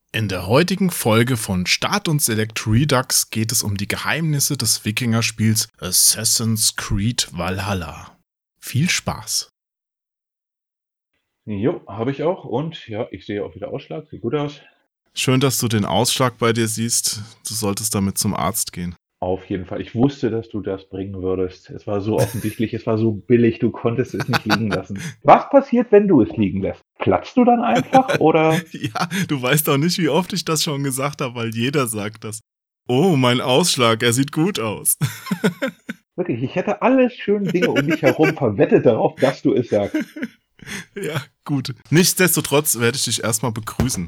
In der heutigen Folge von Start und Select Redux geht es um die Geheimnisse des Wikingerspiels Assassin's Creed Valhalla. Viel Spaß! Jo, habe ich auch. Und ja, ich sehe auch wieder Ausschlag. Sieht gut aus. Schön, dass du den Ausschlag bei dir siehst. Du solltest damit zum Arzt gehen. Auf jeden Fall. Ich wusste, dass du das bringen würdest. Es war so offensichtlich, es war so billig, du konntest es nicht liegen lassen. Was passiert, wenn du es liegen lässt? Platzt du dann einfach oder? Ja, du weißt auch nicht, wie oft ich das schon gesagt habe, weil jeder sagt das. Oh, mein Ausschlag, er sieht gut aus. Wirklich, ich hätte alle schönen Dinge um mich herum verwettet darauf, dass du es sagst. Ja, gut. Nichtsdestotrotz werde ich dich erstmal begrüßen.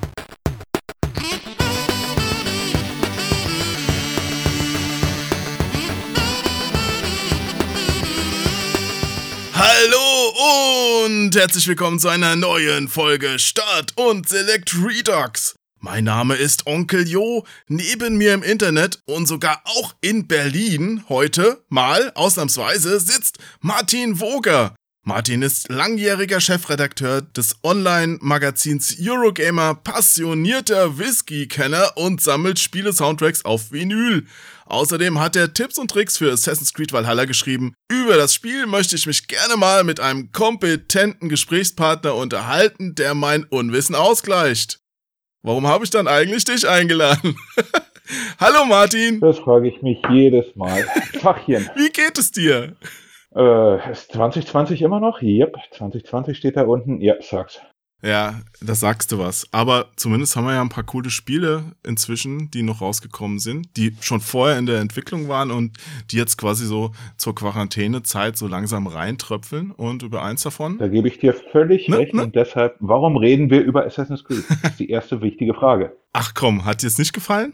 Hallo und herzlich willkommen zu einer neuen Folge Start und Select Redux. Mein Name ist Onkel Jo, neben mir im Internet und sogar auch in Berlin heute mal ausnahmsweise sitzt Martin Woger. Martin ist langjähriger Chefredakteur des Online-Magazins Eurogamer, passionierter Whisky-Kenner und sammelt Spiele-Soundtracks auf Vinyl. Außerdem hat er Tipps und Tricks für Assassin's Creed Valhalla geschrieben. Über das Spiel möchte ich mich gerne mal mit einem kompetenten Gesprächspartner unterhalten, der mein Unwissen ausgleicht. Warum habe ich dann eigentlich dich eingeladen? Hallo Martin! Das frage ich mich jedes Mal. Fachchen. Wie geht es dir? Ist 2020 immer noch? Yep, 2020 steht da unten. Ja, sag's. Ja, das sagst du was. Aber zumindest haben wir ja ein paar coole Spiele inzwischen, die noch rausgekommen sind, die schon vorher in der Entwicklung waren und die jetzt quasi so zur Quarantänezeit so langsam reintröpfeln. Und über eins davon? Da gebe ich dir völlig recht. Und deshalb, warum reden wir über Assassin's Creed? Das ist die erste wichtige Frage. Ach komm, hat dir es nicht gefallen?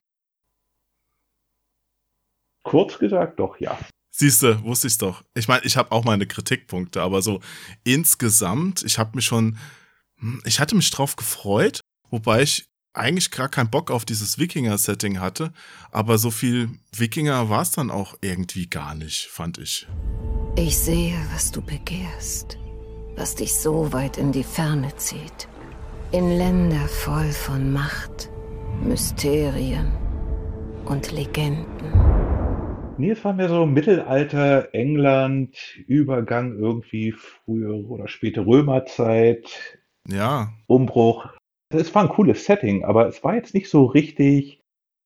Kurz gesagt, doch, ja. Siehste, wusste ich's doch. Ich meine, ich habe auch meine Kritikpunkte, aber so insgesamt, ich hatte mich drauf gefreut, wobei ich eigentlich gar keinen Bock auf dieses Wikinger-Setting hatte, aber so viel Wikinger war es dann auch irgendwie gar nicht, fand ich. Ich sehe, was du begehrst, was dich so weit in die Ferne zieht. In Länder voll von Macht, Mysterien und Legenden. Nee, es war mehr so Mittelalter, England, Übergang irgendwie frühere oder späte Römerzeit. Ja. Umbruch. Es war ein cooles Setting, aber es war jetzt nicht so richtig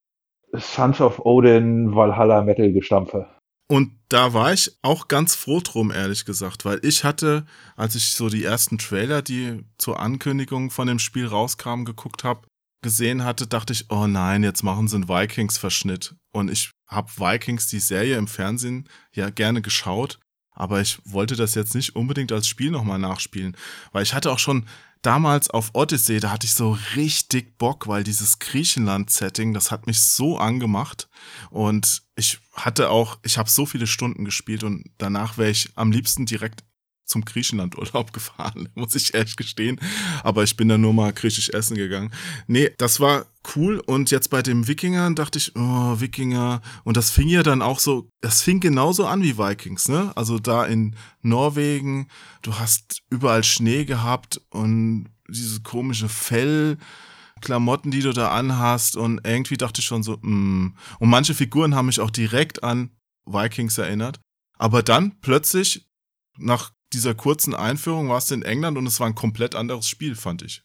Sons of Odin, Valhalla Metal Gestampfe. Und da war ich auch ganz froh drum, ehrlich gesagt, weil ich hatte, als ich so die ersten Trailer, die zur Ankündigung von dem Spiel rauskamen, geguckt habe, gesehen hatte, dachte ich, oh nein, jetzt machen sie einen Vikings-Verschnitt. Und ich habe Vikings, die Serie im Fernsehen, ja gerne geschaut, aber ich wollte das jetzt nicht unbedingt als Spiel nochmal nachspielen, weil ich hatte auch schon damals auf Odyssey, da hatte ich so richtig Bock, weil dieses Griechenland-Setting, das hat mich so angemacht und ich habe so viele Stunden gespielt und danach wäre ich am liebsten direkt zum Griechenland-Urlaub gefahren, muss ich ehrlich gestehen. Aber ich bin dann nur mal griechisch essen gegangen. Nee, das war cool. Und jetzt bei den Wikingern dachte ich, oh, Wikinger. Und das fing ja dann auch so, das fing genauso an wie Vikings, ne? Also da in Norwegen, du hast überall Schnee gehabt und diese komische Fellklamotten, die du da anhast. Und irgendwie dachte ich schon so, Und manche Figuren haben mich auch direkt an Vikings erinnert. Aber dann plötzlich, nach dieser kurzen Einführung war es in England und es war ein komplett anderes Spiel, fand ich.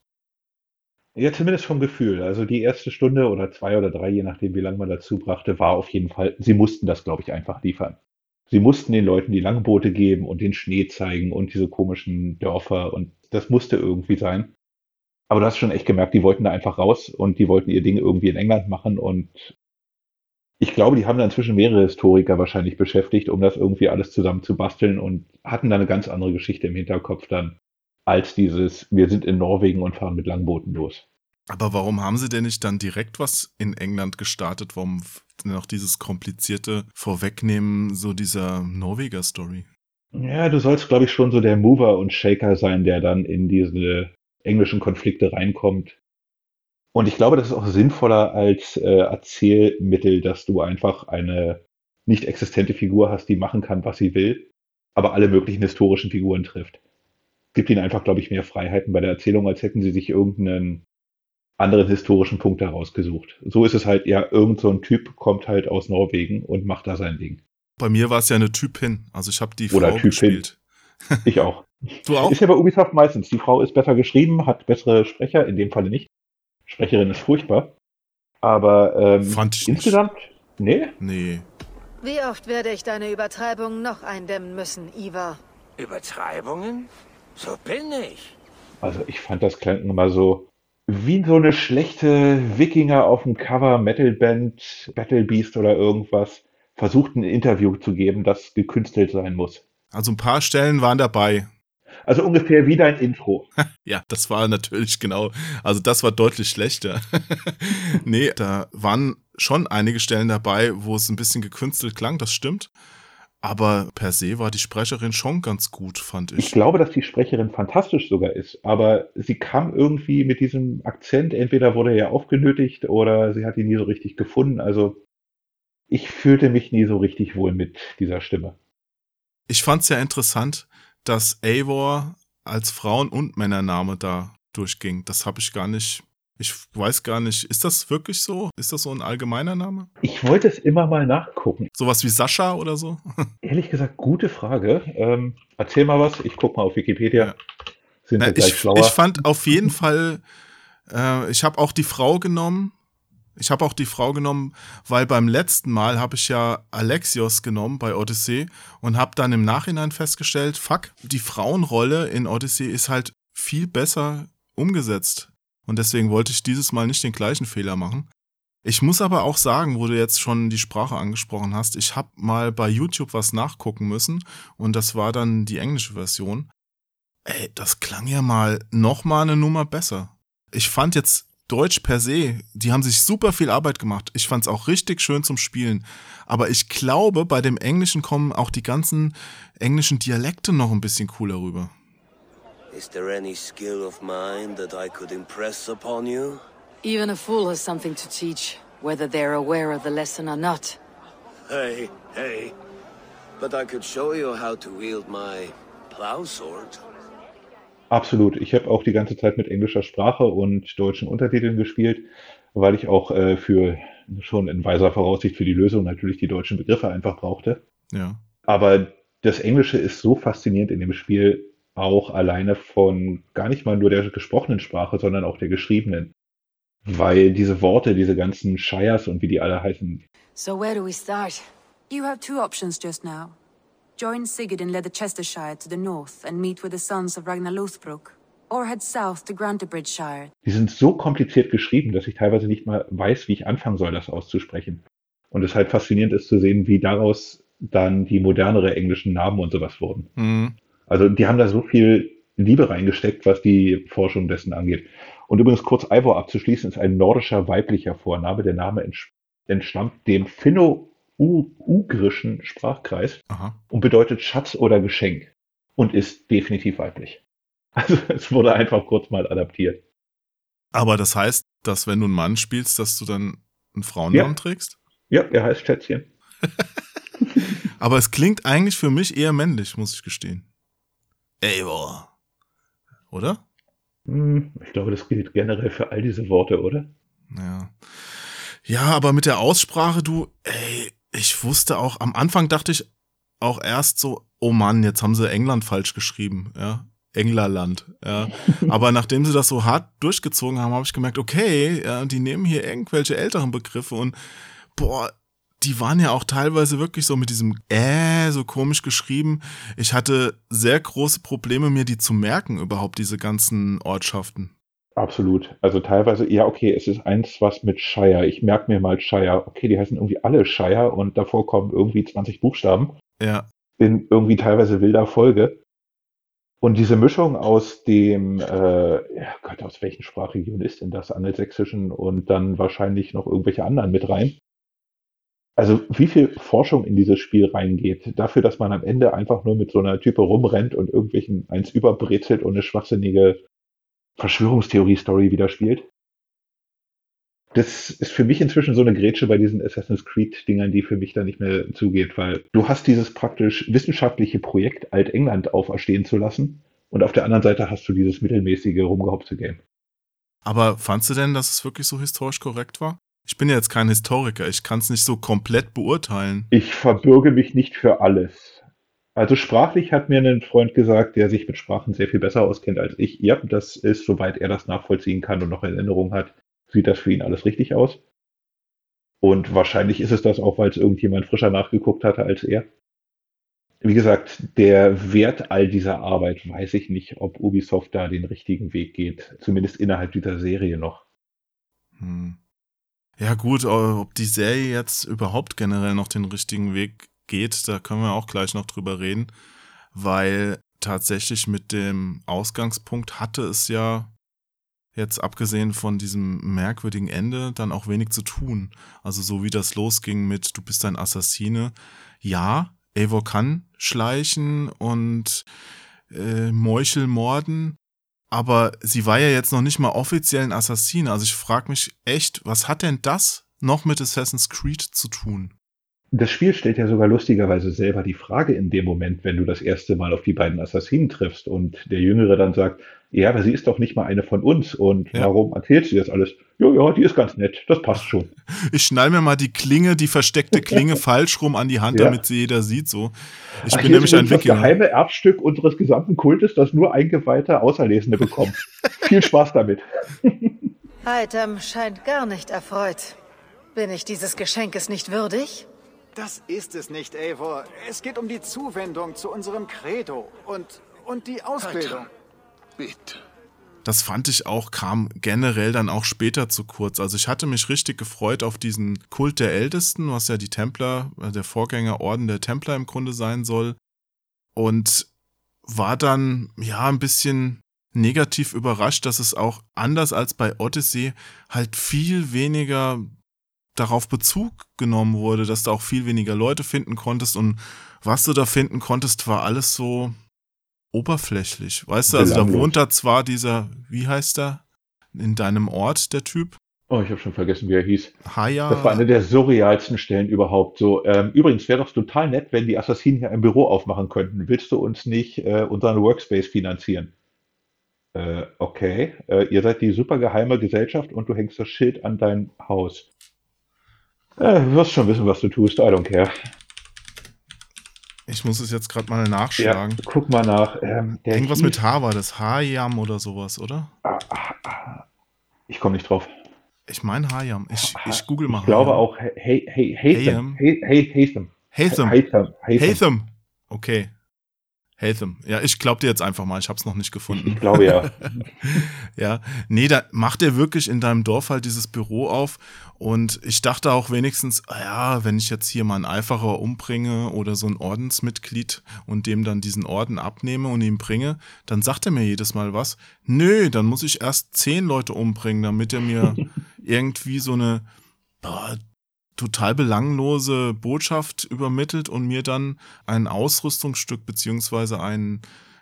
Ja, zumindest vom Gefühl. Also die erste Stunde oder 2 oder 3, je nachdem, wie lange man dazu brachte, war auf jeden Fall, sie mussten das, glaube ich, einfach liefern. Sie mussten den Leuten die Langboote geben und den Schnee zeigen und diese komischen Dörfer und das musste irgendwie sein. Aber du hast schon echt gemerkt, die wollten da einfach raus und die wollten ihr Ding irgendwie in England machen und ich glaube, die haben da inzwischen mehrere Historiker wahrscheinlich beschäftigt, um das irgendwie alles zusammen zu basteln und hatten da eine ganz andere Geschichte im Hinterkopf dann, als dieses, wir sind in Norwegen und fahren mit Langbooten los. Aber warum haben sie denn nicht dann direkt was in England gestartet? Warum noch dieses komplizierte Vorwegnehmen so dieser Norweger-Story? Ja, du sollst, glaube ich, schon so der Mover und Shaker sein, der dann in diese englischen Konflikte reinkommt. Und ich glaube, das ist auch sinnvoller als Erzählmittel, dass du einfach eine nicht existente Figur hast, die machen kann, was sie will, aber alle möglichen historischen Figuren trifft. Gibt ihnen einfach, glaube ich, mehr Freiheiten bei der Erzählung, als hätten sie sich irgendeinen anderen historischen Punkt herausgesucht. So ist es halt, ja, irgend so ein Typ kommt halt aus Norwegen und macht da sein Ding. Bei mir war es ja eine Typin. Also ich habe die Oder Frau Typin. gespielt. Ich auch. Du auch? Ist ja bei Ubisoft meistens. Die Frau ist besser geschrieben, hat bessere Sprecher, in dem Falle nicht. Sprecherin ist furchtbar. Aber Fand ich insgesamt, nee. Nee. Wie oft werde ich deine Übertreibung noch eindämmen müssen, Ivar? Übertreibungen? So bin ich. Also ich fand, das klang immer so wie so eine schlechte Wikinger auf dem Cover, Metalband, Battle Beast oder irgendwas, versucht ein Interview zu geben, das gekünstelt sein muss. Also ein paar Stellen waren dabei. Also ungefähr wie dein Intro. Ja, das war natürlich genau, also das war deutlich schlechter. Nee, da waren schon einige Stellen dabei, wo es ein bisschen gekünstelt klang, das stimmt. Aber per se war die Sprecherin schon ganz gut, fand Ich ich. glaube, dass die Sprecherin fantastisch sogar ist, aber sie kam irgendwie mit diesem Akzent, entweder wurde er ja aufgenötigt oder sie hat ihn nie so richtig gefunden. Also ich fühlte mich nie so richtig wohl mit dieser Stimme. Ich fand es ja interessant, dass Eivor als Frauen- und Männername da durchging. Das habe ich gar nicht, ich weiß gar nicht, ist das wirklich so? Ist das so ein allgemeiner Name? Ich wollte es immer mal nachgucken. Sowas wie Sascha oder so? Ehrlich gesagt, gute Frage. Erzähl mal was, ich gucke mal auf Wikipedia. Ja. Sind wir Na, gleich ich schlauer? fand auf jeden Fall, ich habe auch die Frau genommen. Weil beim letzten Mal habe ich ja Alexios genommen bei Odyssey und habe dann im Nachhinein festgestellt, fuck, die Frauenrolle in Odyssey ist halt viel besser umgesetzt. Und deswegen wollte ich dieses Mal nicht den gleichen Fehler machen. Ich muss aber auch sagen, wo du jetzt schon die Sprache angesprochen hast, ich habe mal bei YouTube was nachgucken müssen und das war dann die englische Version. Ey, das klang ja noch mal eine Nummer besser. Ich fand jetzt Deutsch per se, die haben sich super viel Arbeit gemacht. Ich fand's auch richtig schön zum Spielen. Aber ich glaube, bei dem Englischen kommen auch die ganzen englischen Dialekte noch ein bisschen cooler rüber. Is there any skill of mine that I could impress upon you? Even a fool has something to teach, whether they're aware of the lesson or not. Hey, but I could show you how to wield my plow sword. Absolut. Ich habe auch die ganze Zeit mit englischer Sprache und deutschen Untertiteln gespielt, weil ich auch für schon in weiser Voraussicht für die Lösung natürlich die deutschen Begriffe einfach brauchte. Ja. Aber das Englische ist so faszinierend in dem Spiel, auch alleine von gar nicht mal nur der gesprochenen Sprache, sondern auch der geschriebenen. Weil diese Worte, diese ganzen Shires und wie die alle heißen. So where do we start? You have two options just now. Join Sigurd in Leicestershire to the north and meet with the sons of Ragnar Lothbrok, or head south to Grantebridgeshire. Die sind so kompliziert geschrieben, dass ich teilweise nicht mal weiß, wie ich anfangen soll, das auszusprechen. Und es halt faszinierend ist zu sehen, wie daraus dann die modernere englischen Namen und sowas wurden. Mhm. Also die haben da so viel Liebe reingesteckt, was die Forschung dessen angeht. Und übrigens kurz Eivor abzuschließen, ist ein nordischer weiblicher Vorname. Der Name entstammt dem finno-ugrischen Sprachkreis Aha. und bedeutet Schatz oder Geschenk und ist definitiv weiblich. Also es wurde einfach kurz mal adaptiert. Aber das heißt, dass wenn du einen Mann spielst, dass du dann einen Frauennamen Ja. trägst? Ja, er heißt Schätzchen. Aber es klingt eigentlich für mich eher männlich, muss ich gestehen. Eivor. Oder? Ich glaube, das gilt generell für all diese Worte, oder? Ja. Ja, aber mit der Aussprache, ich wusste auch, am Anfang dachte ich auch erst so, oh Mann, jetzt haben sie England falsch geschrieben, ja. Englerland, ja. Aber nachdem sie das so hart durchgezogen haben, habe ich gemerkt, okay, ja, die nehmen hier irgendwelche älteren Begriffe und boah, die waren ja auch teilweise wirklich so mit diesem so komisch geschrieben. Ich hatte sehr große Probleme, mir die zu merken, überhaupt diese ganzen Ortschaften. Absolut. Also teilweise, ja, okay, es ist eins was mit Shire. Ich merke mir mal Shire. Okay, die heißen irgendwie alle Shire und davor kommen irgendwie 20 Buchstaben Ja, in irgendwie teilweise wilder Folge. Und diese Mischung aus dem, ja Gott, aus welchen Sprachregionen ist denn das? Angelsächsischen und dann wahrscheinlich noch irgendwelche anderen mit rein. Also wie viel Forschung in dieses Spiel reingeht, dafür, dass man am Ende einfach nur mit so einer Type rumrennt und irgendwelchen eins überbrezelt und eine schwachsinnige Verschwörungstheorie-Story wieder spielt. Das ist für mich inzwischen so eine Grätsche bei diesen Assassin's Creed-Dingern, die für mich da nicht mehr zugeht, weil du hast dieses praktisch wissenschaftliche Projekt Alt-England auferstehen zu lassen und auf der anderen Seite hast du dieses mittelmäßige Rumgehopse-Game. Aber fandst du denn, dass es wirklich so historisch korrekt war? Ich bin ja jetzt kein Historiker, ich kann es nicht so komplett beurteilen. Ich verbürge mich nicht für alles. Also sprachlich hat mir ein Freund gesagt, der sich mit Sprachen sehr viel besser auskennt als ich. Ja, das ist, soweit er das nachvollziehen kann und noch Erinnerung hat, sieht das für ihn alles richtig aus. Und wahrscheinlich ist es das auch, weil es irgendjemand frischer nachgeguckt hatte als er. Wie gesagt, der Wert all dieser Arbeit weiß ich nicht, ob Ubisoft da den richtigen Weg geht. Zumindest innerhalb dieser Serie noch. Ja gut, ob die Serie jetzt überhaupt generell noch den richtigen Weg geht, da können wir auch gleich noch drüber reden, weil tatsächlich mit dem Ausgangspunkt hatte es ja jetzt abgesehen von diesem merkwürdigen Ende dann auch wenig zu tun. Also so wie das losging mit du bist ein Assassine. Ja, Eivor kann schleichen und Meuchelmorden, aber sie war ja jetzt noch nicht mal offiziell ein Assassine. Also ich frage mich echt, was hat denn das noch mit Assassin's Creed zu tun? Das Spiel stellt ja sogar lustigerweise selber die Frage in dem Moment, wenn du das erste Mal auf die beiden Assassinen triffst und der Jüngere dann sagt, ja, aber sie ist doch nicht mal eine von uns und warum erzählt sie das alles? Ja, die ist ganz nett, das passt schon. Ich schnall mir mal die versteckte Klinge falsch rum an die Hand, damit sie jeder sieht. So. Ich bin nämlich ein Wikinger. Das geheime Erbstück unseres gesamten Kultes, das nur eingeweihte Auserlesene bekommt. Viel Spaß damit. Item scheint gar nicht erfreut. Bin ich dieses Geschenkes nicht würdig? Das ist es nicht, Eivor. Es geht um die Zuwendung zu unserem Credo und die Ausbildung. Alter, bitte. Das fand ich auch, kam generell dann auch später zu kurz. Also ich hatte mich richtig gefreut auf diesen Kult der Ältesten, was ja die Templer, der Vorgängerorden der Templer im Grunde sein soll. Und war dann, ja, ein bisschen negativ überrascht, dass es auch anders als bei Odyssey halt viel weniger darauf Bezug genommen wurde, dass du auch viel weniger Leute finden konntest und was du da finden konntest, war alles so oberflächlich. Weißt du, also da wohnt da zwar dieser, wie heißt der, in deinem Ort, der Typ? Oh, ich habe schon vergessen, wie er hieß. Haya. Das war eine der surrealsten Stellen überhaupt. So, übrigens wäre doch total nett, wenn die Assassinen hier ein Büro aufmachen könnten. Willst du uns nicht unseren Workspace finanzieren? Okay. Ihr seid die super geheime Gesellschaft und du hängst das Schild an dein Haus. Du wirst schon wissen, was du tust. I don't care. Ich muss es jetzt gerade mal nachschlagen. Ja, guck mal nach. Irgendwas mit H war das. Hayam oder sowas, oder? Ich komme nicht drauf. Ich meine Hayam. Ich google mal. Ich glaube auch Haytham. Okay. Haytham. Ja, ich glaube dir jetzt einfach mal. Ich habe es noch nicht gefunden. Ich glaube ja. Ja, nee, da macht er wirklich in deinem Dorf halt dieses Büro auf und ich dachte auch wenigstens, ja, wenn ich jetzt hier mal einen Eiferer umbringe oder so ein Ordensmitglied und dem dann diesen Orden abnehme und ihm bringe, dann sagt er mir jedes Mal was. Nö, dann muss ich erst 10 Leute umbringen, damit er mir irgendwie so eine total belanglose Botschaft übermittelt und mir dann ein Ausrüstungsstück beziehungsweise eine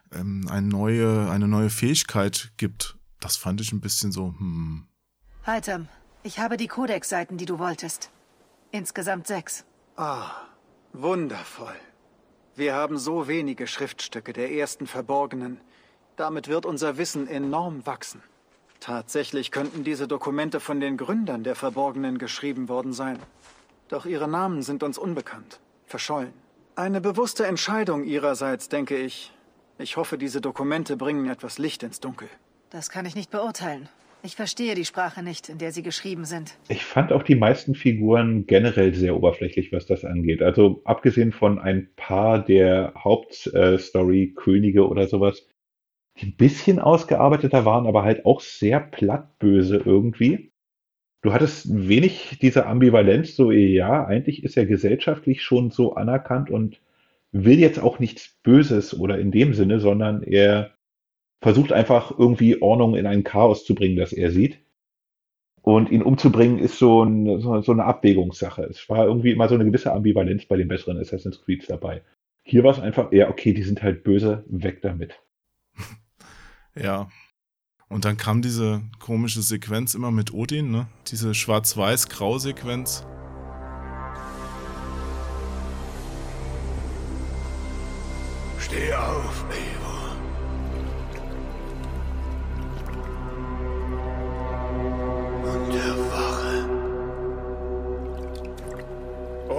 neue Fähigkeit gibt. Das fand ich ein bisschen so, Item, ich habe die Codex-Seiten, die du wolltest. Insgesamt 6. Wundervoll. Wir haben so wenige Schriftstücke der ersten Verborgenen. Damit wird unser Wissen enorm wachsen. Tatsächlich könnten diese Dokumente von den Gründern der Verborgenen geschrieben worden sein. Doch ihre Namen sind uns unbekannt, verschollen. Eine bewusste Entscheidung ihrerseits, denke ich. Ich hoffe, diese Dokumente bringen etwas Licht ins Dunkel. Das kann ich nicht beurteilen. Ich verstehe die Sprache nicht, in der sie geschrieben sind. Ich fand auch die meisten Figuren generell sehr oberflächlich, was das angeht. Also abgesehen von ein paar der Hauptstory-Könige oder sowas, die ein bisschen ausgearbeiteter waren, aber halt auch sehr plattböse irgendwie. Du hattest wenig diese Ambivalenz, so ja, eigentlich ist er gesellschaftlich schon so anerkannt und will jetzt auch nichts Böses oder in dem Sinne, sondern er versucht einfach irgendwie Ordnung in ein Chaos zu bringen, das er sieht. Und ihn umzubringen ist so eine Abwägungssache. Es war irgendwie immer so eine gewisse Ambivalenz bei den besseren Assassin's Creeds dabei. Hier war es einfach, ja, okay, die sind halt böse, weg damit. Ja. Und dann kam diese komische Sequenz immer mit Odin, ne? Diese Schwarz-Weiß-Grau-Sequenz. Steh auf, Eivor.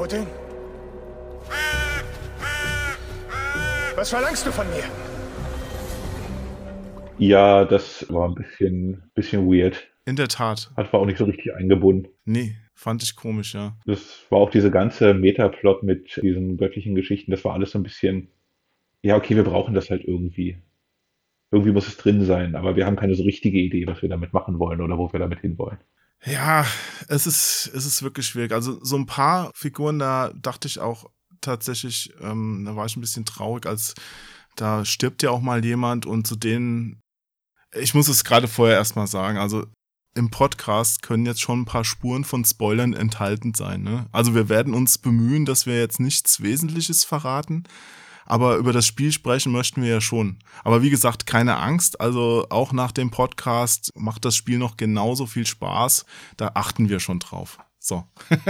Odin? Was verlangst du von mir? Ja, das war ein bisschen weird. In der Tat. War auch nicht so richtig eingebunden. Nee, fand ich komisch, ja. Das war auch diese ganze Metaplot mit diesen göttlichen Geschichten, das war alles so ein bisschen, ja, okay, wir brauchen das halt irgendwie. Irgendwie muss es drin sein, aber wir haben keine so richtige Idee, was wir damit machen wollen oder wo wir damit hinwollen. Ja, es ist wirklich schwierig. Also so ein paar Figuren, da dachte ich auch tatsächlich, da war ich ein bisschen traurig, als da stirbt ja auch mal jemand und zu denen, ich muss es gerade vorher erstmal sagen, also im Podcast können jetzt schon ein paar Spuren von Spoilern enthalten sein, ne? Also wir werden uns bemühen, dass wir jetzt nichts Wesentliches verraten, aber über das Spiel sprechen möchten wir ja schon. Aber wie gesagt, keine Angst, also auch nach dem Podcast macht das Spiel noch genauso viel Spaß, da achten wir schon drauf. So.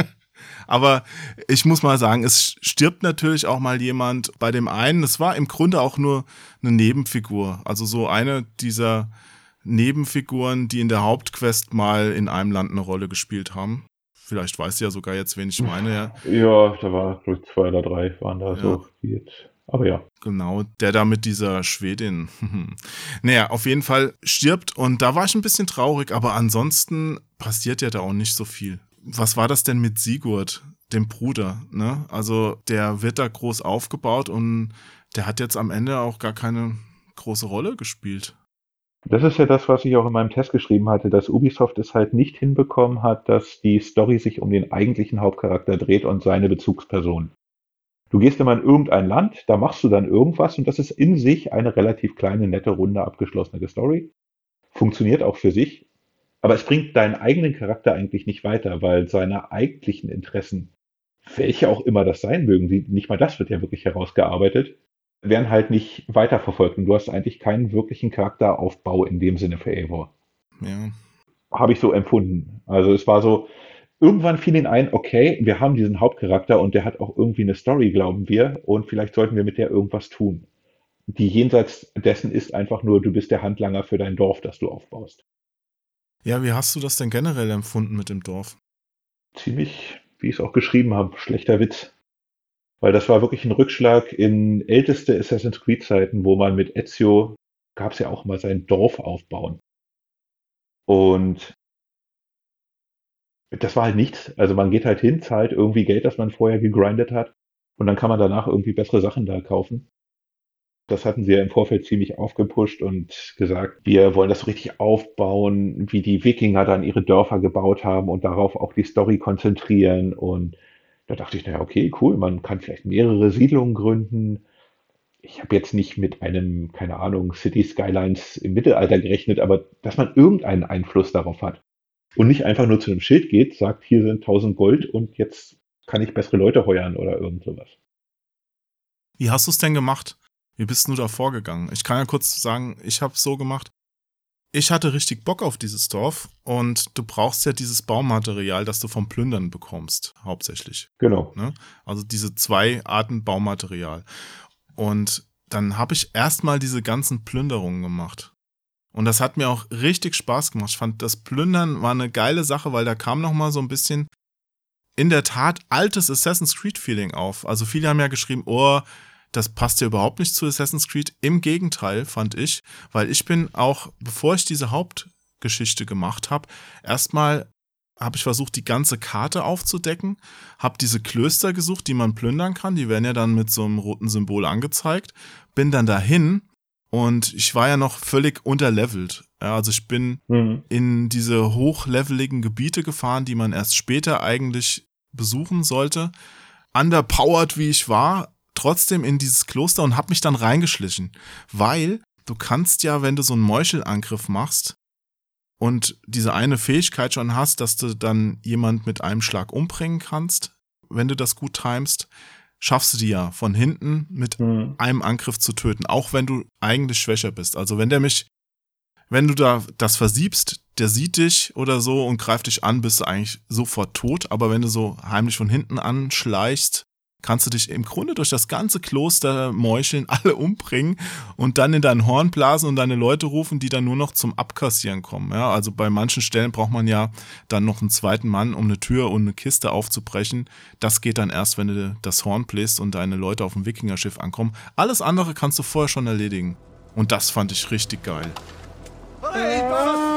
Aber ich muss mal sagen, es stirbt natürlich auch mal jemand. Bei dem einen, es war im Grunde auch nur eine Nebenfigur, also so eine dieser Nebenfiguren, die in der Hauptquest mal in einem Land eine Rolle gespielt haben. Vielleicht weißt du ja sogar jetzt, wen ich meine, ja. Ja, da war, glaube ich, 2 oder 3 waren da Ja. so jetzt. Aber ja. Genau, der da mit dieser Schwedin. Naja, auf jeden Fall stirbt und da war ich ein bisschen traurig, aber ansonsten passiert ja da auch nicht so viel. Was war das denn mit Sigurd, dem Bruder, ne? Also der wird da groß aufgebaut und der hat jetzt am Ende auch gar keine große Rolle gespielt. Das ist ja das, was ich auch in meinem Test geschrieben hatte, dass Ubisoft es halt nicht hinbekommen hat, dass die Story sich um den eigentlichen Hauptcharakter dreht und seine Bezugsperson. Du gehst immer in irgendein Land, da machst du dann irgendwas und das ist in sich eine relativ kleine, nette, runde, abgeschlossene Story. Funktioniert auch für sich, aber es bringt deinen eigenen Charakter eigentlich nicht weiter, weil seine eigentlichen Interessen, welche auch immer das sein mögen, nicht mal das wird ja wirklich herausgearbeitet, werden halt nicht weiterverfolgt und du hast eigentlich keinen wirklichen Charakteraufbau in dem Sinne für Eivor. Ja. Habe ich so empfunden. Also es war so, irgendwann fiel ihnen ein, okay, wir haben diesen Hauptcharakter und der hat auch irgendwie eine Story, glauben wir, und vielleicht sollten wir mit der irgendwas tun. Die jenseits dessen ist einfach nur, du bist der Handlanger für dein Dorf, das du aufbaust. Ja, wie hast du das denn generell empfunden mit dem Dorf? Ziemlich, wie ich es auch geschrieben habe, schlechter Witz. Weil das war wirklich ein Rückschlag in älteste Assassin's Creed-Zeiten, wo man mit Ezio, gab es ja auch mal sein Dorf aufbauen. Und das war halt nichts. Also man geht halt hin, zahlt irgendwie Geld, das man vorher gegrindet hat, und dann kann man danach irgendwie bessere Sachen da kaufen. Das hatten sie ja im Vorfeld ziemlich aufgepusht und gesagt, wir wollen das so richtig aufbauen, wie die Wikinger dann ihre Dörfer gebaut haben und darauf auch die Story konzentrieren. Und da dachte ich, naja, okay, cool, man kann vielleicht mehrere Siedlungen gründen. Ich habe jetzt nicht mit einem, keine Ahnung, City Skylines im Mittelalter gerechnet, aber dass man irgendeinen Einfluss darauf hat. Und nicht einfach nur zu einem Schild geht, sagt, hier sind 1000 Gold und jetzt kann ich bessere Leute heuern oder irgend sowas. Wie hast du es denn gemacht? Wie bist du da vorgegangen? Ich kann ja kurz sagen, ich habe es so gemacht. Ich hatte richtig Bock auf dieses Dorf und du brauchst ja dieses Baumaterial, das du vom Plündern bekommst, hauptsächlich. Genau. Ne? Also diese 2 Arten Baumaterial. Und dann habe ich erstmal diese ganzen Plünderungen gemacht. Und das hat mir auch richtig Spaß gemacht. Ich fand, das Plündern war eine geile Sache, weil da kam nochmal so ein bisschen in der Tat altes Assassin's Creed Feeling auf. Also viele haben ja geschrieben, oh, das passt ja überhaupt nicht zu Assassin's Creed. Im Gegenteil, fand ich, weil ich bin auch, bevor ich diese Hauptgeschichte gemacht habe, erstmal habe ich versucht, die ganze Karte aufzudecken, habe diese Klöster gesucht, die man plündern kann, die werden ja dann mit so einem roten Symbol angezeigt, bin dann dahin und ich war ja noch völlig unterlevelt. Ja, also ich bin in diese hochleveligen Gebiete gefahren, die man erst später eigentlich besuchen sollte, underpowered wie ich war, trotzdem in dieses Kloster und habe mich dann reingeschlichen, weil du kannst ja, wenn du so einen Meuchelangriff machst und diese eine Fähigkeit schon hast, dass du dann jemand mit einem Schlag umbringen kannst, wenn du das gut timest, schaffst du die ja von hinten mit einem Angriff zu töten, auch wenn du eigentlich schwächer bist. Also wenn du da das versiebst, der sieht dich oder so und greift dich an, bist du eigentlich sofort tot, aber wenn du so heimlich von hinten anschleichst, kannst du dich im Grunde durch das ganze Kloster meucheln, alle umbringen und dann in dein Horn blasen und deine Leute rufen, die dann nur noch zum Abkassieren kommen. Ja, also bei manchen Stellen braucht man ja dann noch einen zweiten Mann, um eine Tür und eine Kiste aufzubrechen. Das geht dann erst, wenn du das Horn bläst und deine Leute auf dem Wikingerschiff ankommen. Alles andere kannst du vorher schon erledigen. Und das fand ich richtig geil. Hey, Boss!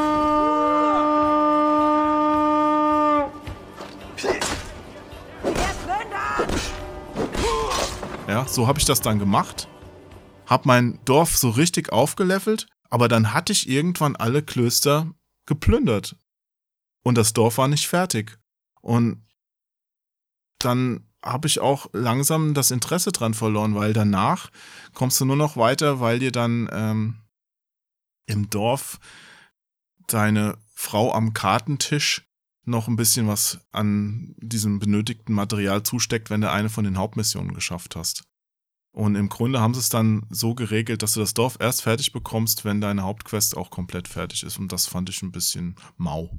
Ja, so habe ich das dann gemacht, habe mein Dorf so richtig aufgelevelt, aber dann hatte ich irgendwann alle Klöster geplündert und das Dorf war nicht fertig. Und dann habe ich auch langsam das Interesse dran verloren, weil danach kommst du nur noch weiter, weil dir dann im Dorf deine Frau am Kartentisch noch ein bisschen was an diesem benötigten Material zusteckt, wenn du eine von den Hauptmissionen geschafft hast. Und im Grunde haben sie es dann so geregelt, dass du das Dorf erst fertig bekommst, wenn deine Hauptquest auch komplett fertig ist. Und das fand ich ein bisschen mau.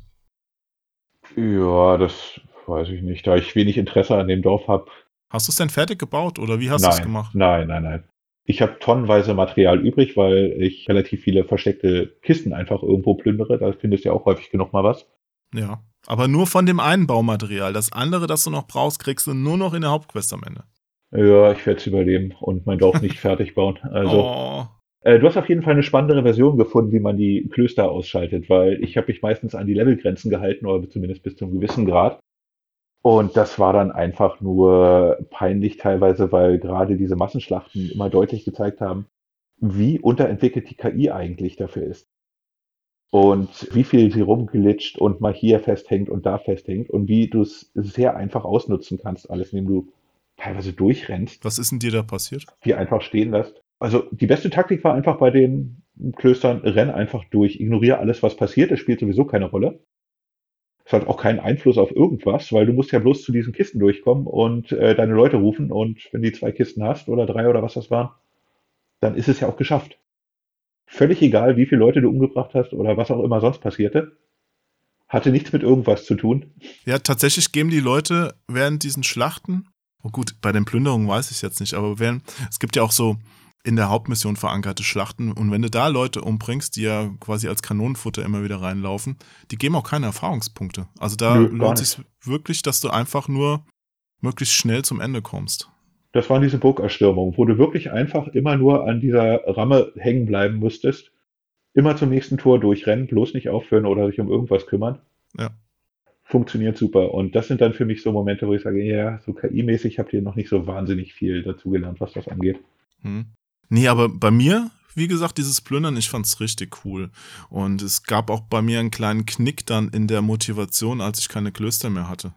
Ja, das weiß ich nicht. Da ich wenig Interesse an dem Dorf habe. Hast du es denn fertig gebaut oder wie hast du es gemacht? Nein. Ich habe tonnenweise Material übrig, weil ich relativ viele versteckte Kisten einfach irgendwo plündere. Da findest du ja auch häufig genug mal was. Ja, aber nur von dem einen Baumaterial. Das andere, das du noch brauchst, kriegst du nur noch in der Hauptquest am Ende. Ja, ich werde es überleben und mein Dorf nicht fertig bauen. Also, du hast auf jeden Fall eine spannendere Version gefunden, wie man die Klöster ausschaltet, weil ich habe mich meistens an die Levelgrenzen gehalten, oder zumindest bis zu einem gewissen Grad. Und das war dann einfach nur peinlich teilweise, weil gerade diese Massenschlachten immer deutlich gezeigt haben, wie unterentwickelt die KI eigentlich dafür ist. Und wie viel sie rumglitscht und mal hier festhängt und da festhängt und wie du es sehr einfach ausnutzen kannst, alles, indem du teilweise durchrennst. Was ist denn dir da passiert? Die einfach stehen lässt. Also die beste Taktik war einfach bei den Klöstern, renn einfach durch, ignoriere alles, was passiert, es spielt sowieso keine Rolle. Es hat auch keinen Einfluss auf irgendwas, weil du musst ja bloß zu diesen Kisten durchkommen und deine Leute rufen und wenn die 2 Kisten hast oder 3 oder was das waren, dann ist es ja auch geschafft. Völlig egal, wie viele Leute du umgebracht hast oder was auch immer sonst passierte. Hatte nichts mit irgendwas zu tun. Ja, tatsächlich geben die Leute während diesen Schlachten, oh gut, bei den Plünderungen weiß ich es jetzt nicht, aber es gibt ja auch so in der Hauptmission verankerte Schlachten und wenn du da Leute umbringst, die ja quasi als Kanonenfutter immer wieder reinlaufen, die geben auch keine Erfahrungspunkte. Also da lohnt es sich wirklich, dass du einfach nur möglichst schnell zum Ende kommst. Das waren diese Burgerstürmungen, wo du wirklich einfach immer nur an dieser Ramme hängen bleiben musstest. Immer zum nächsten Tor durchrennen, bloß nicht aufhören oder sich um irgendwas kümmern. Ja. Funktioniert super. Und das sind dann für mich so Momente, wo ich sage, ja, so KI-mäßig habt ihr noch nicht so wahnsinnig viel dazugelernt, was das angeht. Nee, aber bei mir, wie gesagt, dieses Plündern, ich fand's richtig cool. Und es gab auch bei mir einen kleinen Knick dann in der Motivation, als ich keine Klöster mehr hatte.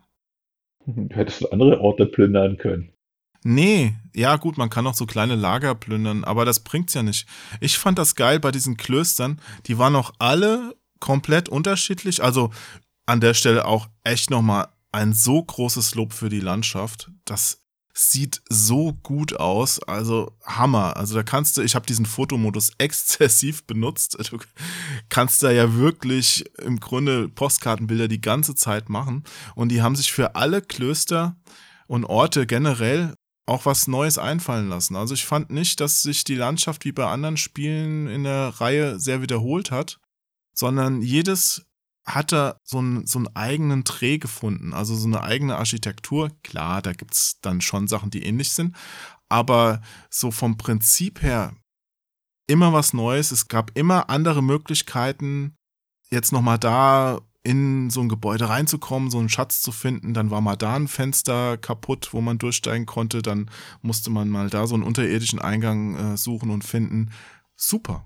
Du hättest andere Orte plündern können. Nee, ja gut, man kann auch so kleine Lager plündern, aber das bringt's ja nicht. Ich fand das geil bei diesen Klöstern, die waren auch alle komplett unterschiedlich, also an der Stelle auch echt nochmal ein so großes Lob für die Landschaft, das sieht so gut aus, also Hammer, also da kannst du, ich habe diesen Fotomodus exzessiv benutzt, du kannst da ja wirklich im Grunde Postkartenbilder die ganze Zeit machen und die haben sich für alle Klöster und Orte generell auch was Neues einfallen lassen. Also ich fand nicht, dass sich die Landschaft wie bei anderen Spielen in der Reihe sehr wiederholt hat, sondern jedes hatte so einen eigenen Dreh gefunden, also so eine eigene Architektur. Klar, da gibt's dann schon Sachen, die ähnlich sind, aber so vom Prinzip her immer was Neues. Es gab immer andere Möglichkeiten, jetzt nochmal da in so ein Gebäude reinzukommen, so einen Schatz zu finden, dann war mal da ein Fenster kaputt, wo man durchsteigen konnte, dann musste man mal da so einen unterirdischen Eingang suchen und finden. Super.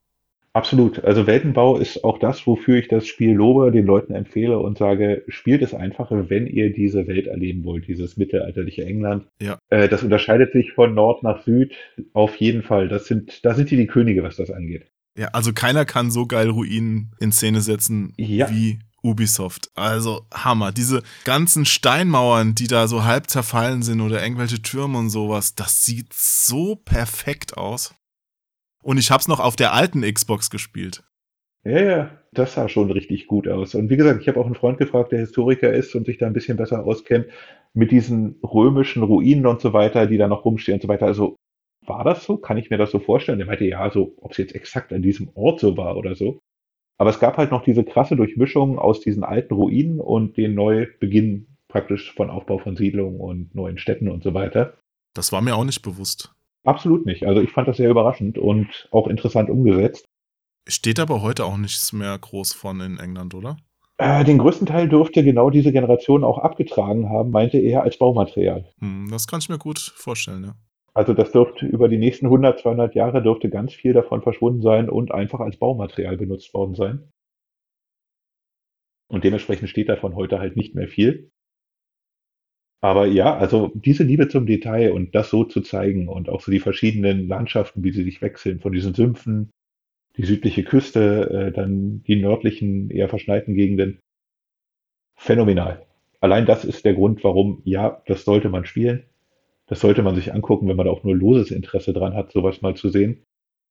Absolut. Also Weltenbau ist auch das, wofür ich das Spiel lobe, den Leuten empfehle und sage, spielt es einfach, wenn ihr diese Welt erleben wollt, dieses mittelalterliche England. Ja. Das unterscheidet sich von Nord nach Süd auf jeden Fall. Da sind die Könige, was das angeht. Ja, also keiner kann so geil Ruinen in Szene setzen wie Ubisoft. Also Hammer. Diese ganzen Steinmauern, die da so halb zerfallen sind oder irgendwelche Türme und sowas, das sieht so perfekt aus. Und ich hab's noch auf der alten Xbox gespielt. Ja. Das sah schon richtig gut aus. Und wie gesagt, ich habe auch einen Freund gefragt, der Historiker ist und sich da ein bisschen besser auskennt, mit diesen römischen Ruinen und so weiter, die da noch rumstehen und so weiter. Also war das so? Kann ich mir das so vorstellen? Der meinte, ja, so, ob es jetzt exakt an diesem Ort so war oder so. Aber es gab halt noch diese krasse Durchmischung aus diesen alten Ruinen und den Neubeginn praktisch von Aufbau von Siedlungen und neuen Städten und so weiter. Das war mir auch nicht bewusst. Absolut nicht. Also ich fand das sehr überraschend und auch interessant umgesetzt. Steht aber heute auch nichts mehr groß von in England, oder? Den größten Teil dürfte genau diese Generation auch abgetragen haben, meinte er, als Baumaterial. Das kann ich mir gut vorstellen, ja. Also das dürfte über die nächsten 100, 200 Jahre dürfte ganz viel davon verschwunden sein und einfach als Baumaterial benutzt worden sein. Und dementsprechend steht davon heute halt nicht mehr viel. Aber ja, also diese Liebe zum Detail und das so zu zeigen und auch so die verschiedenen Landschaften, wie sie sich wechseln, von diesen Sümpfen, die südliche Küste, dann die nördlichen, eher verschneiten Gegenden. Phänomenal. Allein das ist der Grund, warum, ja, das sollte man spielen. Das sollte man sich angucken, wenn man auch nur loses Interesse dran hat, sowas mal zu sehen.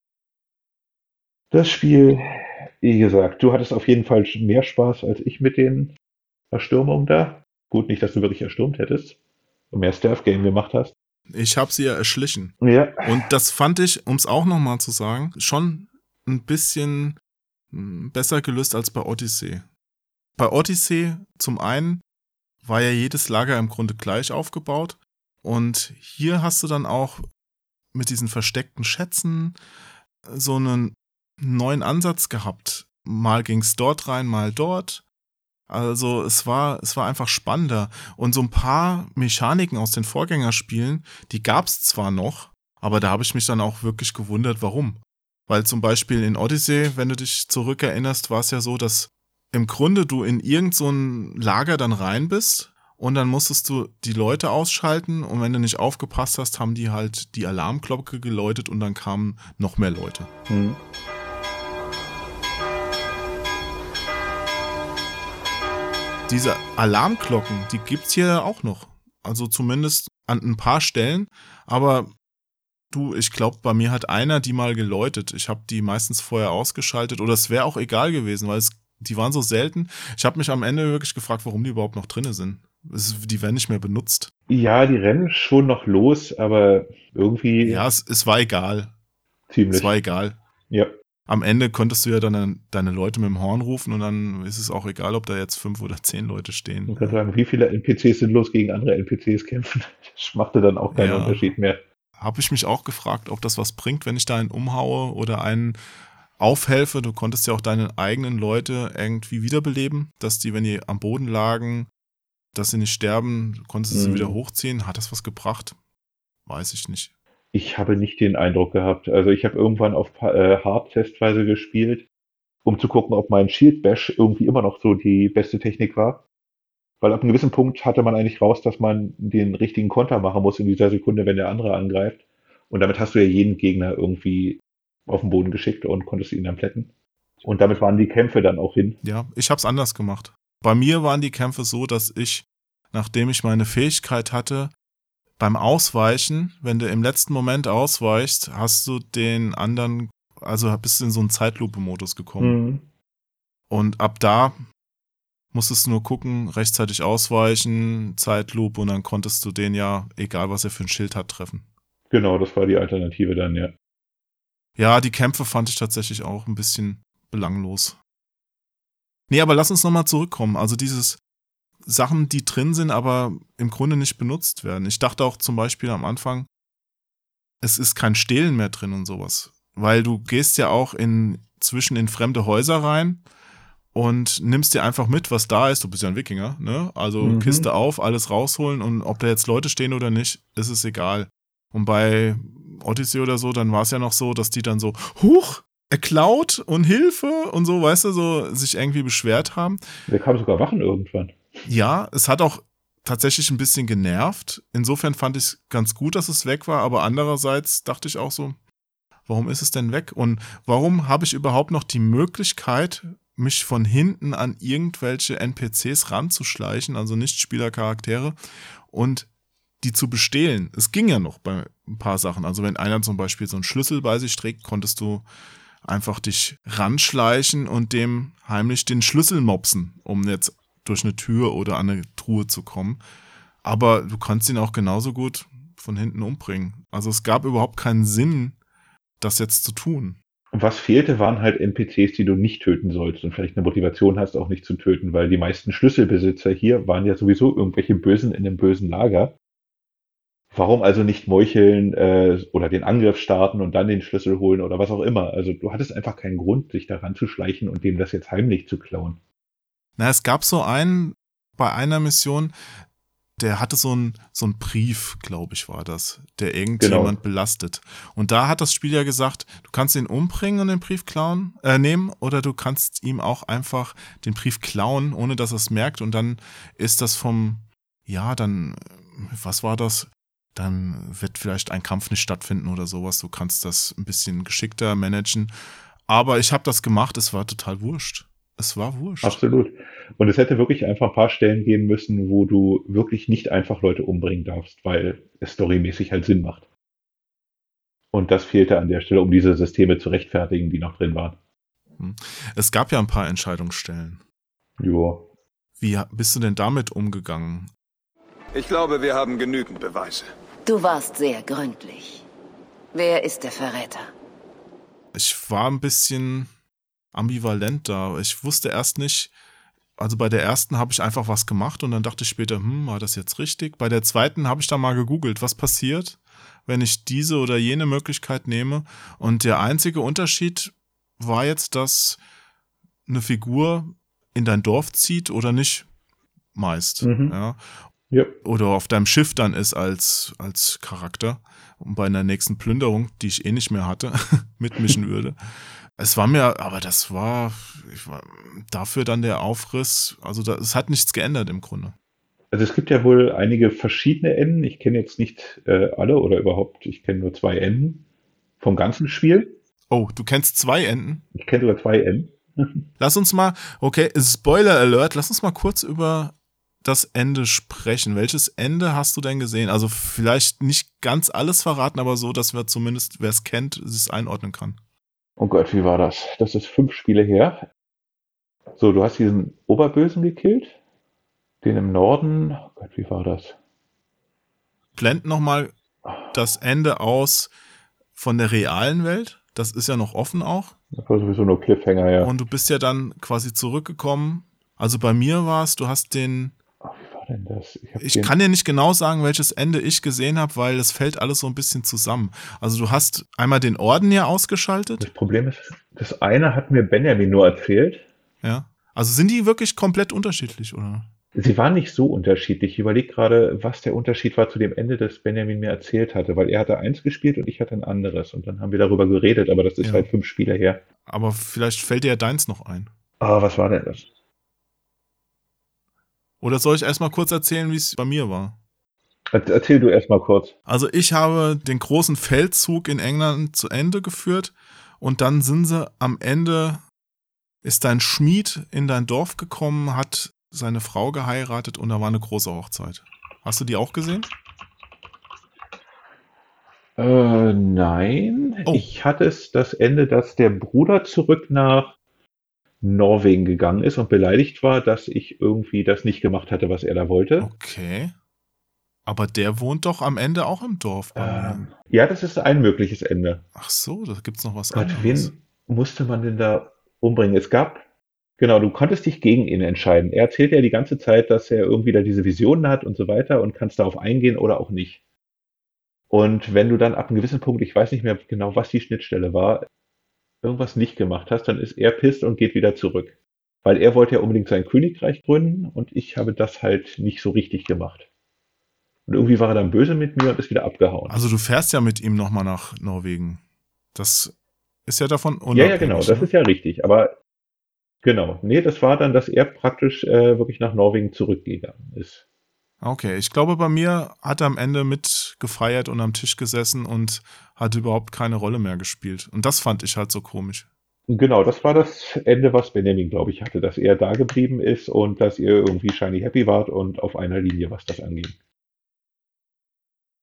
Das Spiel, wie gesagt, du hattest auf jeden Fall mehr Spaß als ich mit den Erstürmungen da. Gut, nicht, dass du wirklich erstürmt hättest und mehr Stealth-Game gemacht hast. Ich habe sie ja erschlichen. Ja. Und das fand ich, um es auch nochmal zu sagen, schon ein bisschen besser gelöst als bei Odyssey. Bei Odyssey zum einen war ja jedes Lager im Grunde gleich aufgebaut. Und hier hast du dann auch mit diesen versteckten Schätzen so einen neuen Ansatz gehabt. Mal ging es dort rein, mal dort. Also es war einfach spannender. Und so ein paar Mechaniken aus den Vorgängerspielen, die gab es zwar noch, aber da habe ich mich dann auch wirklich gewundert, warum. Weil zum Beispiel in Odyssey, wenn du dich zurückerinnerst, war es ja so, dass im Grunde du in irgend so ein Lager dann rein bist. Und dann musstest du die Leute ausschalten und wenn du nicht aufgepasst hast, haben die halt die Alarmglocke geläutet und dann kamen noch mehr Leute. Diese Alarmglocken, die gibt's hier auch noch. Also zumindest an ein paar Stellen. Aber du, ich glaube, bei mir hat einer die mal geläutet. Ich habe die meistens vorher ausgeschaltet oder es wäre auch egal gewesen, weil die waren so selten. Ich habe mich am Ende wirklich gefragt, warum die überhaupt noch drin sind. Die werden nicht mehr benutzt. Ja, die rennen schon noch los, aber irgendwie... Ja, es war egal. Ziemlich. Es war egal. Ja. Am Ende konntest du ja dann deine Leute mit dem Horn rufen und dann ist es auch egal, ob da jetzt 5 oder 10 Leute stehen. Ich kann sagen, wie viele NPCs sinnlos gegen andere NPCs kämpfen. Das machte dann auch keinen Unterschied mehr. Habe ich mich auch gefragt, ob das was bringt, wenn ich da einen umhaue oder einen aufhelfe. Du konntest ja auch deine eigenen Leute irgendwie wiederbeleben, dass die, wenn die am Boden lagen, dass sie nicht sterben, du konntest sie wieder hochziehen. Hat das was gebracht? Weiß ich nicht. Ich habe nicht den Eindruck gehabt. Also ich habe irgendwann auf Hard testweise gespielt, um zu gucken, ob mein Shield Bash irgendwie immer noch so die beste Technik war. Weil ab einem gewissen Punkt hatte man eigentlich raus, dass man den richtigen Konter machen muss in dieser Sekunde, wenn der andere angreift. Und damit hast du ja jeden Gegner irgendwie auf den Boden geschickt und konntest ihn dann plätten. Und damit waren die Kämpfe dann auch hin. Ja, ich habe es anders gemacht. Bei mir waren die Kämpfe so, dass ich, nachdem ich meine Fähigkeit hatte, beim Ausweichen, wenn du im letzten Moment ausweichst, hast du den anderen, also bist du in so einen Zeitlupe-Modus gekommen. Und ab da musstest du nur gucken, rechtzeitig ausweichen, Zeitlupe und dann konntest du den ja, egal was er für ein Schild hat, treffen. Genau, das war die Alternative dann, ja. Ja, die Kämpfe fand ich tatsächlich auch ein bisschen belanglos. Nee, aber lass uns nochmal zurückkommen. Also dieses Sachen, die drin sind, aber im Grunde nicht benutzt werden. Ich dachte auch zum Beispiel am Anfang, es ist kein Stehlen mehr drin und sowas. Weil du gehst ja auch inzwischen in fremde Häuser rein und nimmst dir einfach mit, was da ist. Du bist ja ein Wikinger, ne? Also Kiste auf, alles rausholen und ob da jetzt Leute stehen oder nicht, ist es egal. Und bei Odyssey oder so, dann war es ja noch so, dass die dann so, huch, er klaut und Hilfe und so, weißt du, so sich irgendwie beschwert haben. Wir kamen sogar Wachen irgendwann. Ja, es hat auch tatsächlich ein bisschen genervt. Insofern fand ich es ganz gut, dass es weg war, aber andererseits dachte ich auch so, warum ist es denn weg? Und warum habe ich überhaupt noch die Möglichkeit, mich von hinten an irgendwelche NPCs ranzuschleichen, also Nichtspielercharaktere, und die zu bestehlen? Es ging ja noch bei ein paar Sachen. Also wenn einer zum Beispiel so einen Schlüssel bei sich trägt, konntest du einfach dich ranschleichen und dem heimlich den Schlüssel mopsen, um jetzt durch eine Tür oder an eine Truhe zu kommen. Aber du kannst ihn auch genauso gut von hinten umbringen. Also es gab überhaupt keinen Sinn, das jetzt zu tun. Und was fehlte, waren halt NPCs, die du nicht töten sollst und vielleicht eine Motivation hast, auch nicht zu töten, weil die meisten Schlüsselbesitzer hier waren ja sowieso irgendwelche Bösen in dem bösen Lager. Warum also nicht meucheln oder den Angriff starten und dann den Schlüssel holen oder was auch immer? Also du hattest einfach keinen Grund, sich da ranzuschleichen und dem das jetzt heimlich zu klauen. Na, es gab so einen, bei einer Mission, der hatte so einen Brief, glaube ich, war das, der irgendjemand belastet. Und da hat das Spiel ja gesagt, du kannst ihn umbringen und den Brief nehmen, oder du kannst ihm auch einfach den Brief klauen, ohne dass er es merkt. Und dann ist das was war das? Dann wird vielleicht ein Kampf nicht stattfinden oder sowas. Du kannst das ein bisschen geschickter managen. Aber ich habe das gemacht, es war total wurscht. Es war wurscht. Absolut. Und es hätte wirklich einfach ein paar Stellen geben müssen, wo du wirklich nicht einfach Leute umbringen darfst, weil es storymäßig halt Sinn macht. Und das fehlte an der Stelle, um diese Systeme zu rechtfertigen, die noch drin waren. Es gab ja ein paar Entscheidungsstellen. Jo. Wie bist du denn damit umgegangen? Ich glaube, wir haben genügend Beweise. Du warst sehr gründlich. Wer ist der Verräter? Ich war ein bisschen ambivalent da. Ich wusste erst nicht, also bei der ersten habe ich einfach was gemacht und dann dachte ich später, war das jetzt richtig? Bei der zweiten habe ich dann mal gegoogelt, was passiert, wenn ich diese oder jene Möglichkeit nehme. Und der einzige Unterschied war jetzt, dass eine Figur in dein Dorf zieht oder nicht, meist. Ja. Ja. Oder auf deinem Schiff dann ist als Charakter und bei einer nächsten Plünderung, die ich nicht mehr hatte, mitmischen würde. Es war mir, aber das war dafür dann der Aufriss, also es hat nichts geändert im Grunde. Also es gibt ja wohl einige verschiedene Enden. Ich kenne jetzt nicht alle oder überhaupt, ich kenne nur 2 Enden vom ganzen Spiel. Oh, du kennst 2 Enden? Ich kenne sogar 2 Enden. Lass uns mal, okay, Spoiler Alert, lass uns mal kurz über das Ende sprechen. Welches Ende hast du denn gesehen? Also vielleicht nicht ganz alles verraten, aber so, dass wir zumindest, wer es kennt, es einordnen kann. Oh Gott, wie war das? Das ist 5 Spiele her. So, du hast diesen Oberbösen gekillt. Den im Norden. Oh Gott, wie war das? Blend nochmal das Ende aus von der realen Welt. Das ist ja noch offen auch. Das war sowieso nur Cliffhanger, ja. Und du bist ja dann quasi zurückgekommen. Also bei mir war es, du hast den... Wie war denn das? Ich kann dir nicht genau sagen, welches Ende ich gesehen habe, weil es fällt alles so ein bisschen zusammen. Also du hast einmal den Orden ja ausgeschaltet. Das Problem ist, das eine hat mir Benjamin nur erzählt. Ja. Also sind die wirklich komplett unterschiedlich, oder? Sie waren nicht so unterschiedlich. Ich überlege gerade, was der Unterschied war zu dem Ende, das Benjamin mir erzählt hatte, weil er hatte eins gespielt und ich hatte ein anderes. Und dann haben wir darüber geredet, aber das ist halt 5 Spiele her. Aber vielleicht fällt dir ja deins noch ein. Was war denn das? Oder soll ich erstmal kurz erzählen, wie es bei mir war? Erzähl du erstmal kurz. Also ich habe den großen Feldzug in England zu Ende geführt und dann sind sie am Ende, ist dein Schmied in dein Dorf gekommen, hat seine Frau geheiratet und da war eine große Hochzeit. Hast du die auch gesehen? Nein. Oh. Ich hatte das Ende, dass der Bruder zurück nach Norwegen gegangen ist und beleidigt war, dass ich irgendwie das nicht gemacht hatte, was er da wollte. Okay. Aber der wohnt doch am Ende auch im Dorf. Ja, das ist ein mögliches Ende. Ach so, da gibt's noch was Gott, anderes. wen musste man denn da umbringen? Es gab, genau, du konntest dich gegen ihn entscheiden. Er erzählt ja die ganze Zeit, dass er irgendwie da diese Visionen hat und so weiter und kannst darauf eingehen oder auch nicht. Und wenn du dann ab einem gewissen Punkt, ich weiß nicht mehr genau, was die Schnittstelle war, irgendwas nicht gemacht hast, dann ist er pisst und geht wieder zurück. Weil er wollte ja unbedingt sein Königreich gründen und ich habe das halt nicht so richtig gemacht. Und irgendwie war er dann böse mit mir und ist wieder abgehauen. Also du fährst ja mit ihm nochmal nach Norwegen. Das ist ja davon unabhängig. Ja, genau, das ist ja richtig. Aber genau, nee, das war dann, dass er praktisch wirklich nach Norwegen zurückgegangen ist. Okay, ich glaube, bei mir hat er am Ende mit gefeiert und am Tisch gesessen und hat überhaupt keine Rolle mehr gespielt. Und das fand ich halt so komisch. Genau, das war das Ende, was Benjamin, glaube ich, hatte, dass er da geblieben ist und dass ihr irgendwie shiny happy wart und auf einer Linie, was das anging.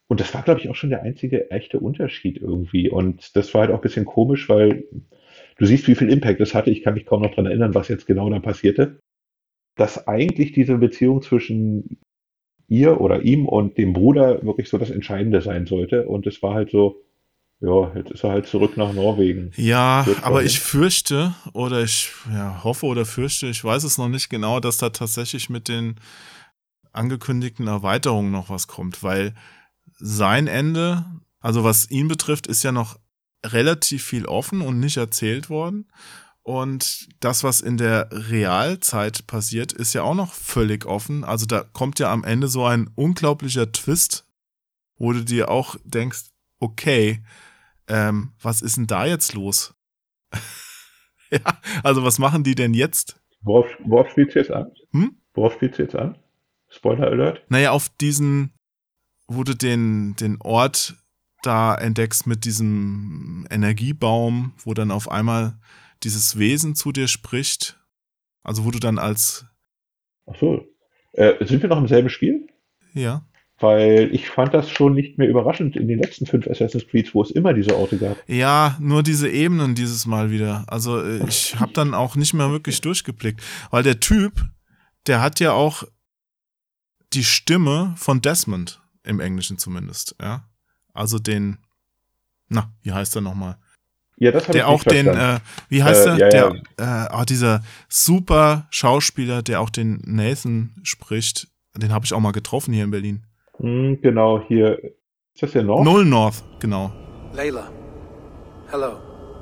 Und das war, glaube ich, auch schon der einzige echte Unterschied irgendwie. Und das war halt auch ein bisschen komisch, weil du siehst, wie viel Impact das hatte. Ich kann mich kaum noch dran erinnern, was jetzt genau da passierte. Dass eigentlich diese Beziehung zwischen ihr oder ihm und dem Bruder wirklich so das Entscheidende sein sollte. Und es war halt so, ja, jetzt ist er halt zurück nach Norwegen. Ja, Wird aber schon, ich fürchte, oder ich hoffe oder fürchte, ich weiß es noch nicht genau, dass da tatsächlich mit den angekündigten Erweiterungen noch was kommt, weil sein Ende, also was ihn betrifft, ist ja noch relativ viel offen und nicht erzählt worden. Und das, was in der Realzeit passiert, ist ja auch noch völlig offen. Also da kommt ja am Ende so ein unglaublicher Twist, wo du dir auch denkst, okay, was ist denn da jetzt los? Ja, also was machen die denn jetzt? Worauf spielst du jetzt an? Worauf spielst du jetzt an? Spoiler Alert? Naja, auf diesen, wo du den Ort da entdeckst mit diesem Energiebaum, wo dann auf einmal dieses Wesen zu dir spricht. Also wo du dann als... Ach so. Sind wir noch im selben Spiel? Ja. Weil ich fand das schon nicht mehr überraschend in den letzten 5 Assassin's Creeds, wo es immer diese Orte gab. Ja, nur diese Ebenen dieses Mal wieder. Also ich habe dann auch nicht mehr wirklich durchgeblickt. Weil der Typ, der hat ja auch die Stimme von Desmond, im Englischen zumindest, ja. Also den, wie heißt er nochmal? Ja, das habe ich der auch nicht den, wie heißt er? Ja, der, dieser super Schauspieler, der auch den Nathan spricht, den habe ich auch mal getroffen hier in Berlin. Genau, hier. Ist das der North? Nolan North, genau. Layla. Hello.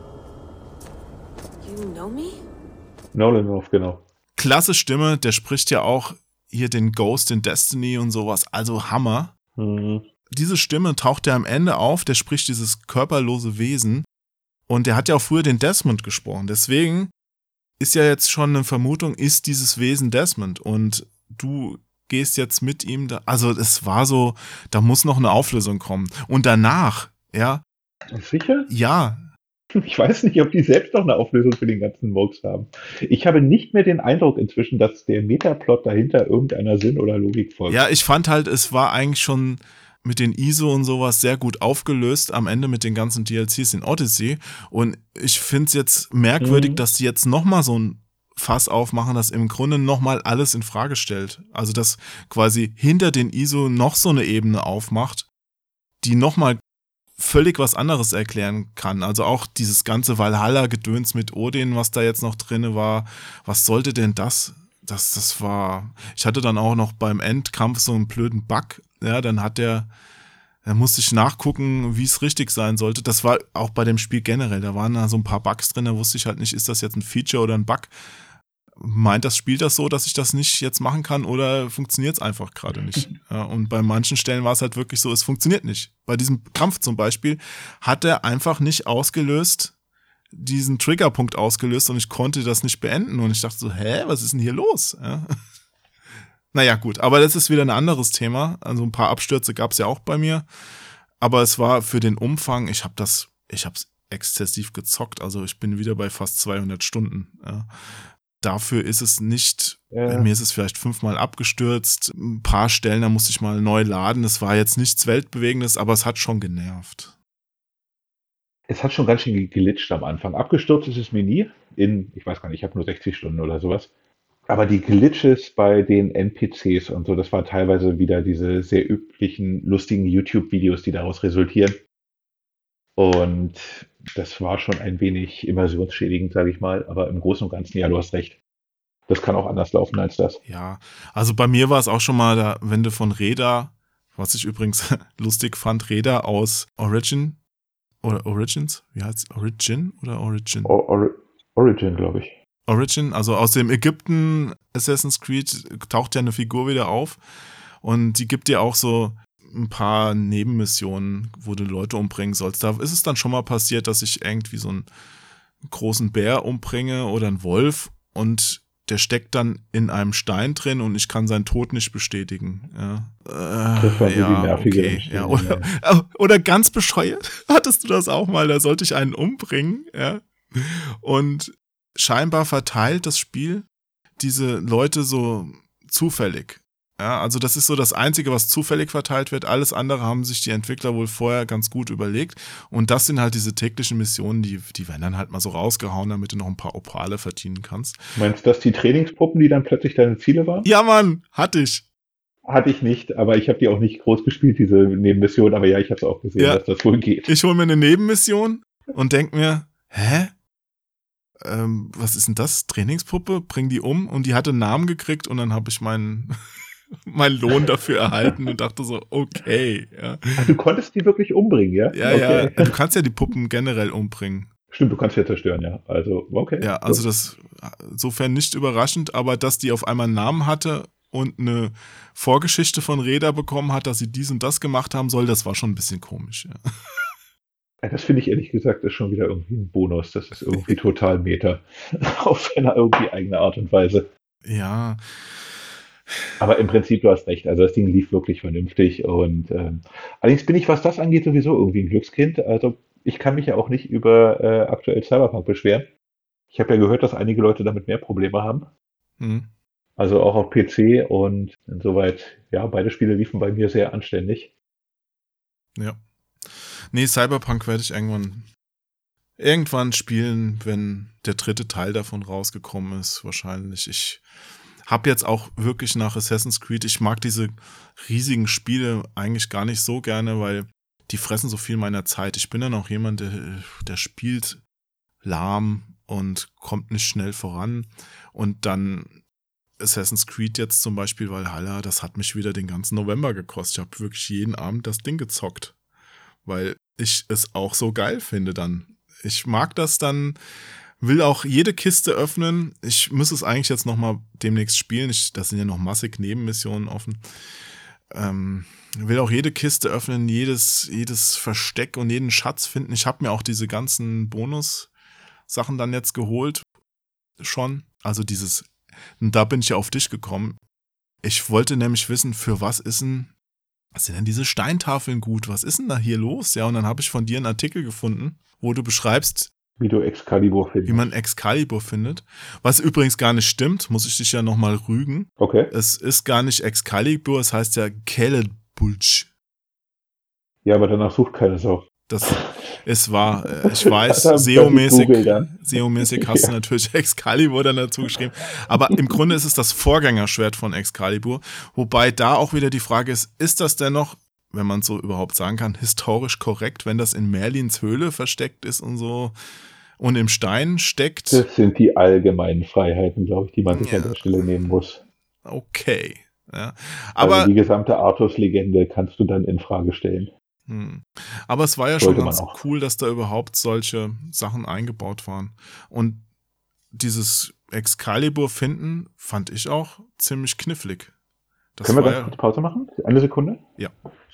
You know me? Nolan North, genau. Klasse Stimme, der spricht ja auch hier den Ghost in Destiny und sowas, also Hammer. Diese Stimme taucht ja am Ende auf, der spricht dieses körperlose Wesen und der hat ja auch früher den Desmond gesprochen, deswegen ist ja jetzt schon eine Vermutung, ist dieses Wesen Desmond und du gehst jetzt mit ihm da, also es war so, da muss noch eine Auflösung kommen und danach, ja. Sicher? Ja. Ich weiß nicht, ob die selbst noch eine Auflösung für den ganzen Murks haben. Ich habe nicht mehr den Eindruck inzwischen, dass der Metaplot dahinter irgendeiner Sinn oder Logik folgt. Ja, ich fand halt, es war eigentlich schon mit den ISO und sowas sehr gut aufgelöst am Ende mit den ganzen DLCs in Odyssey und ich finde es jetzt merkwürdig, dass die jetzt nochmal so ein Fass aufmachen, das im Grunde nochmal alles in Frage stellt. Also dass quasi hinter den ISO noch so eine Ebene aufmacht, die nochmal völlig was anderes erklären kann. Also auch dieses ganze Valhalla-Gedöns mit Odin, was da jetzt noch drin war. Was sollte denn das? Das war... Ich hatte dann auch noch beim Endkampf so einen blöden Bug. Ja, dann musste ich nachgucken, wie es richtig sein sollte. Das war auch bei dem Spiel generell. Da waren da so ein paar Bugs drin, da wusste ich halt nicht, ist das jetzt ein Feature oder ein Bug? Meint das Spiel das so, dass ich das nicht jetzt machen kann oder funktioniert es einfach gerade nicht? Ja, und bei manchen Stellen war es halt wirklich so, es funktioniert nicht. Bei diesem Kampf zum Beispiel hat er einfach nicht ausgelöst, diesen Triggerpunkt ausgelöst und ich konnte das nicht beenden und ich dachte so, was ist denn hier los? Ja. Naja, gut, aber das ist wieder ein anderes Thema. Also ein paar Abstürze gab es ja auch bei mir, aber es war für den Umfang, ich hab's exzessiv gezockt, also ich bin wieder bei fast 200 Stunden, ja. Dafür ist es nicht, mir ist es vielleicht 5-mal abgestürzt, ein paar Stellen, da musste ich mal neu laden, es war jetzt nichts Weltbewegendes, aber es hat schon genervt. Es hat schon ganz schön geglitscht am Anfang. Abgestürzt ist es mir nie, ich weiß gar nicht, ich habe nur 60 Stunden oder sowas. Aber die Glitches bei den NPCs und so, das war teilweise wieder diese sehr üblichen, lustigen YouTube-Videos, die daraus resultieren. Und das war schon ein wenig immersionsschädigend, sage ich mal. Aber im Großen und Ganzen, ja, du hast recht. Das kann auch anders laufen als das. Ja, also bei mir war es auch schon mal, da, wenn du von Reda, was ich übrigens lustig fand, Reda aus Origin oder Origins, wie heißt es? Origin oder Origin? Origin, glaube ich. Origin, also aus dem Ägypten Assassin's Creed taucht ja eine Figur wieder auf und die gibt dir auch so ein paar Nebenmissionen, wo du Leute umbringen sollst. Da ist es dann schon mal passiert, dass ich irgendwie so einen großen Bär umbringe oder einen Wolf und der steckt dann in einem Stein drin und ich kann seinen Tod nicht bestätigen. Ja. Das war so die nervige okay. Ja, oder ganz bescheuert, hattest du das auch mal, da sollte ich einen umbringen, ja. Und scheinbar verteilt das Spiel diese Leute so zufällig. Ja, also das ist so das Einzige, was zufällig verteilt wird. Alles andere haben sich die Entwickler wohl vorher ganz gut überlegt. Und das sind halt diese täglichen Missionen, die werden dann halt mal so rausgehauen, damit du noch ein paar Opale verdienen kannst. Meinst du das die Trainingspuppen, die dann plötzlich deine Ziele waren? Ja, Mann, hatte ich. Hatte ich nicht, aber ich habe die auch nicht groß gespielt, diese Nebenmission. Aber ja, ich habe es auch gesehen, dass das wohl geht. Ich hole mir eine Nebenmission und denk mir, hä? Was ist denn das? Trainingspuppe? Bring die um. Und die hatte einen Namen gekriegt und dann habe ich meinen Lohn dafür erhalten und dachte so, okay. Ja. Ach, du konntest die wirklich umbringen, ja? Ja, okay. Ja. Du kannst ja die Puppen generell umbringen. Stimmt, du kannst ja zerstören, ja. Also, okay. Ja, also das insofern nicht überraschend, aber dass die auf einmal einen Namen hatte und eine Vorgeschichte von Reda bekommen hat, dass sie dies und das gemacht haben soll, das war schon ein bisschen komisch, ja. Ja, das finde ich ehrlich gesagt ist schon wieder irgendwie ein Bonus. Das ist irgendwie total Meta. Auf seine irgendwie eigene Art und Weise. Ja. Aber im Prinzip, du hast recht. Also das Ding lief wirklich vernünftig. Und allerdings bin ich, was das angeht, sowieso irgendwie ein Glückskind. Also ich kann mich ja auch nicht über aktuell Cyberpunk beschweren. Ich habe ja gehört, dass einige Leute damit mehr Probleme haben. Mhm. Also auch auf PC und insoweit, ja, beide Spiele liefen bei mir sehr anständig. Ja. Nee, Cyberpunk werde ich irgendwann spielen, wenn der 3. Teil davon rausgekommen ist, wahrscheinlich. Ich habe jetzt auch wirklich nach Assassin's Creed, ich mag diese riesigen Spiele eigentlich gar nicht so gerne, weil die fressen so viel meiner Zeit. Ich bin dann auch jemand, der spielt lahm und kommt nicht schnell voran. Und dann Assassin's Creed jetzt zum Beispiel Valhalla, das hat mich wieder den ganzen November gekostet. Ich habe wirklich jeden Abend das Ding gezockt, weil ich es auch so geil finde dann. Ich mag das dann, will auch jede Kiste öffnen. Ich muss es eigentlich jetzt nochmal demnächst spielen. Das sind ja noch massig Nebenmissionen offen. Will auch jede Kiste öffnen, jedes Versteck und jeden Schatz finden. Ich habe mir auch diese ganzen Bonus-Sachen dann jetzt geholt. Schon. Also da bin ich ja auf dich gekommen. Ich wollte nämlich wissen, für was sind denn diese Steintafeln gut? Was ist denn da hier los? Ja, und dann habe ich von dir einen Artikel gefunden, wo du beschreibst, wie du Excalibur findest. Wie man Excalibur findet. Was übrigens gar nicht stimmt, muss ich dich ja nochmal rügen. Okay. Es ist gar nicht Excalibur, es heißt ja Celebulch. Ja, aber danach sucht keine Sau. Es war, ich weiß, SEO-mäßig hast du natürlich Excalibur dann dazu geschrieben. Aber im Grunde ist es das Vorgängerschwert von Excalibur. Wobei da auch wieder die Frage ist das dennoch, wenn man so überhaupt sagen kann, historisch korrekt, wenn das in Merlins Höhle versteckt ist und so und im Stein steckt? Das sind die allgemeinen Freiheiten, glaube ich, die man sich an der Stelle nehmen muss. Okay. Ja. Aber also die gesamte Artus-Legende kannst du dann in Frage stellen. Aber es war ja schon ganz cool, dass da überhaupt solche Sachen eingebaut waren. Und dieses Excalibur finden fand ich auch ziemlich knifflig. Können wir ganz kurz Pause machen? Eine Sekunde? Ja.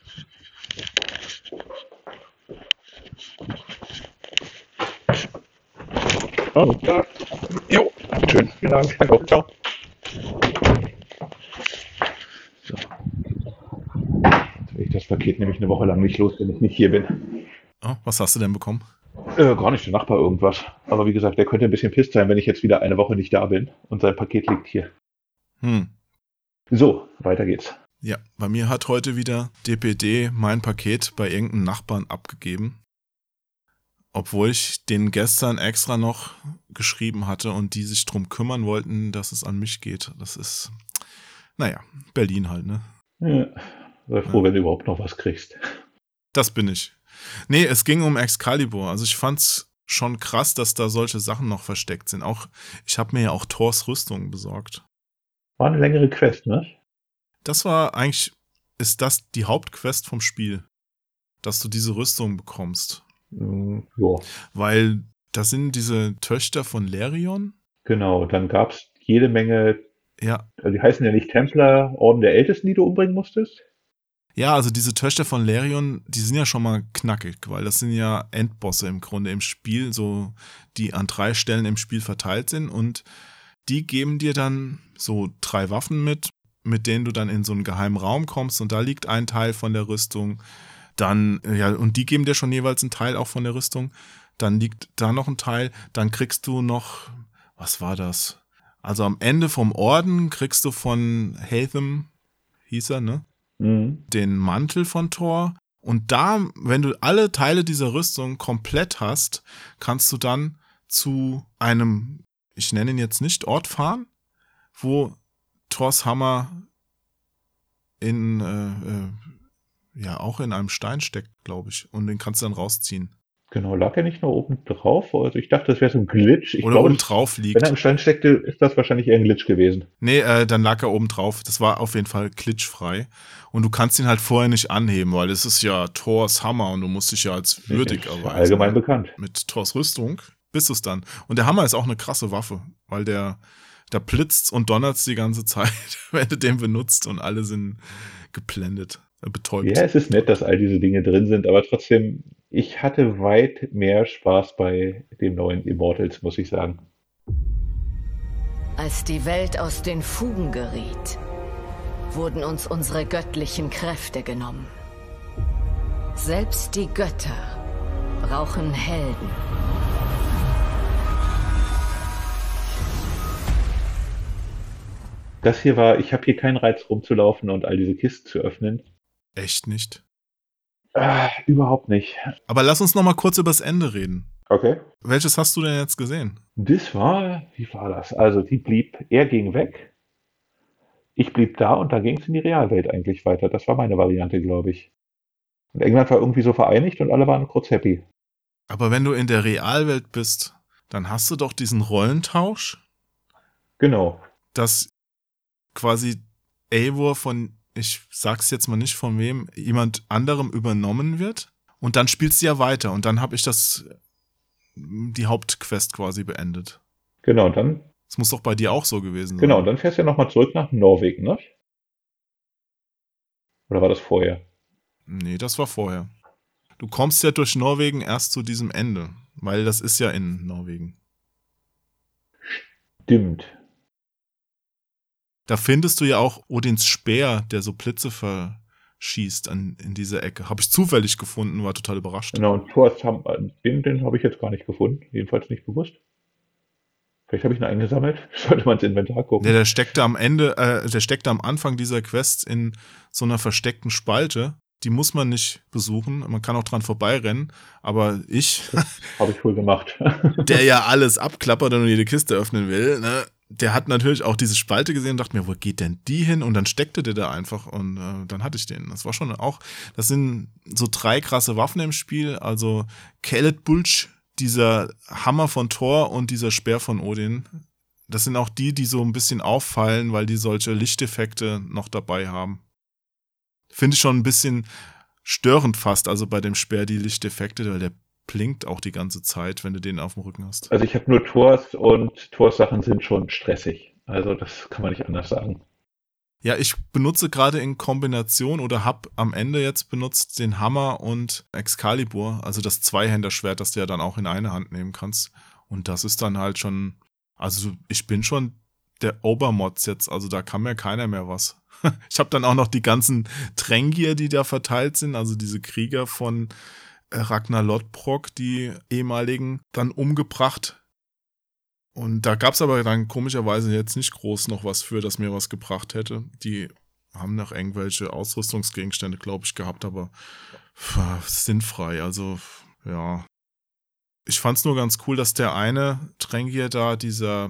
Oh, ja. Jo, schön. Vielen Dank. Danke. Ciao. So. Jetzt will ich das Paket nämlich eine Woche lang nicht los, wenn ich nicht hier bin. Oh, was hast du denn bekommen? Gar nicht, der Nachbar irgendwas. Aber wie gesagt, der könnte ein bisschen pisst sein, wenn ich jetzt wieder eine Woche nicht da bin und sein Paket liegt hier. So, weiter geht's. Ja, bei mir hat heute wieder DPD mein Paket bei irgendeinem Nachbarn abgegeben. Obwohl ich denen gestern extra noch geschrieben hatte und die sich drum kümmern wollten, dass es an mich geht. Das ist, naja, Berlin halt, ne? Ja, sei froh, wenn du überhaupt noch was kriegst. Das bin ich. Nee, es ging um Excalibur. Also ich fand's schon krass, dass da solche Sachen noch versteckt sind. Auch, ich habe mir ja auch Thors Rüstung besorgt. War eine längere Quest, ne? Das war eigentlich, ist das die Hauptquest vom Spiel, dass du diese Rüstung bekommst. Ja. Weil das sind diese Töchter von Lerion. Genau, dann gab's jede Menge, ja. Also die heißen ja nicht Templer, Orden der Ältesten, die du umbringen musstest. Ja, also diese Töchter von Lerion, die sind ja schon mal knackig, weil das sind ja Endbosse im Grunde im Spiel, so die an 3 Stellen im Spiel verteilt sind und die geben dir dann so 3 Waffen mit denen du dann in so einen geheimen Raum kommst und da liegt ein Teil von der Rüstung. Dann, ja, und die geben dir schon jeweils einen Teil auch von der Rüstung. Dann liegt da noch ein Teil. Dann kriegst du noch, was war das? Also am Ende vom Orden kriegst du von Hatham hieß er, ne? Den Mantel von Thor. Und da, wenn du alle Teile dieser Rüstung komplett hast, kannst du dann zu einem, ich nenne ihn jetzt nicht, Ort fahren, wo Thors Hammer auch in einem Stein steckt, glaube ich. Und den kannst du dann rausziehen. Genau, lag er nicht nur oben drauf? Also ich dachte, das wäre so ein Glitch. Oder oben drauf liegt. Wenn er im Stein steckte, ist das wahrscheinlich eher ein Glitch gewesen. Nee, dann lag er oben drauf. Das war auf jeden Fall glitchfrei. Und du kannst ihn halt vorher nicht anheben, weil es ist ja Thors Hammer und du musst dich ja als würdig erweisen. Allgemein bekannt. Mit Thors Rüstung bist du es dann. Und der Hammer ist auch eine krasse Waffe, weil da blitzt und donnert's die ganze Zeit, wenn du den benutzt und alle sind geblendet, betäubt. Ja, es ist nett, dass all diese Dinge drin sind, aber trotzdem, ich hatte weit mehr Spaß bei dem neuen Immortals, muss ich sagen. Als die Welt aus den Fugen geriet, wurden uns unsere göttlichen Kräfte genommen. Selbst die Götter brauchen Helden. Das hier war, ich habe hier keinen Reiz rumzulaufen und all diese Kisten zu öffnen. Echt nicht? Überhaupt nicht. Aber lass uns noch mal kurz übers Ende reden. Okay. Welches hast du denn jetzt gesehen? Das war, wie war das? Also er ging weg, ich blieb da und da ging es in die Realwelt eigentlich weiter. Das war meine Variante, glaube ich. Und England war irgendwie so vereinigt und alle waren kurz happy. Aber wenn du in der Realwelt bist, dann hast du doch diesen Rollentausch. Genau. Dass quasi Eivor von, ich sag's jetzt mal nicht von wem, jemand anderem übernommen wird. Und dann spielst du ja weiter. Und dann habe ich die Hauptquest quasi beendet. Genau, dann. Das muss doch bei dir auch so gewesen sein. Genau, dann fährst du ja nochmal zurück nach Norwegen, ne? Oder war das vorher? Nee, das war vorher. Du kommst ja durch Norwegen erst zu diesem Ende, weil das ist ja in Norwegen. Stimmt. Da findest du ja auch Odins Speer, der so Blitze verschießt in dieser Ecke. Habe ich zufällig gefunden, war total überrascht. Genau, und Thors den habe ich jetzt gar nicht gefunden, jedenfalls nicht bewusst. Vielleicht habe ich ihn eingesammelt. Sollte man ins Inventar gucken. Ja, der steckte am Anfang dieser Quest in so einer versteckten Spalte. Die muss man nicht besuchen. Man kann auch dran vorbeirennen. Aber habe ich wohl gemacht. Der ja alles abklappert und jede Kiste öffnen will, ne? Der hat natürlich auch diese Spalte gesehen und dachte mir, wo geht denn die hin? Und dann steckte der da einfach und dann hatte ich den. Das war schon auch, das sind so 3 krasse Waffen im Spiel. Also Celeborn, dieser Hammer von Thor und dieser Speer von Odin. Das sind auch die so ein bisschen auffallen, weil die solche Lichteffekte noch dabei haben. Finde ich schon ein bisschen störend fast, also bei dem Speer die Lichteffekte, weil der blinkt auch die ganze Zeit, wenn du den auf dem Rücken hast. Also ich habe nur Thors und Thors Sachen sind schon stressig. Also das kann man nicht anders sagen. Ja, ich benutze gerade in Kombination oder habe am Ende jetzt benutzt den Hammer und Excalibur, also das Zweihänderschwert, das du ja dann auch in eine Hand nehmen kannst. Und das ist dann halt schon, also ich bin schon der Obermods jetzt, also da kann mir keiner mehr was. Ich habe dann auch noch die ganzen Drengir, die da verteilt sind, also diese Krieger von Ragnar Lodbrok, die ehemaligen, dann umgebracht. Und da gab es aber dann komischerweise jetzt nicht groß noch was für, das mir was gebracht hätte. Die haben noch irgendwelche Ausrüstungsgegenstände, glaube ich, gehabt, aber sinnfrei. Also, ja. Ich fand's nur ganz cool, dass der eine Drengir da, dieser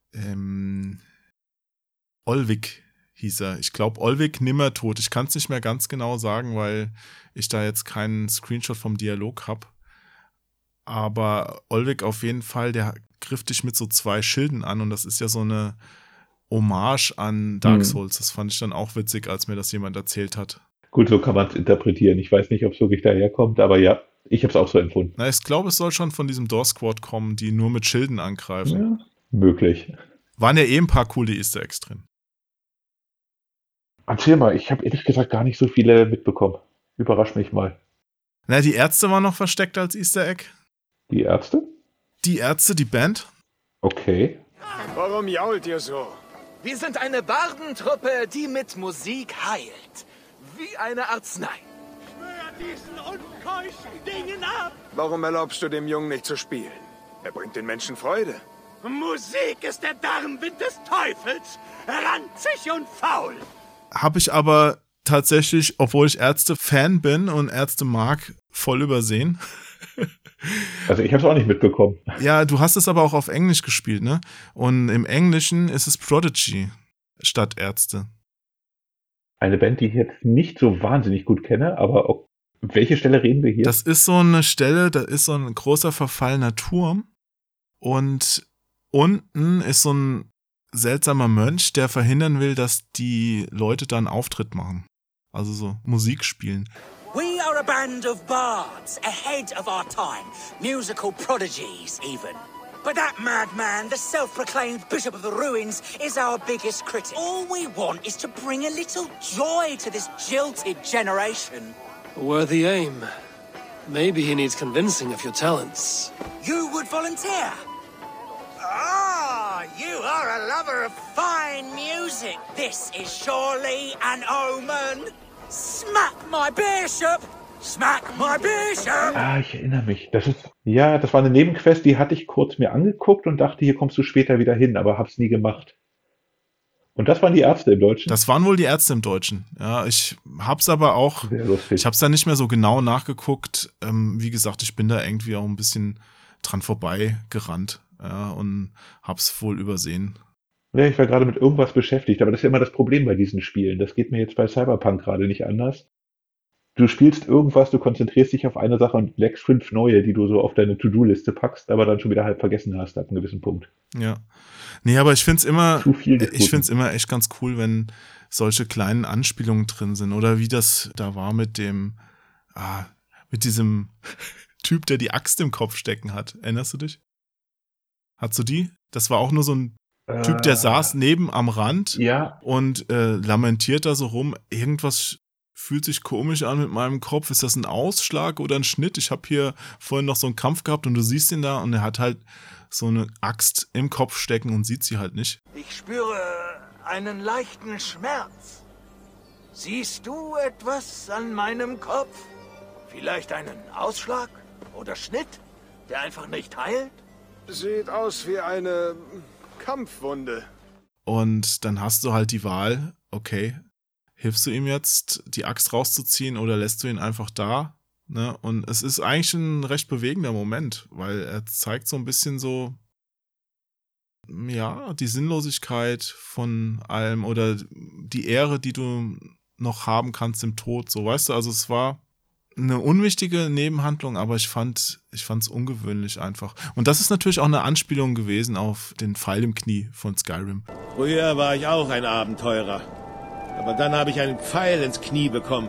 Olvik hieß er. Ich glaube, Olvik Nimmertot. Ich kann es nicht mehr ganz genau sagen, weil ich da jetzt keinen Screenshot vom Dialog habe. Aber Olvik auf jeden Fall, der griff dich mit so 2 Schilden an und das ist ja so eine Hommage an Dark Souls. Das fand ich dann auch witzig, als mir das jemand erzählt hat. Gut, so kann man es interpretieren. Ich weiß nicht, ob es wirklich daherkommt, aber ja, ich habe es auch so empfunden. Na, ich glaube, es soll schon von diesem Door Squad kommen, die nur mit Schilden angreifen. Ja, möglich. Waren ja ein paar coole Easter Eggs drin. Erzähl mal, ich habe ehrlich gesagt gar nicht so viele mitbekommen. Überrasch mich mal. Na, die Ärzte waren noch versteckt als Easter Egg. Die Ärzte? Die Ärzte, die Band. Okay. Warum jault ihr so? Wir sind eine Bardentruppe, die mit Musik heilt. Wie eine Arznei. Schwör diesen unkeuschen Dingen ab! Warum erlaubst du dem Jungen nicht zu spielen? Er bringt den Menschen Freude. Musik ist der Darmwind des Teufels, ranzig und faul. Habe ich aber tatsächlich, obwohl ich Ärzte-Fan bin und Ärzte mag, voll übersehen. Also ich habe es auch nicht mitbekommen. Ja, du hast es aber auch auf Englisch gespielt, ne? Und im Englischen ist es Prodigy statt Ärzte. Eine Band, die ich jetzt nicht so wahnsinnig gut kenne, aber welche Stelle reden wir hier? Das ist so eine Stelle, da ist so ein großer verfallener Turm und unten ist so ein seltsamer Mönch, der verhindern will, dass die Leute da einen Auftritt machen. Also so Musik spielen. We are a band of bards, ahead of our time. Musical prodigies, even. But that madman, the self-proclaimed Bishop of the Ruins, is our biggest critic. All we want is to bring a little joy to this jilted generation. A worthy aim. Maybe he needs convincing of your talents. You would volunteer? Ah, you are a lover of fine music. This is surely an omen. Smack my bishop! Smack my bishop! Ah, ich erinnere mich. Das war eine Nebenquest, die hatte ich kurz mir angeguckt und dachte, hier kommst du später wieder hin, aber hab's nie gemacht. Und das waren die Ärzte im Deutschen? Das waren wohl die Ärzte im Deutschen. Ja, ich hab's aber auch, ich hab's da nicht mehr so genau nachgeguckt. Wie gesagt, ich bin da irgendwie auch ein bisschen dran vorbei gerannt, ja, und hab's wohl übersehen. Ja, ich war gerade mit irgendwas beschäftigt, aber das ist ja immer das Problem bei diesen Spielen. Das geht mir jetzt bei Cyberpunk gerade nicht anders. Du spielst irgendwas, du konzentrierst dich auf eine Sache und legst 5 neue, die du so auf deine To-Do-Liste packst, aber dann schon wieder halb vergessen hast ab einem gewissen Punkt. Ja. Nee, aber ich find's immer echt ganz cool, wenn solche kleinen Anspielungen drin sind. Oder wie das da war mit diesem Typ, der die Axt im Kopf stecken hat. Erinnerst du dich? Hattest du die? Das war auch nur so ein Typ, der saß neben am Rand und lamentiert da so rum. Irgendwas fühlt sich komisch an mit meinem Kopf. Ist das ein Ausschlag oder ein Schnitt? Ich habe hier vorhin noch so einen Kampf gehabt und du siehst ihn da und er hat halt so eine Axt im Kopf stecken und sieht sie halt nicht. Ich spüre einen leichten Schmerz. Siehst du etwas an meinem Kopf? Vielleicht einen Ausschlag oder Schnitt, der einfach nicht heilt? Sieht aus wie eine Kampfwunde. Und dann hast du halt die Wahl, okay, hilfst du ihm jetzt, die Axt rauszuziehen oder lässt du ihn einfach da? Ne? Und es ist eigentlich ein recht bewegender Moment, weil er zeigt so ein bisschen so, ja, die Sinnlosigkeit von allem oder die Ehre, die du noch haben kannst im Tod. So, weißt du, also es war eine unwichtige Nebenhandlung, aber ich fand's ungewöhnlich einfach. Und das ist natürlich auch eine Anspielung gewesen auf den Pfeil im Knie von Skyrim. Früher war ich auch ein Abenteurer. Aber dann habe ich einen Pfeil ins Knie bekommen.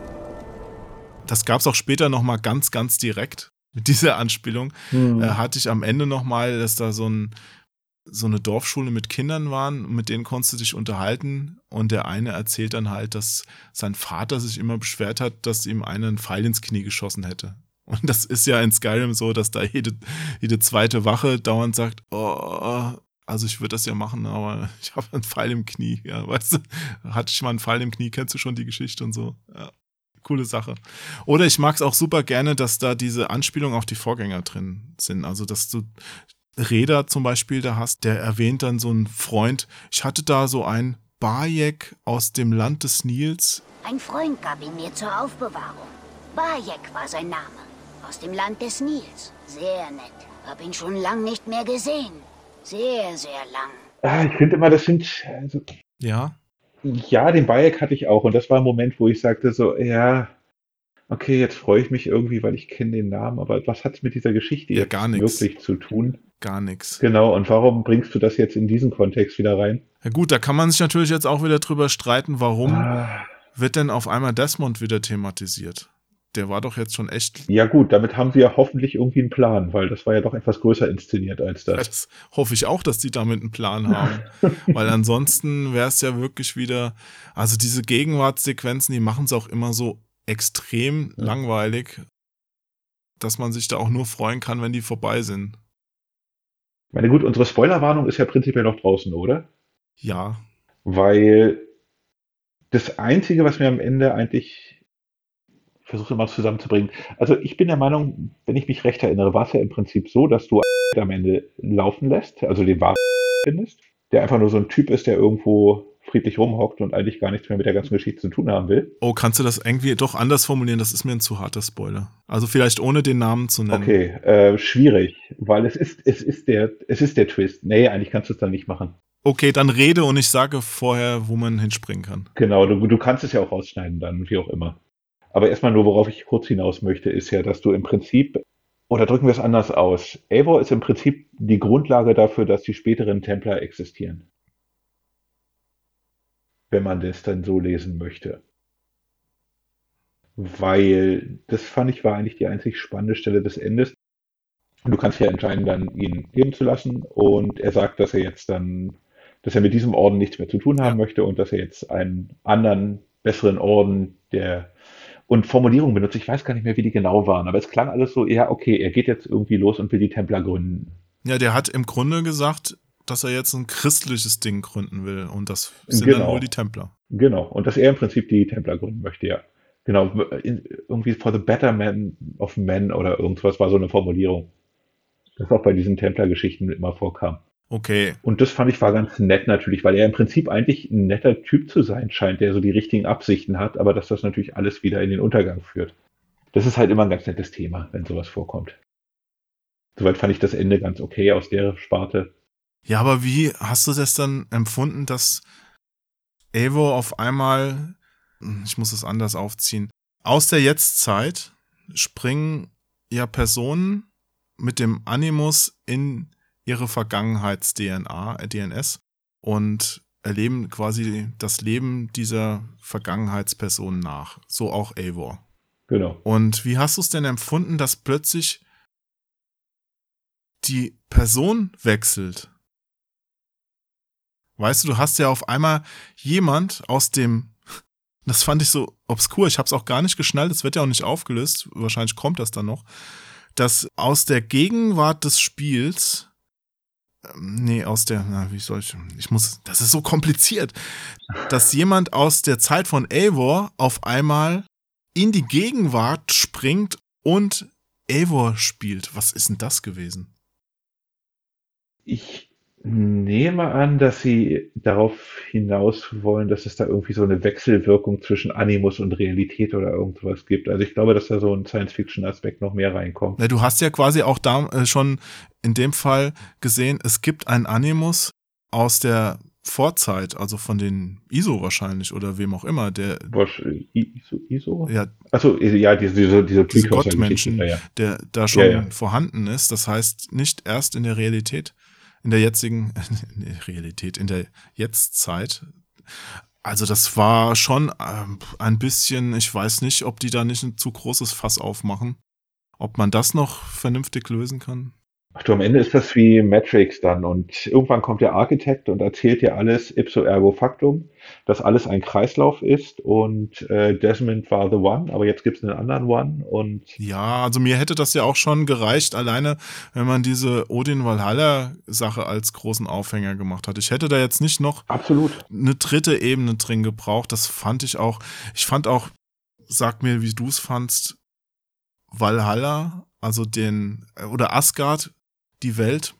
Das gab's auch später nochmal ganz, ganz direkt mit dieser Anspielung. Hatte ich am Ende nochmal, dass da so eine Dorfschule mit Kindern waren, mit denen konntest du dich unterhalten und der eine erzählt dann halt, dass sein Vater sich immer beschwert hat, dass ihm einer einen Pfeil ins Knie geschossen hätte. Und das ist ja in Skyrim so, dass da jede zweite Wache dauernd sagt, oh, also ich würde das ja machen, aber ich habe einen Pfeil im Knie, ja, weißt du, hatte ich mal einen Pfeil im Knie, kennst du schon die Geschichte und so, ja, coole Sache. Oder ich mag es auch super gerne, dass da diese Anspielungen auf die Vorgänger drin sind, also dass du Reda zum Beispiel da hast, der erwähnt dann so einen Freund, ich hatte da so einen Bayek aus dem Land des Nils. Ein Freund gab ihn mir zur Aufbewahrung. Bayek war sein Name, aus dem Land des Nils, sehr nett, hab ihn schon lang nicht mehr gesehen. Sehr, sehr lang. Ich finde immer, das sind... Ja? Ja, den Bayek hatte ich auch. Und das war ein Moment, wo ich sagte so, ja, okay, jetzt freue ich mich irgendwie, weil ich kenne den Namen. Aber was hat es mit dieser Geschichte jetzt gar nichts wirklich zu tun? Gar nichts. Genau, und warum bringst du das jetzt in diesen Kontext wieder rein? Ja gut, da kann man sich natürlich jetzt auch wieder drüber streiten, warum wird denn auf einmal Desmond wieder thematisiert? Der war doch jetzt schon echt... Ja gut, damit haben sie ja hoffentlich irgendwie einen Plan, weil das war ja doch etwas größer inszeniert als das. Ja, das hoffe ich auch, dass die damit einen Plan haben. Weil ansonsten wäre es ja wirklich wieder... Also diese Gegenwartssequenzen, die machen es auch immer so extrem langweilig, dass man sich da auch nur freuen kann, wenn die vorbei sind. Ich meine gut, unsere Spoilerwarnung ist ja prinzipiell noch draußen, oder? Ja. Weil das Einzige, was mir am Ende eigentlich... versuche mal zusammenzubringen. Also ich bin der Meinung, wenn ich mich recht erinnere, war es ja im Prinzip so, dass du am Ende laufen lässt, also den wahren findest, der einfach nur so ein Typ ist, der irgendwo friedlich rumhockt und eigentlich gar nichts mehr mit der ganzen Geschichte zu tun haben will. Oh, kannst du das irgendwie doch anders formulieren? Das ist mir ein zu harter Spoiler. Also vielleicht ohne den Namen zu nennen. Okay, schwierig, weil es ist der Twist. Nee, eigentlich kannst du es dann nicht machen. Okay, dann rede und ich sage vorher, wo man hinspringen kann. Genau, du kannst es ja auch rausschneiden dann, wie auch immer. Aber erstmal nur, worauf ich kurz hinaus möchte, ist ja, dass du im Prinzip, oder drücken wir es anders aus, Eivor ist im Prinzip die Grundlage dafür, dass die späteren Templer existieren. Wenn man das dann so lesen möchte. Weil, das fand ich, war eigentlich die einzig spannende Stelle des Endes. Du kannst ja entscheiden, dann ihn leben zu lassen und er sagt, dass er mit diesem Orden nichts mehr zu tun haben möchte und dass er jetzt einen anderen, besseren Orden, und Formulierungen benutzt, ich weiß gar nicht mehr, wie die genau waren, aber es klang alles so, ja, okay, er geht jetzt irgendwie los und will die Templer gründen. Ja, der hat im Grunde gesagt, dass er jetzt ein christliches Ding gründen will und das sind dann wohl die Templer. Genau, und dass er im Prinzip die Templer gründen möchte, ja. Genau, irgendwie for the betterment of men oder irgendwas war so eine Formulierung, das auch bei diesen Templer-Geschichten immer vorkam. Okay. Und das fand ich war ganz nett natürlich, weil er im Prinzip eigentlich ein netter Typ zu sein scheint, der so die richtigen Absichten hat, aber dass das natürlich alles wieder in den Untergang führt. Das ist halt immer ein ganz nettes Thema, wenn sowas vorkommt. Soweit fand ich das Ende ganz okay aus der Sparte. Ja, aber wie hast du das dann empfunden, dass Eivor auf einmal, ich muss es anders aufziehen, aus der Jetztzeit springen ja Personen mit dem Animus in ihre Vergangenheits-DNA, DNS, und erleben quasi das Leben dieser Vergangenheitspersonen nach. So auch Eivor. Genau. Und wie hast du es denn empfunden, dass plötzlich die Person wechselt? Weißt du hast ja auf einmal jemand aus dem, das fand ich so obskur, ich habe es auch gar nicht geschnallt, es wird ja auch nicht aufgelöst, wahrscheinlich kommt das dann noch, dass aus der Gegenwart des Spiels, das ist so kompliziert, dass jemand aus der Zeit von Eivor auf einmal in die Gegenwart springt und Eivor spielt. Was ist denn das gewesen? Ich nehme an, dass sie darauf hinaus wollen, dass es da irgendwie so eine Wechselwirkung zwischen Animus und Realität oder irgendwas gibt. Also ich glaube, dass da so ein Science-Fiction-Aspekt noch mehr reinkommt. Ja, du hast ja quasi auch da schon in dem Fall gesehen, es gibt einen Animus aus der Vorzeit, also von den ISO wahrscheinlich oder wem auch immer, der ISO? Ja, achso, ja, diese Gottmenschen, der da schon vorhanden ist. Das heißt, nicht erst in der Realität, in der Jetztzeit. Also das war schon ein bisschen, ich weiß nicht, ob die da nicht ein zu großes Fass aufmachen. Ob man das noch vernünftig lösen kann? Ach du, am Ende ist das wie Matrix dann und irgendwann kommt der Architekt und erzählt dir alles ipso ergo factum, dass alles ein Kreislauf ist und Desmond war the one, aber jetzt gibt es einen anderen One und... Ja, also mir hätte das ja auch schon gereicht, alleine wenn man diese Odin Valhalla-Sache als großen Aufhänger gemacht hat. Ich hätte da jetzt nicht noch eine dritte Ebene drin gebraucht, das fand ich auch, sag mir, wie du es fandst, Valhalla, also oder Asgard, die Welt.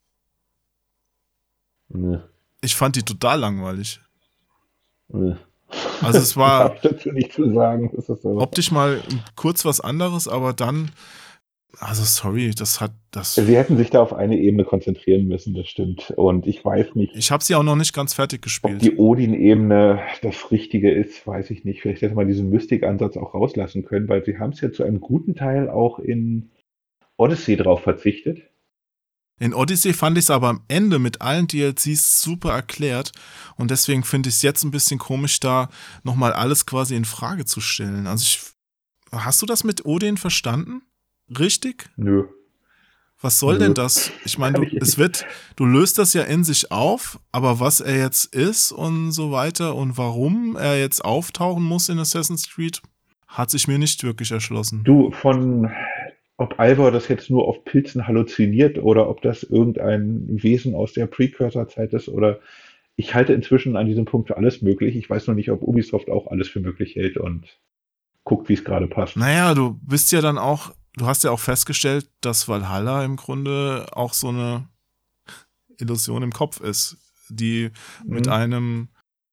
Nee. Ich fand die total langweilig. Nee. Also es war darf ich dazu nicht zu sagen. Das ist so. Optisch mal kurz was anderes, aber dann, also sorry, Sie hätten sich da auf eine Ebene konzentrieren müssen, das stimmt. Und ich weiß nicht. Ich habe sie auch noch nicht ganz fertig gespielt. Ob die Odin-Ebene das Richtige ist, weiß ich nicht. Vielleicht hätte man diesen Mystik-Ansatz auch rauslassen können, weil sie haben es ja zu einem guten Teil auch in Odyssey drauf verzichtet. In Odyssey fand ich es aber am Ende mit allen DLCs super erklärt und deswegen finde ich es jetzt ein bisschen komisch, da nochmal alles quasi in Frage zu stellen. Also hast du das mit Odin verstanden? Richtig? Nö. Was soll denn das? Ich meine, du löst das ja in sich auf, aber was er jetzt ist und so weiter und warum er jetzt auftauchen muss in Assassin's Creed, hat sich mir nicht wirklich erschlossen. Ob Eivor das jetzt nur auf Pilzen halluziniert oder ob das irgendein Wesen aus der Precursor-Zeit ist oder ich halte inzwischen an diesem Punkt für alles möglich. Ich weiß noch nicht, ob Ubisoft auch alles für möglich hält und guckt, wie es gerade passt. Naja, du hast ja auch festgestellt, dass Valhalla im Grunde auch so eine Illusion im Kopf ist, die mit einem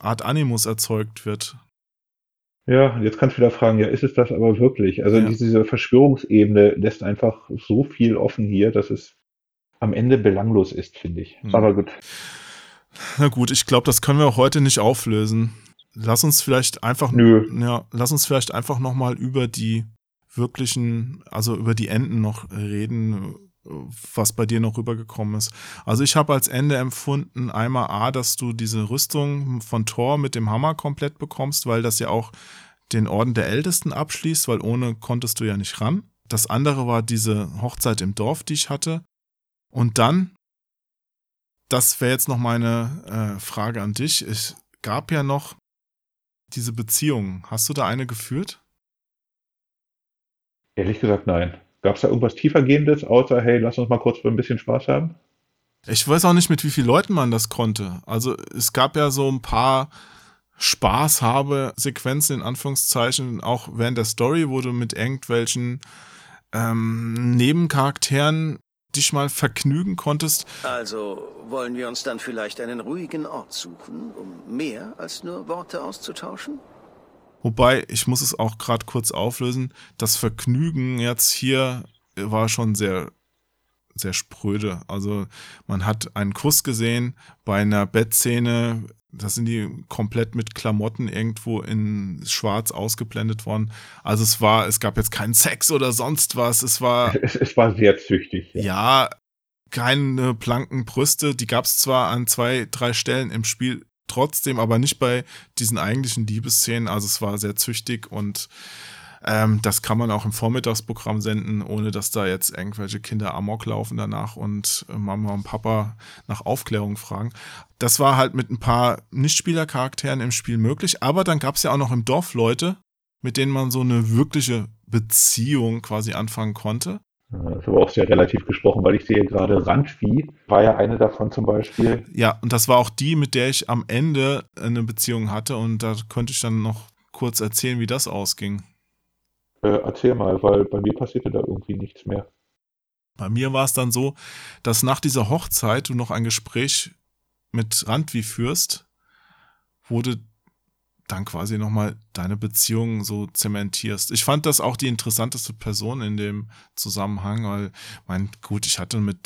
Art Animus erzeugt wird. Ja, jetzt kannst du wieder fragen, ja, ist es das aber wirklich? Also Ja. diese Verschwörungsebene lässt einfach so viel offen hier, dass es am Ende belanglos ist, finde ich. Aber gut. Na gut, ich glaube, das können wir auch heute nicht auflösen. Lass uns vielleicht einfach nochmal über die wirklichen, also über die Enden noch reden, was bei dir noch rübergekommen ist. Also ich habe als Ende empfunden, einmal dass du diese Rüstung von Thor mit dem Hammer komplett bekommst, weil das ja auch den Orden der Ältesten abschließt, weil ohne konntest du ja nicht ran. Das andere war diese Hochzeit im Dorf, die ich hatte. Und dann, das wäre jetzt noch meine Frage an dich, es gab ja noch diese Beziehung. Hast du da eine geführt? Ehrlich gesagt, nein. Gab es da irgendwas tiefergehendes, außer, hey, lass uns mal kurz ein bisschen Spaß haben? Ich weiß auch nicht, mit wie vielen Leuten man das konnte. Also es gab ja so ein paar Spaß-habe-Sequenzen in Anführungszeichen, auch während der Story, wo du mit irgendwelchen Nebencharakteren dich mal vergnügen konntest. Also wollen wir uns dann vielleicht einen ruhigen Ort suchen, um mehr als nur Worte auszutauschen? Wobei, ich muss es auch gerade kurz auflösen, das Vergnügen jetzt hier war schon sehr, sehr spröde. Also man hat einen Kuss gesehen bei einer Bettszene, da sind die komplett mit Klamotten irgendwo in schwarz ausgeblendet worden. Also es gab jetzt keinen Sex oder sonst was. Es war sehr züchtig. Ja, keine blanken Brüste. Die gab es zwar an 2, 3 Stellen im Spiel trotzdem, aber nicht bei diesen eigentlichen Liebesszenen. Also es war sehr züchtig und das kann man auch im Vormittagsprogramm senden, ohne dass da jetzt irgendwelche Kinder Amok laufen danach und Mama und Papa nach Aufklärung fragen. Das war halt mit ein paar Nichtspielercharakteren im Spiel möglich, aber dann gab es ja auch noch im Dorf Leute, mit denen man so eine wirkliche Beziehung quasi anfangen konnte. Das ist aber auch sehr relativ gesprochen, weil ich sehe gerade, Randvieh war ja eine davon zum Beispiel. Ja, und das war auch die, mit der ich am Ende eine Beziehung hatte und da könnte ich dann noch kurz erzählen, wie das ausging. Erzähl mal, weil bei mir passierte da irgendwie nichts mehr. Bei mir war es dann so, dass nach dieser Hochzeit du noch ein Gespräch mit Randvieh führst, wo du dann quasi nochmal deine Beziehung so zementierst. Ich fand das auch die interessanteste Person in dem Zusammenhang, weil, ich hatte mit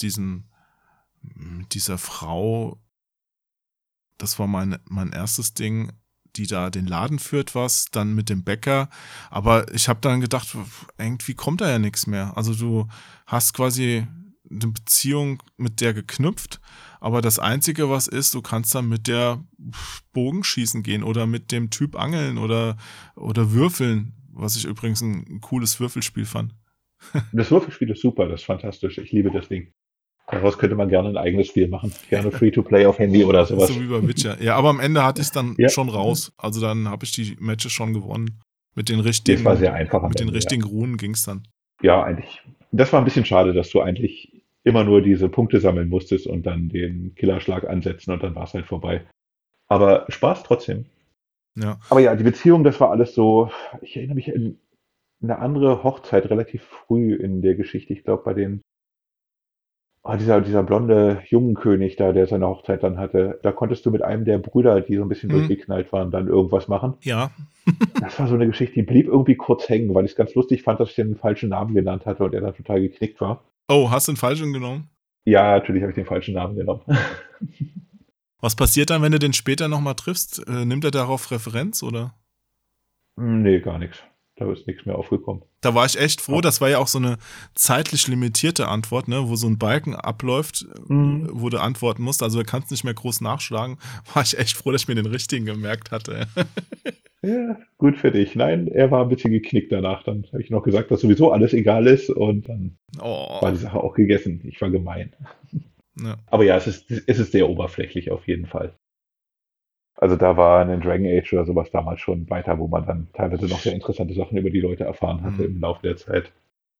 dieser Frau, das war mein erstes Ding, die da den Laden führt, dann mit dem Bäcker, aber ich habe dann gedacht, irgendwie kommt da ja nichts mehr. Also du hast quasi eine Beziehung mit der geknüpft, aber das Einzige, was ist, du kannst dann mit der Bogenschießen gehen oder mit dem Typ angeln oder würfeln, was ich übrigens ein cooles Würfelspiel fand. Das Würfelspiel ist super, das ist fantastisch, ich liebe das Ding. Daraus könnte man gerne ein eigenes Spiel machen. Gerne Free-to-Play auf Handy oder sowas. So wie bei Witcher. Ja, aber am Ende hatte ich es dann schon raus. Also dann habe ich die Matches schon gewonnen. Mit den richtigen, das war sehr einfach mit den richtigen Runen ging es dann. Ja, eigentlich. Das war ein bisschen schade, dass du eigentlich immer nur diese Punkte sammeln musstest und dann den Killerschlag ansetzen und dann war es halt vorbei. Aber Spaß trotzdem. Ja. Aber ja, die Beziehung, das war alles so, ich erinnere mich an eine andere Hochzeit relativ früh in der Geschichte. Ich glaube, bei den dieser blonde Jungenkönig da, der seine Hochzeit dann hatte, da konntest du mit einem der Brüder, die so ein bisschen durchgeknallt waren, dann irgendwas machen. Ja. Das war so eine Geschichte, die blieb irgendwie kurz hängen, weil ich es ganz lustig fand, dass ich den falschen Namen genannt hatte und er dann total geknickt war. Oh, hast du den falschen genommen? Ja, natürlich habe ich den falschen Namen genommen. Was passiert dann, wenn du den später nochmal triffst? Nimmt er darauf Referenz, oder? Nee, gar nichts. Da ist nichts mehr aufgekommen. Da war ich echt froh, das war ja auch so eine zeitlich limitierte Antwort, ne, wo so ein Balken abläuft, wo du antworten musst, also du kannst nicht mehr groß nachschlagen. War ich echt froh, dass ich mir den richtigen gemerkt hatte. Ja, gut für dich. Nein, er war ein bisschen geknickt danach. Dann habe ich noch gesagt, dass sowieso alles egal ist und dann war die Sache auch gegessen. Ich war gemein. Ja. Aber ja, es ist sehr oberflächlich auf jeden Fall. Also da war ein Dragon Age oder sowas damals schon weiter, wo man dann teilweise noch sehr interessante Sachen über die Leute erfahren hatte im Laufe der Zeit.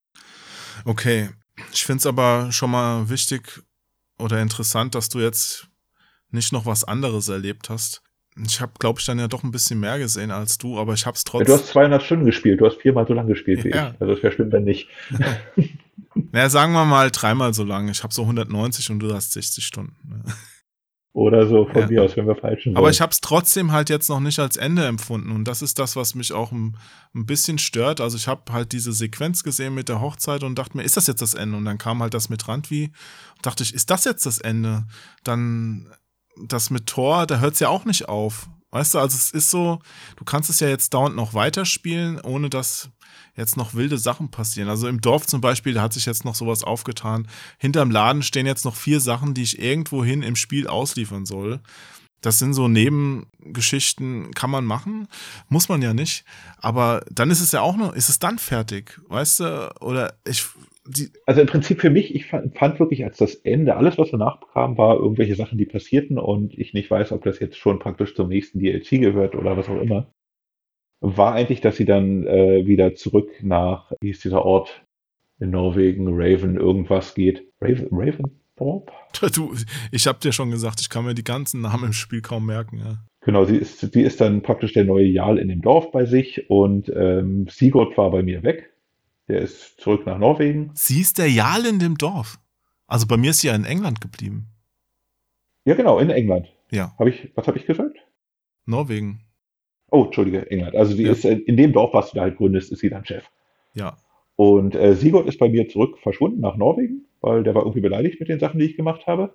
Okay, ich finde es aber schon mal wichtig oder interessant, dass du jetzt nicht noch was anderes erlebt hast. Ich habe, glaube ich, dann ja doch ein bisschen mehr gesehen als du, aber ich habe es trotzdem... Ja, du hast 200 Stunden gespielt, du hast 4-mal so lange gespielt wie ich. Also es wäre schlimm, wenn nicht. Naja, sagen wir mal 3-mal so lang. Ich habe so 190 und du hast 60 Stunden. Oder so von mir aus, wenn wir falschen Aber wollen. ich habe es trotzdem halt jetzt noch nicht als Ende empfunden. Und das ist das, was mich auch ein bisschen stört. Also ich habe halt diese Sequenz gesehen mit der Hochzeit und dachte mir, ist das jetzt das Ende? Und dann kam halt das mit Randvi. Und dachte ich, ist das jetzt das Ende? Dann das mit Thor, da hört es ja auch nicht auf. Weißt du, also es ist so, du kannst es ja jetzt dauernd noch weiterspielen, ohne dass jetzt noch wilde Sachen passieren. Also im Dorf zum Beispiel, da hat sich jetzt noch sowas aufgetan. Hinterm Laden stehen jetzt noch 4 Sachen, die ich irgendwohin im Spiel ausliefern soll. Das sind so Nebengeschichten, kann man machen, muss man ja nicht. Aber dann ist es ja auch noch, ist es dann fertig, weißt du? Oder Also im Prinzip für mich, ich fand wirklich als das Ende, alles was danach kam, war irgendwelche Sachen, die passierten und ich nicht weiß, ob das jetzt schon praktisch zum nächsten DLC gehört oder was auch immer. War eigentlich, dass sie dann wieder zurück nach, wie ist dieser Ort in Norwegen, Raven, irgendwas geht. Ravendorp? Du, ich hab dir schon gesagt, ich kann mir die ganzen Namen im Spiel kaum merken, ja. Genau, sie ist dann praktisch der neue Jarl in dem Dorf bei sich und Sigurd war bei mir weg. Der ist zurück nach Norwegen. Sie ist der Jarl in dem Dorf. Also bei mir ist sie ja in England geblieben. Ja, genau, in England. Ja. Was habe ich gesagt? Norwegen. Oh, Entschuldige, England. Also sie ist in dem Dorf, was du da halt gründest, ist sie dann Chef. Ja. Und Sigurd ist bei mir zurück verschwunden nach Norwegen, weil der war irgendwie beleidigt mit den Sachen, die ich gemacht habe.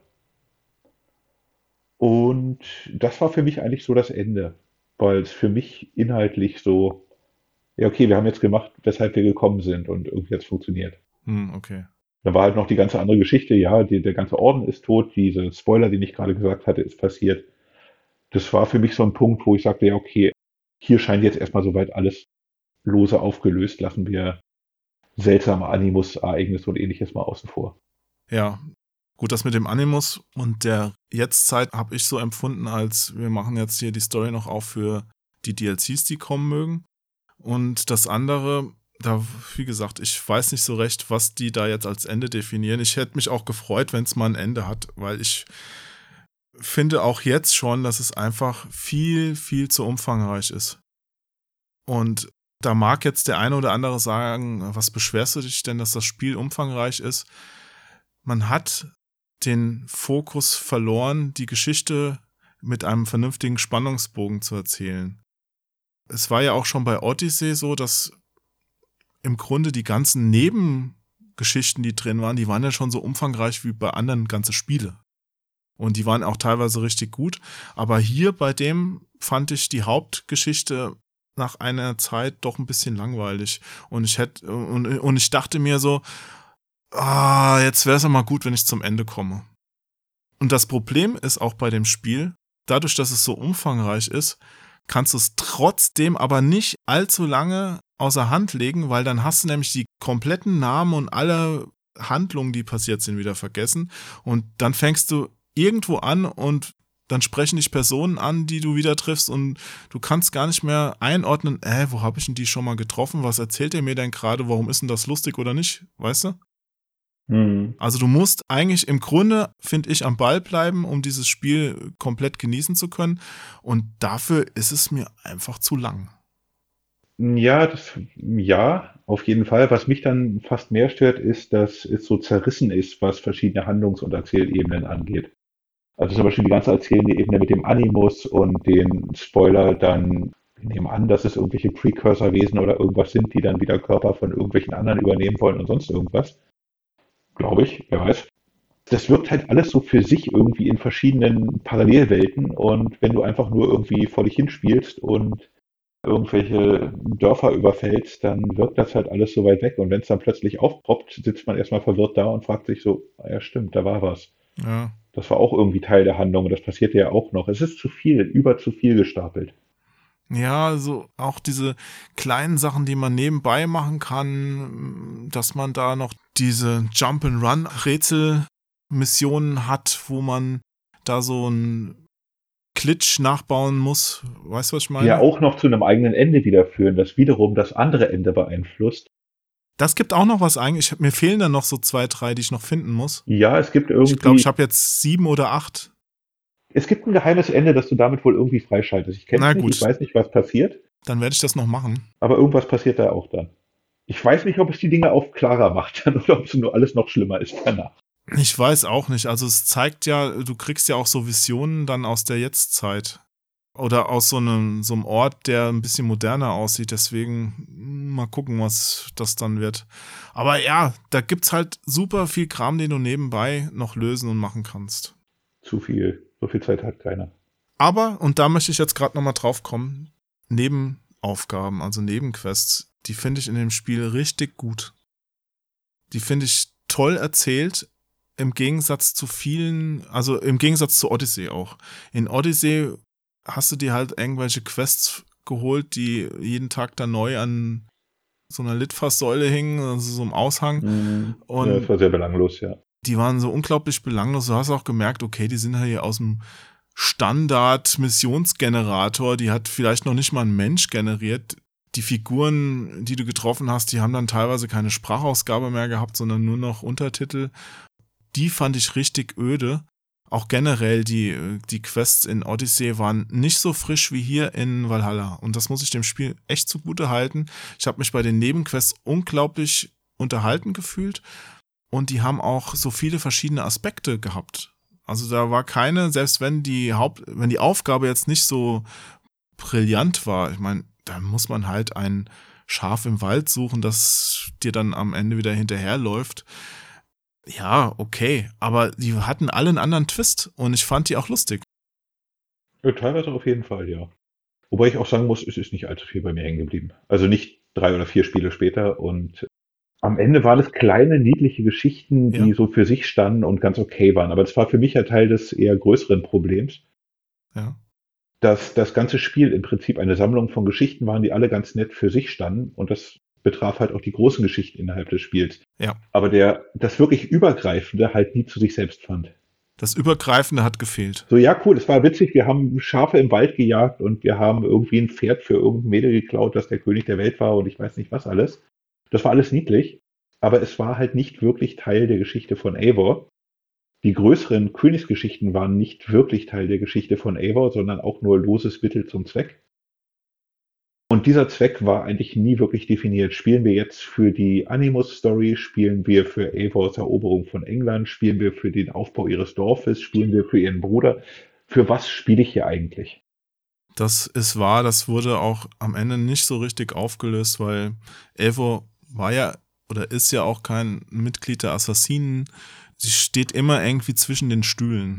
Und das war für mich eigentlich so das Ende, weil es für mich inhaltlich so, ja okay, wir haben jetzt gemacht, weshalb wir gekommen sind und irgendwie hat es funktioniert. Okay. Da war halt noch die ganze andere Geschichte, ja, der ganze Orden ist tot, diese Spoiler, die ich gerade gesagt hatte, ist passiert. Das war für mich so ein Punkt, wo ich sagte, ja okay, hier scheint jetzt erstmal soweit alles lose aufgelöst, lassen wir seltsame Animus-Ereignisse und ähnliches mal außen vor. Ja, gut, das mit dem Animus und der Jetztzeit habe ich so empfunden, als wir machen jetzt hier die Story noch auf für die DLCs, die kommen mögen. Und das andere, da, wie gesagt, ich weiß nicht so recht, was die da jetzt als Ende definieren. Ich hätte mich auch gefreut, wenn es mal ein Ende hat, weil ich finde auch jetzt schon, dass es einfach viel, viel zu umfangreich ist. Und da mag jetzt der eine oder andere sagen, was beschwerst du dich denn, dass das Spiel umfangreich ist? Man hat den Fokus verloren, die Geschichte mit einem vernünftigen Spannungsbogen zu erzählen. Es war ja auch schon bei Odyssey so, dass im Grunde die ganzen Nebengeschichten, die drin waren, die waren ja schon so umfangreich wie bei anderen ganzen Spiele. Und die waren auch teilweise richtig gut. Aber hier bei dem fand ich die Hauptgeschichte nach einer Zeit doch ein bisschen langweilig. Und ich dachte mir so, jetzt wäre es ja mal gut, wenn ich zum Ende komme. Und das Problem ist auch bei dem Spiel, dadurch, dass es so umfangreich ist, kannst du es trotzdem aber nicht allzu lange außer Hand legen, weil dann hast du nämlich die kompletten Namen und alle Handlungen, die passiert sind, wieder vergessen. Und dann fängst du irgendwo an und dann sprechen dich Personen an, die du wieder triffst und du kannst gar nicht mehr einordnen, wo habe ich denn die schon mal getroffen? Was erzählt der mir denn gerade? Warum ist denn das lustig oder nicht? Weißt du? Also du musst eigentlich im Grunde, finde ich, am Ball bleiben, um dieses Spiel komplett genießen zu können. Und dafür ist es mir einfach zu lang. Ja, auf jeden Fall. Was mich dann fast mehr stört, ist, dass es so zerrissen ist, was verschiedene Handlungs- und Erzählebenen angeht. Also zum Beispiel die ganze erzählende Ebene mit dem Animus und den Spoiler dann, wir nehmen an, dass es irgendwelche Precursor-Wesen oder irgendwas sind, die dann wieder Körper von irgendwelchen anderen übernehmen wollen und sonst irgendwas. Glaube ich, wer weiß. Das wirkt halt alles so für sich irgendwie in verschiedenen Parallelwelten und wenn du einfach nur irgendwie vor dich hinspielst und irgendwelche Dörfer überfällst, dann wirkt das halt alles so weit weg und wenn es dann plötzlich aufpoppt, sitzt man erstmal verwirrt da und fragt sich so, ja stimmt, da war was. Ja. Das war auch irgendwie Teil der Handlung und das passierte ja auch noch. Es ist zu viel, über zu viel gestapelt. Ja, so auch diese kleinen Sachen, die man nebenbei machen kann, dass man da noch diese Jump-and-Run-Rätsel-Missionen hat, wo man da so ein Glitch nachbauen muss. Weißt du, was ich meine? Ja, auch noch zu einem eigenen Ende wieder führen, das wiederum das andere Ende beeinflusst. Das gibt auch noch was eigentlich. Mir fehlen dann noch so 2, 3, die ich noch finden muss. Ja, es gibt irgendwie... Ich glaube, ich habe jetzt 7 oder 8. Es gibt ein geheimes Ende, das du damit wohl irgendwie freischaltest. Ich kenne es nicht, ich weiß nicht, was passiert. Dann werde ich das noch machen. Aber irgendwas passiert da auch dann. Ich weiß nicht, ob es die Dinge auch klarer macht dann, oder ob es nur alles noch schlimmer ist danach. Ich weiß auch nicht. Also es zeigt ja, du kriegst ja auch so Visionen dann aus der Jetztzeit. Oder aus so einem Ort, der ein bisschen moderner aussieht. Deswegen mal gucken, was das dann wird. Aber ja, da gibt's halt super viel Kram, den du nebenbei noch lösen und machen kannst. Zu viel. So viel Zeit hat keiner. Aber, und da möchte ich jetzt gerade nochmal drauf kommen, Nebenaufgaben, also Nebenquests, die finde ich in dem Spiel richtig gut. Die finde ich toll erzählt, im Gegensatz zu vielen, also im Gegensatz zu Odyssey auch. In Odyssey hast du dir halt irgendwelche Quests geholt, die jeden Tag da neu an so einer Litfaßsäule hingen, also so einem Aushang. Und ja, das war sehr belanglos, ja. Die waren so unglaublich belanglos. Du hast auch gemerkt, okay, die sind halt hier aus dem Standard-Missionsgenerator, die hat vielleicht noch nicht mal ein Mensch generiert. Die Figuren, die du getroffen hast, die haben dann teilweise keine Sprachausgabe mehr gehabt, sondern nur noch Untertitel. Die fand ich richtig öde. Auch generell die Quests in Odyssey waren nicht so frisch wie hier in Valhalla. Und das muss ich dem Spiel echt zugute halten. Ich habe mich bei den Nebenquests unglaublich unterhalten gefühlt. Und die haben auch so viele verschiedene Aspekte gehabt. Also da war keine, selbst wenn die Aufgabe jetzt nicht so brillant war, ich meine, da muss man halt ein Schaf im Wald suchen, das dir dann am Ende wieder hinterherläuft. Ja, okay, aber die hatten alle einen anderen Twist und ich fand die auch lustig. Ja, teilweise auf jeden Fall, ja. Wobei ich auch sagen muss, es ist nicht allzu viel bei mir hängen geblieben. Also nicht 3 oder 4 Spiele später und am Ende waren es kleine, niedliche Geschichten, die so für sich standen und ganz okay waren. Aber das war für mich ja Teil des eher größeren Problems. Ja. Dass das ganze Spiel im Prinzip eine Sammlung von Geschichten waren, die alle ganz nett für sich standen. Und das betraf halt auch die großen Geschichten innerhalb des Spiels. Ja. Aber das wirklich Übergreifende halt nie zu sich selbst fand. Das Übergreifende hat gefehlt. So, ja, cool, es war witzig. Wir haben Schafe im Wald gejagt und wir haben irgendwie ein Pferd für irgendein Mädel geklaut, das der König der Welt war und ich weiß nicht was alles. Das war alles niedlich, aber es war halt nicht wirklich Teil der Geschichte von Eivor. Die größeren Königsgeschichten waren nicht wirklich Teil der Geschichte von Eivor, sondern auch nur loses Mittel zum Zweck. Und dieser Zweck war eigentlich nie wirklich definiert. Spielen wir jetzt für die Animus-Story, spielen wir für Eivors Eroberung von England, spielen wir für den Aufbau ihres Dorfes, spielen wir für ihren Bruder. Für was spiele ich hier eigentlich? Das ist wahr, das wurde auch am Ende nicht so richtig aufgelöst, weil Eivor war ja oder ist ja auch kein Mitglied der Assassinen. Sie steht immer irgendwie zwischen den Stühlen.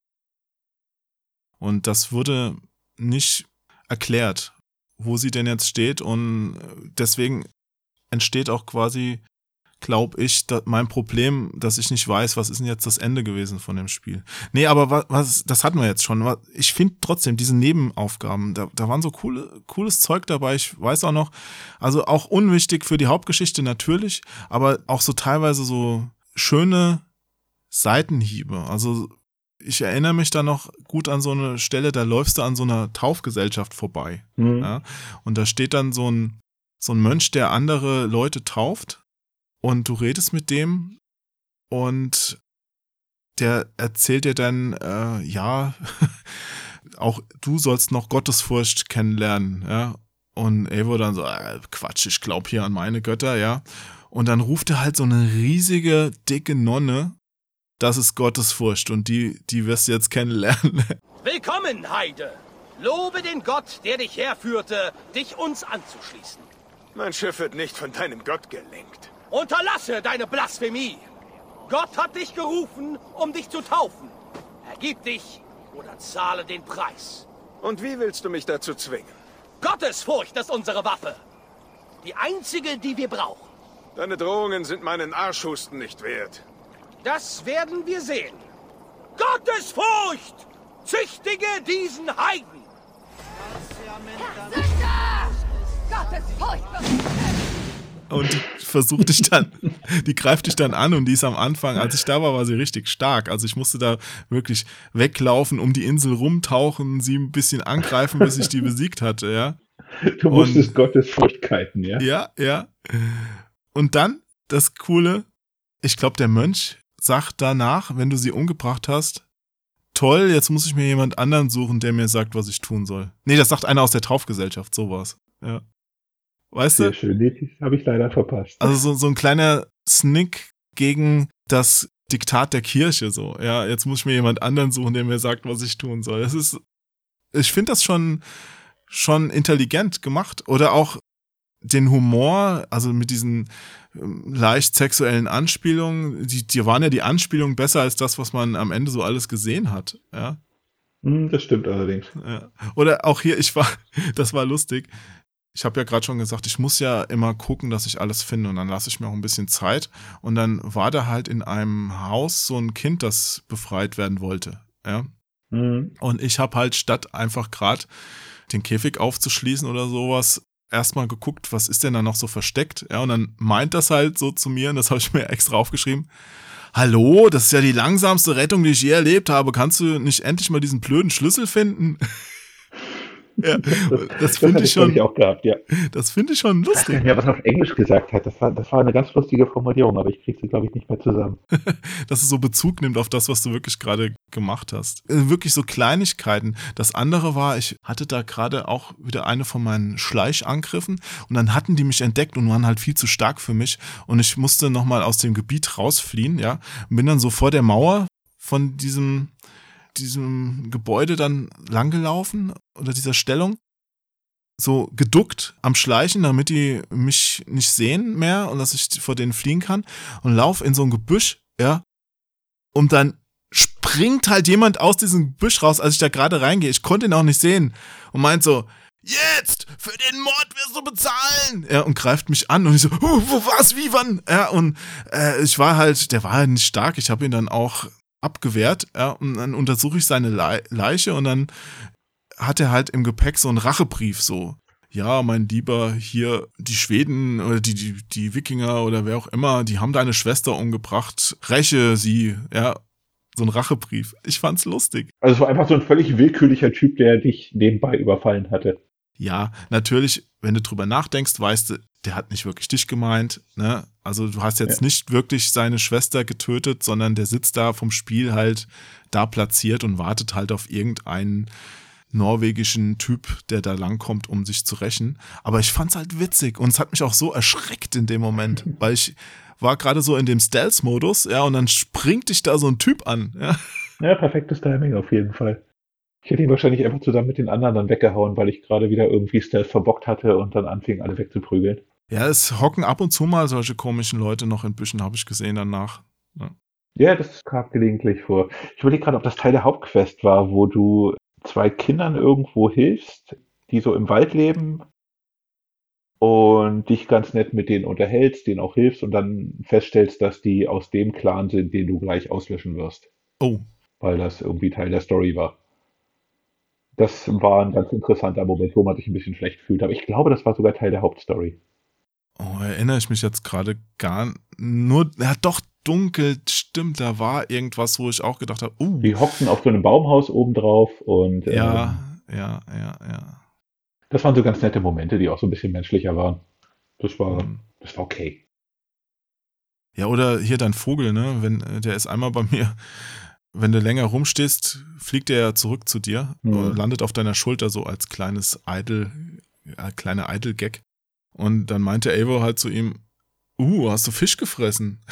Und das wurde nicht erklärt, wo sie denn jetzt steht. Und deswegen entsteht auch quasi, glaube ich, mein Problem, dass ich nicht weiß, was ist denn jetzt das Ende gewesen von dem Spiel. Nee, aber das hatten wir jetzt schon. Ich finde trotzdem diese Nebenaufgaben, da waren so cooles Zeug dabei. Ich weiß auch noch, also auch unwichtig für die Hauptgeschichte natürlich, aber auch so teilweise so schöne Seitenhiebe. Also ich erinnere mich da noch gut an so eine Stelle, da läufst du an so einer Taufgesellschaft vorbei. Ja? Und da steht dann so ein Mönch, der andere Leute tauft. Und du redest mit dem und der erzählt dir dann, ja, auch du sollst noch Gottesfurcht kennenlernen, ja. Und Eivor dann so, Quatsch, ich glaube hier an meine Götter, ja. Und dann ruft er halt so eine riesige, dicke Nonne, das ist Gottesfurcht und die wirst du jetzt kennenlernen. Willkommen, Heide! Lobe den Gott, der dich herführte, dich uns anzuschließen. Mein Schiff wird nicht von deinem Gott gelenkt. Unterlasse deine Blasphemie! Gott hat dich gerufen, um dich zu taufen. Ergib dich oder zahle den Preis. Und wie willst du mich dazu zwingen? Gottesfurcht ist unsere Waffe. Die einzige, die wir brauchen. Deine Drohungen sind meinen Arschhusten nicht wert. Das werden wir sehen. Gottesfurcht! Züchtige diesen Heiden! Gottesfurcht! Und versucht dich dann, die greift dich dann an und die ist am Anfang, als ich da war sie richtig stark. Also ich musste da wirklich weglaufen, um die Insel rumtauchen, sie ein bisschen angreifen, bis ich die besiegt hatte, ja. Du musstest Gottesfurcht kiten, ja? Ja. Und dann, das Coole, ich glaube, der Mönch sagt danach, wenn du sie umgebracht hast, toll, jetzt muss ich mir jemand anderen suchen, der mir sagt, was ich tun soll. Nee, das sagt einer aus der Taufgesellschaft, sowas, ja. Weißt du? Sehr schön, das habe ich leider verpasst. Also so ein kleiner Snick gegen das Diktat der Kirche so. Ja, jetzt muss ich mir jemand anderen suchen, der mir sagt, was ich tun soll. Ich finde das schon intelligent gemacht. Oder auch den Humor, also mit diesen leicht sexuellen Anspielungen, die waren ja die Anspielungen besser als das, was man am Ende so alles gesehen hat. Ja. Das stimmt allerdings. Ja. Oder auch hier, das war lustig. Ich habe ja gerade schon gesagt, ich muss ja immer gucken, dass ich alles finde und dann lasse ich mir auch ein bisschen Zeit. Und dann war da halt in einem Haus so ein Kind, das befreit werden wollte. Ja. Und ich habe halt statt einfach gerade den Käfig aufzuschließen oder sowas, erstmal geguckt, was ist denn da noch so versteckt. Ja, und dann meint das halt so zu mir, und das habe ich mir extra aufgeschrieben. Hallo, das ist ja die langsamste Rettung, die ich je erlebt habe. Kannst du nicht endlich mal diesen blöden Schlüssel finden? Ja, das finde ich schon. Ich auch gehabt, ja. Das finde ich schon lustig. Ja, was er auf Englisch gesagt hat, das war eine ganz lustige Formulierung, aber ich kriege sie, glaube ich, nicht mehr zusammen. Dass es so Bezug nimmt auf das, was du wirklich gerade gemacht hast. Wirklich so Kleinigkeiten. Das andere war, ich hatte da gerade auch wieder eine von meinen Schleichangriffen und dann hatten die mich entdeckt und waren halt viel zu stark für mich und ich musste nochmal aus dem Gebiet rausfliehen, ja, und bin dann so vor der Mauer von diesem Gebäude dann langgelaufen oder dieser Stellung, so geduckt am Schleichen, damit die mich nicht sehen mehr und dass ich vor denen fliehen kann und lauf in so ein Gebüsch, ja, und dann springt halt jemand aus diesem Gebüsch raus, als ich da gerade reingehe. Ich konnte ihn auch nicht sehen und meint so, jetzt, für den Mord wirst du bezahlen. Ja, und greift mich an und ich so, wo, was, wie, wann? Ja, und der war halt nicht stark. Ich habe ihn dann auch abgewehrt, ja, und dann untersuche ich seine Leiche und dann hat er halt im Gepäck so einen Rachebrief, so, ja, mein Lieber, hier, die Schweden oder die Wikinger oder wer auch immer, die haben deine Schwester umgebracht, räche sie, ja, so ein Rachebrief. Ich fand's lustig. Also es war einfach so ein völlig willkürlicher Typ, der dich nebenbei überfallen hatte. Ja, natürlich, wenn du drüber nachdenkst, weißt du, der hat nicht wirklich dich gemeint, ne? Also du hast jetzt nicht wirklich seine Schwester getötet, sondern der sitzt da vom Spiel halt da platziert und wartet halt auf irgendeinen norwegischen Typ, der da langkommt, um sich zu rächen. Aber ich fand's halt witzig und es hat mich auch so erschreckt in dem Moment, weil ich war gerade so in dem Stealth-Modus, ja, und dann springt dich da so ein Typ an, ja. Ja, perfektes Timing auf jeden Fall. Ich hätte ihn wahrscheinlich einfach zusammen mit den anderen dann weggehauen, weil ich gerade wieder irgendwie Stealth verbockt hatte und dann anfing, alle wegzuprügeln. Ja, es hocken ab und zu mal solche komischen Leute noch in Büschen, habe ich gesehen danach. Ja, das kam gelegentlich vor. Ich überlege gerade, ob das Teil der Hauptquest war, wo du 2 Kindern irgendwo hilfst, die so im Wald leben und dich ganz nett mit denen unterhältst, denen auch hilfst und dann feststellst, dass die aus dem Clan sind, den du gleich auslöschen wirst. Oh. Weil das irgendwie Teil der Story war. Das war ein ganz interessanter Moment, wo man sich ein bisschen schlecht fühlt. Aber ich glaube, das war sogar Teil der Hauptstory. Oh, erinnere ich mich jetzt gerade nur, ja doch, dunkel, stimmt, da war irgendwas, wo ich auch gedacht habe, Die hockten auf so einem Baumhaus obendrauf und ja. Das waren so ganz nette Momente, die auch so ein bisschen menschlicher waren. Das war okay. Ja, oder hier dein Vogel, ne? Der ist einmal bei mir, wenn du länger rumstehst, fliegt der ja zurück zu dir, landet auf deiner Schulter so als kleine Idle-Gag. Und dann meinte Eivor halt zu ihm, hast du Fisch gefressen?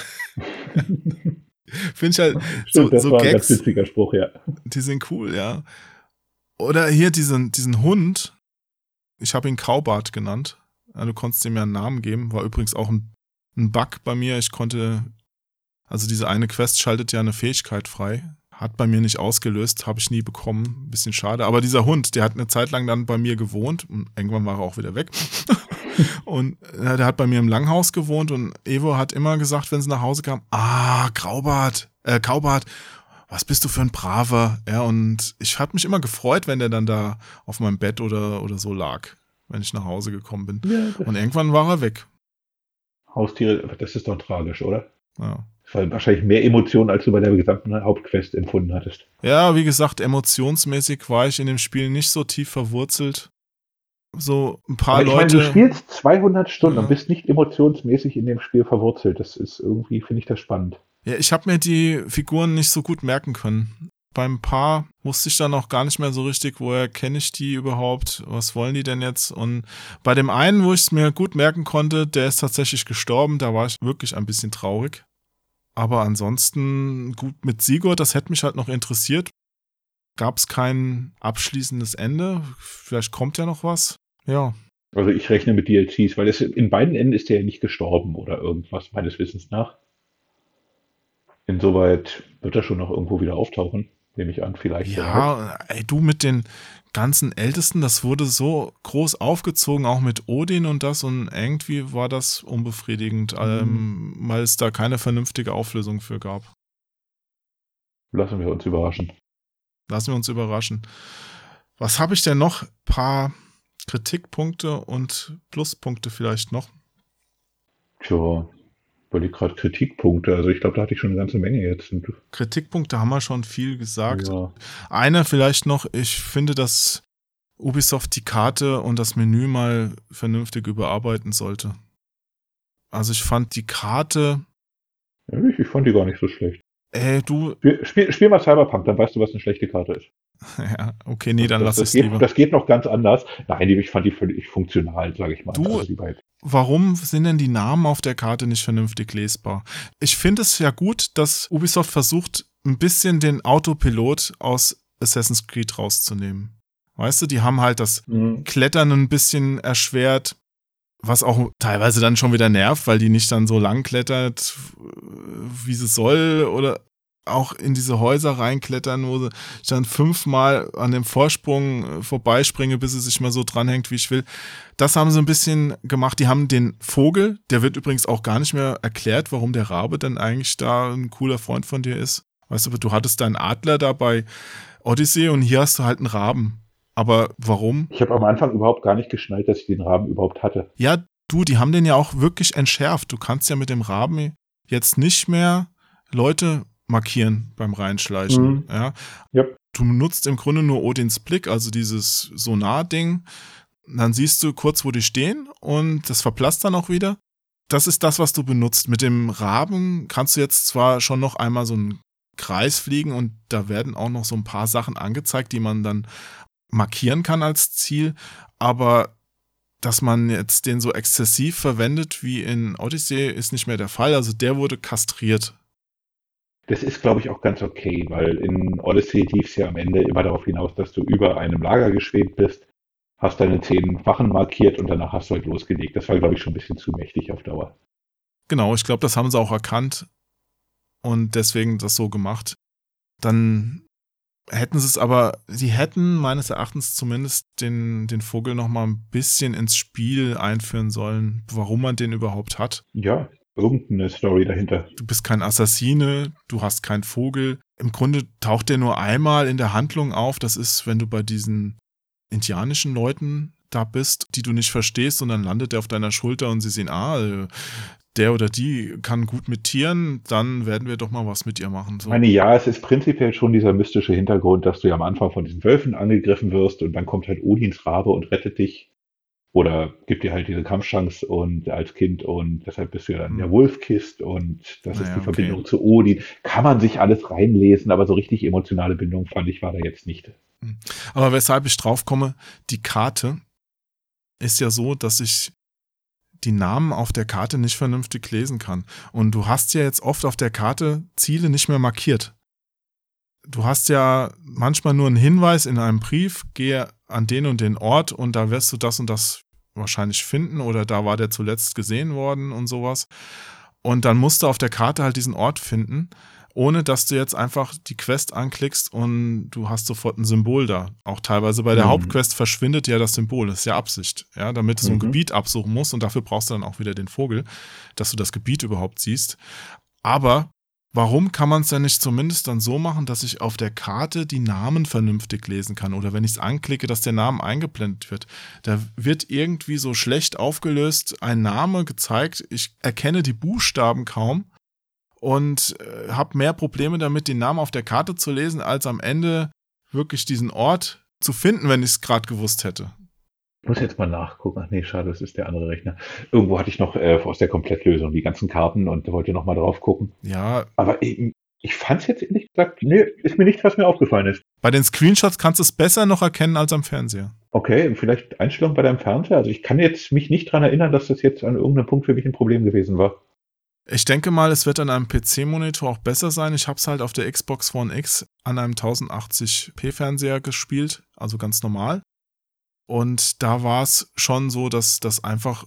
Finde ich halt Stimmt, das so war Gags, ein ganz witziger Spruch, ja. Die sind cool, ja. Oder hier diesen Hund, ich habe ihn Kaubart genannt. Ja, du konntest ihm ja einen Namen geben, war übrigens auch ein Bug bei mir. Also diese eine Quest schaltet ja eine Fähigkeit frei. Hat bei mir nicht ausgelöst, habe ich nie bekommen. Bisschen schade. Aber dieser Hund, der hat eine Zeit lang dann bei mir gewohnt. Und irgendwann war er auch wieder weg. Und der hat bei mir im Langhaus gewohnt. Und Eivor hat immer gesagt, wenn sie nach Hause kam, Kaubart, was bist du für ein Braver? Ja, und ich habe mich immer gefreut, wenn der dann da auf meinem Bett oder so lag, wenn ich nach Hause gekommen bin. Ja, und irgendwann war er weg. Haustiere, das ist doch tragisch, oder? Ja. Das war wahrscheinlich mehr Emotionen, als du bei der gesamten Hauptquest empfunden hattest. Ja, wie gesagt, emotionsmäßig war ich in dem Spiel nicht so tief verwurzelt. So ein paar Leute. Meine, du spielst 200 Stunden und bist nicht emotionsmäßig in dem Spiel verwurzelt. Das ist irgendwie, finde ich das spannend. Ja, ich habe mir die Figuren nicht so gut merken können. Beim Paar wusste ich dann auch gar nicht mehr so richtig, woher kenne ich die überhaupt, was wollen die denn jetzt? Und bei dem einen, wo ich es mir gut merken konnte, der ist tatsächlich gestorben, da war ich wirklich ein bisschen traurig. Aber ansonsten, gut, mit Sigurd, das hätte mich halt noch interessiert. Gab es kein abschließendes Ende? Vielleicht kommt ja noch was. Ja. Also ich rechne mit DLCs, weil in beiden Enden ist er ja nicht gestorben oder irgendwas, meines Wissens nach. Insoweit wird er schon noch irgendwo wieder auftauchen, nehme ich an, vielleicht. Ja, ey, du mit den ganzen Ältesten, das wurde so groß aufgezogen, auch mit Odin und das, und irgendwie war das unbefriedigend, weil es da keine vernünftige Auflösung für gab. Lassen wir uns überraschen. Was habe ich denn noch? Ein paar Kritikpunkte und Pluspunkte vielleicht noch. Tja, weil die gerade Kritikpunkte, also ich glaube, da hatte ich schon eine ganze Menge jetzt. Kritikpunkte haben wir schon viel gesagt. Ja. Einer vielleicht noch, ich finde, dass Ubisoft die Karte und das Menü mal vernünftig überarbeiten sollte. Also ich fand die Karte... Ja, ich fand die gar nicht so schlecht. Du... Spiel mal Cyberpunk, dann weißt du, was eine schlechte Karte ist. Ja, okay, nee, dann lass es lieber. Das geht noch ganz anders. Nein, ich fand die völlig funktional, sage ich mal. Du, also warum sind denn die Namen auf der Karte nicht vernünftig lesbar? Ich finde es ja gut, dass Ubisoft versucht, ein bisschen den Autopilot aus Assassin's Creed rauszunehmen. Weißt du, die haben halt das Klettern ein bisschen erschwert, was auch teilweise dann schon wieder nervt, weil die nicht dann so lang klettert, wie sie soll, oder auch in diese Häuser reinklettern, wo ich dann 5-mal an dem Vorsprung vorbeispringe, bis es sich mal so dranhängt, wie ich will. Das haben sie ein bisschen gemacht. Die haben den Vogel, der wird übrigens auch gar nicht mehr erklärt, warum der Rabe denn eigentlich da ein cooler Freund von dir ist. Weißt du hattest deinen Adler da bei Odyssey und hier hast du halt einen Raben. Aber warum? Ich habe am Anfang überhaupt gar nicht geschnallt, dass ich den Raben überhaupt hatte. Ja, die haben den ja auch wirklich entschärft. Du kannst ja mit dem Raben jetzt nicht mehr Leute markieren beim Reinschleichen. Ja. Yep. Du nutzt im Grunde nur Odins Blick, also dieses Sonar-Ding. Dann siehst du kurz, wo die stehen, und das verblasst dann auch wieder. Das ist das, was du benutzt. Mit dem Raben kannst du jetzt zwar schon noch einmal so einen Kreis fliegen, und da werden auch noch so ein paar Sachen angezeigt, die man dann markieren kann als Ziel, aber dass man jetzt den so exzessiv verwendet wie in Odyssey, ist nicht mehr der Fall. Also der wurde kastriert. Das ist, glaube ich, auch ganz okay, weil in Odyssey lief es ja am Ende immer darauf hinaus, dass du über einem Lager geschwebt bist, hast deine 10 Wachen markiert und danach hast du halt losgelegt. Das war, glaube ich, schon ein bisschen zu mächtig auf Dauer. Genau, ich glaube, das haben sie auch erkannt und deswegen das so gemacht. Dann hätten sie es aber, sie hätten meines Erachtens zumindest den Vogel noch mal ein bisschen ins Spiel einführen sollen, warum man den überhaupt hat. Ja, irgendeine Story dahinter. Du bist kein Assassine, du hast keinen Vogel. Im Grunde taucht der nur einmal in der Handlung auf. Das ist, wenn du bei diesen indianischen Leuten da bist, die du nicht verstehst, und dann landet der auf deiner Schulter und sie sehen, der oder die kann gut mit Tieren, dann werden wir doch mal was mit ihr machen. So. Ja, es ist prinzipiell schon dieser mystische Hintergrund, dass du ja am Anfang von diesen Wölfen angegriffen wirst und dann kommt halt Odins Rabe und rettet dich. Oder gibt dir halt diese Kampfchance und als Kind, und deshalb bist du ja dann der Wolfkist, und das ist die Verbindung zu Odin. Kann man sich alles reinlesen, aber so richtig emotionale Bindung, fand ich, war da jetzt nicht. Aber weshalb ich drauf komme, die Karte ist ja so, dass ich die Namen auf der Karte nicht vernünftig lesen kann. Und du hast ja jetzt oft auf der Karte Ziele nicht mehr markiert. Du hast ja manchmal nur einen Hinweis in einem Brief, gehe an den und den Ort und da wirst du das und das wahrscheinlich finden, oder da war der zuletzt gesehen worden und sowas. Und dann musst du auf der Karte halt diesen Ort finden, ohne dass du jetzt einfach die Quest anklickst und du hast sofort ein Symbol da. Auch teilweise bei der Hauptquest verschwindet ja das Symbol. Das ist ja Absicht, ja, damit du so ein Gebiet absuchen musst, und dafür brauchst du dann auch wieder den Vogel, dass du das Gebiet überhaupt siehst. Aber warum kann man es denn nicht zumindest dann so machen, dass ich auf der Karte die Namen vernünftig lesen kann? Oder wenn ich es anklicke, dass der Name eingeblendet wird. Da wird irgendwie so schlecht aufgelöst ein Name gezeigt. Ich erkenne die Buchstaben kaum und habe mehr Probleme damit, den Namen auf der Karte zu lesen, als am Ende wirklich diesen Ort zu finden, wenn ich es gerade gewusst hätte. Ich muss jetzt mal nachgucken. Ach nee, schade, das ist der andere Rechner. Irgendwo hatte ich noch aus der Komplettlösung die ganzen Karten und wollte noch mal drauf gucken. Ja. Aber ich fand es jetzt ehrlich gesagt, nee, ist mir nichts, was mir aufgefallen ist. Bei den Screenshots kannst du es besser noch erkennen als am Fernseher. Okay, vielleicht Einstellung bei deinem Fernseher. Also ich kann jetzt mich nicht daran erinnern, dass das jetzt an irgendeinem Punkt für mich ein Problem gewesen war. Ich denke mal, es wird an einem PC-Monitor auch besser sein. Ich habe es halt auf der Xbox One X an einem 1080p-Fernseher gespielt, also ganz normal. Und da war es schon so, dass das einfach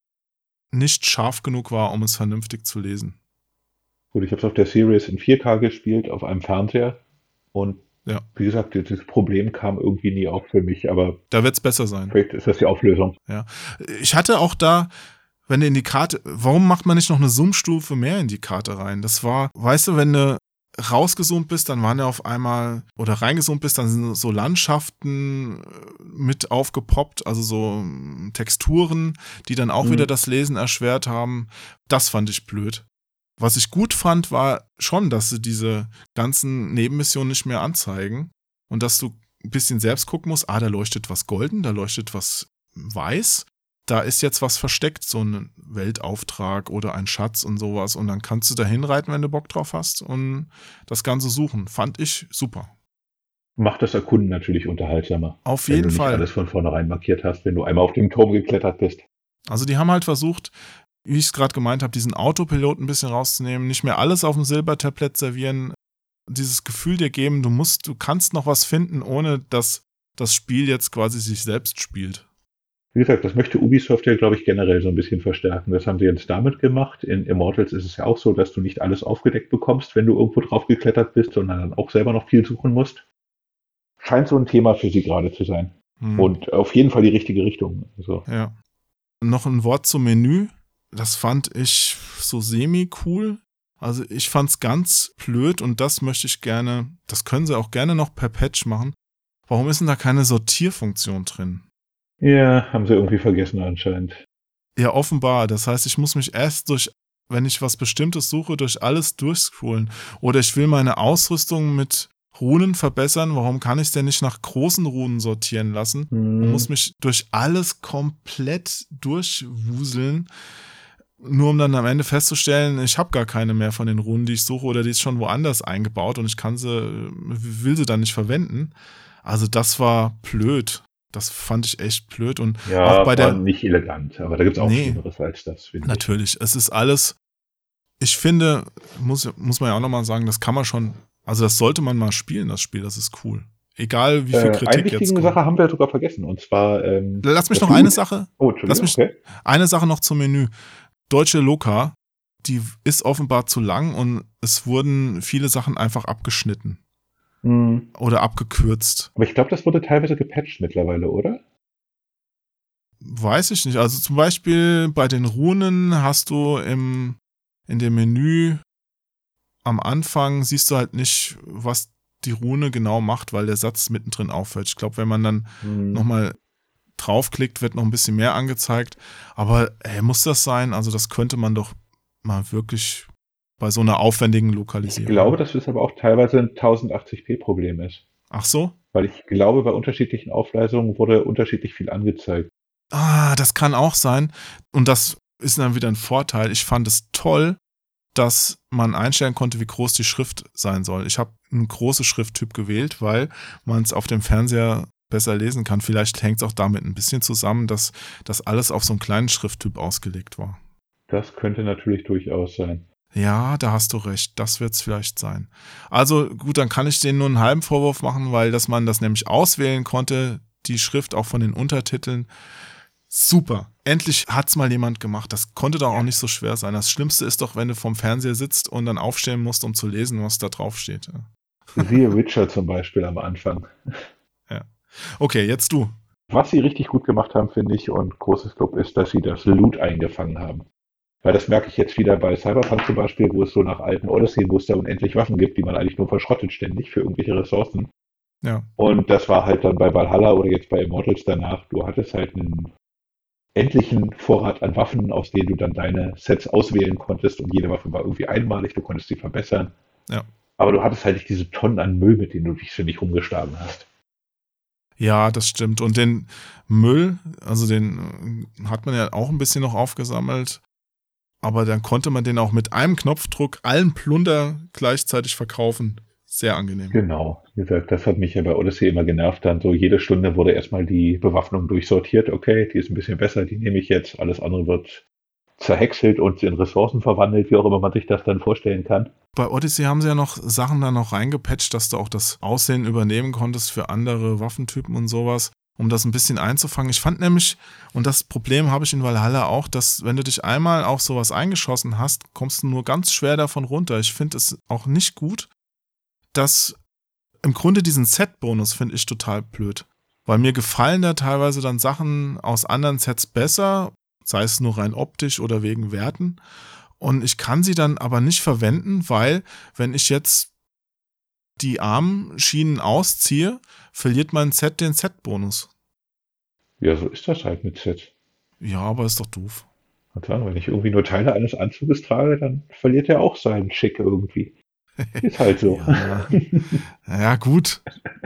nicht scharf genug war, um es vernünftig zu lesen. Gut, ich habe es auf der Series in 4K gespielt, auf einem Fernseher. Und wie gesagt, dieses Problem kam irgendwie nie auf für mich. Aber da wird es besser sein. Vielleicht ist das die Auflösung. Ja. Ich hatte auch da, wenn du in die Karte, warum macht man nicht noch eine Zoom-Stufe mehr in die Karte rein? Das war, weißt du, wenn du rausgezoomt bist, dann waren ja auf einmal, oder reingezoomt bist, dann sind so Landschaften mit aufgepoppt, also so Texturen, die dann auch wieder das Lesen erschwert haben. Das fand ich blöd. Was ich gut fand, war schon, dass sie diese ganzen Nebenmissionen nicht mehr anzeigen und dass du ein bisschen selbst gucken musst, da leuchtet was golden, da leuchtet was weiß, da ist jetzt was versteckt, so ein Weltauftrag oder ein Schatz und sowas und dann kannst du da hinreiten, wenn du Bock drauf hast und das Ganze suchen. Fand ich super. Macht das Erkunden natürlich unterhaltsamer. Auf jeden Fall. Wenn du nicht alles von vornherein markiert hast, wenn du einmal auf dem Turm geklettert bist. Also die haben halt versucht, wie ich es gerade gemeint habe, diesen Autopilot ein bisschen rauszunehmen, nicht mehr alles auf dem Silbertablett servieren, dieses Gefühl dir geben, du kannst noch was finden, ohne dass das Spiel jetzt quasi sich selbst spielt. Wie gesagt, das möchte Ubisoft ja, glaube ich, generell so ein bisschen verstärken. Das haben sie jetzt damit gemacht. In Immortals ist es ja auch so, dass du nicht alles aufgedeckt bekommst, wenn du irgendwo drauf geklettert bist, sondern dann auch selber noch viel suchen musst. Scheint so ein Thema für sie gerade zu sein. Und auf jeden Fall die richtige Richtung. Also. Ja. Noch ein Wort zum Menü. Das fand ich so semi-cool. Also ich fand's ganz blöd und das können sie auch gerne noch per Patch machen. Warum ist denn da keine Sortierfunktion drin? Ja, haben sie irgendwie vergessen anscheinend. Ja, offenbar. Das heißt, ich muss mich erst wenn ich was Bestimmtes suche, durch alles durchscrollen. Oder ich will meine Ausrüstung mit Runen verbessern. Warum kann ich es denn nicht nach großen Runen sortieren lassen? Man muss mich durch alles komplett durchwuseln. Nur um dann am Ende festzustellen, ich habe gar keine mehr von den Runen, die ich suche, oder die ist schon woanders eingebaut und will sie dann nicht verwenden. Also das war blöd. Das fand ich echt blöd. Und ja, auch war nicht elegant, aber da gibt es auch Schlimmeres als das, finde ich. Natürlich, es ist alles, ich finde, muss man ja auch nochmal sagen, das kann man schon, also das sollte man mal spielen, das Spiel, das ist cool. Egal, wie viel Kritik jetzt kommt. Eine Sache haben wir sogar vergessen, und zwar lass mich noch eine Sache. Okay. Eine Sache noch zum Menü. Deutsche Loka, die ist offenbar zu lang und es wurden viele Sachen einfach abgeschnitten. Oder abgekürzt. Aber ich glaube, das wurde teilweise gepatcht mittlerweile, oder? Weiß ich nicht. Also zum Beispiel bei den Runen hast du in dem Menü am Anfang siehst du halt nicht, was die Rune genau macht, weil der Satz mittendrin aufhört. Ich glaube, wenn man dann nochmal draufklickt, wird noch ein bisschen mehr angezeigt. Aber muss das sein? Also das könnte man doch mal wirklich bei so einer aufwendigen Lokalisierung. Ich glaube, dass das aber auch teilweise ein 1080p-Problem ist. Ach so? Weil ich glaube, bei unterschiedlichen Auflösungen wurde unterschiedlich viel angezeigt. Das kann auch sein. Und das ist dann wieder ein Vorteil. Ich fand es toll, dass man einstellen konnte, wie groß die Schrift sein soll. Ich habe einen großen Schrifttyp gewählt, weil man es auf dem Fernseher besser lesen kann. Vielleicht hängt es auch damit ein bisschen zusammen, dass das alles auf so einen kleinen Schrifttyp ausgelegt war. Das könnte natürlich durchaus sein. Ja, da hast du recht. Das wird es vielleicht sein. Also gut, dann kann ich denen nur einen halben Vorwurf machen, weil dass man das nämlich auswählen konnte, die Schrift auch von den Untertiteln. Super. Endlich hat's mal jemand gemacht. Das konnte doch auch nicht so schwer sein. Das Schlimmste ist doch, wenn du vorm Fernseher sitzt und dann aufstehen musst, um zu lesen, was da drauf steht. Siehe Witcher zum Beispiel am Anfang. Ja. Okay, jetzt du. Was sie richtig gut gemacht haben, finde ich, und großes Lob ist, dass sie das Loot eingefangen haben. Weil das merke ich jetzt wieder bei Cyberpunk zum Beispiel, wo es so nach alten Odyssey, wo es da unendlich Waffen gibt, die man eigentlich nur verschrottet ständig für irgendwelche Ressourcen. Ja. Und das war halt dann bei Valhalla oder jetzt bei Immortals danach. Du hattest halt einen endlichen Vorrat an Waffen, aus denen du dann deine Sets auswählen konntest, und jede Waffe war irgendwie einmalig, du konntest sie verbessern. Ja. Aber du hattest halt nicht diese Tonnen an Müll, mit denen du dich ständig rumgeschlagen hast. Ja, das stimmt. Und den Müll, also den hat man ja auch ein bisschen noch aufgesammelt, aber dann konnte man den auch mit einem Knopfdruck allen Plunder gleichzeitig verkaufen. Sehr angenehm. Genau. Wie gesagt, das hat mich ja bei Odyssey immer genervt. Dann so jede Stunde wurde erstmal die Bewaffnung durchsortiert. Okay, die ist ein bisschen besser, die nehme ich jetzt. Alles andere wird zerhäckselt und in Ressourcen verwandelt, wie auch immer man sich das dann vorstellen kann. Bei Odyssey haben sie ja noch Sachen da noch reingepatcht, dass du auch das Aussehen übernehmen konntest für andere Waffentypen und sowas, um das ein bisschen einzufangen. Ich fand nämlich, und das Problem habe ich in Valhalla auch, dass wenn du dich einmal auf sowas eingeschossen hast, kommst du nur ganz schwer davon runter. Ich finde es auch nicht gut, dass im Grunde diesen Set-Bonus finde ich total blöd. Weil mir gefallen da teilweise dann Sachen aus anderen Sets besser, sei es nur rein optisch oder wegen Werten. Und ich kann sie dann aber nicht verwenden, weil wenn ich jetzt die Armschienen ausziehe, verliert mein Set den Set-Bonus. Ja, so ist das halt mit Sets. Ja, aber ist doch doof. Und dann, wenn ich irgendwie nur Teile eines Anzuges trage, dann verliert er auch seinen Schick irgendwie. Ist halt so. Ja, gut.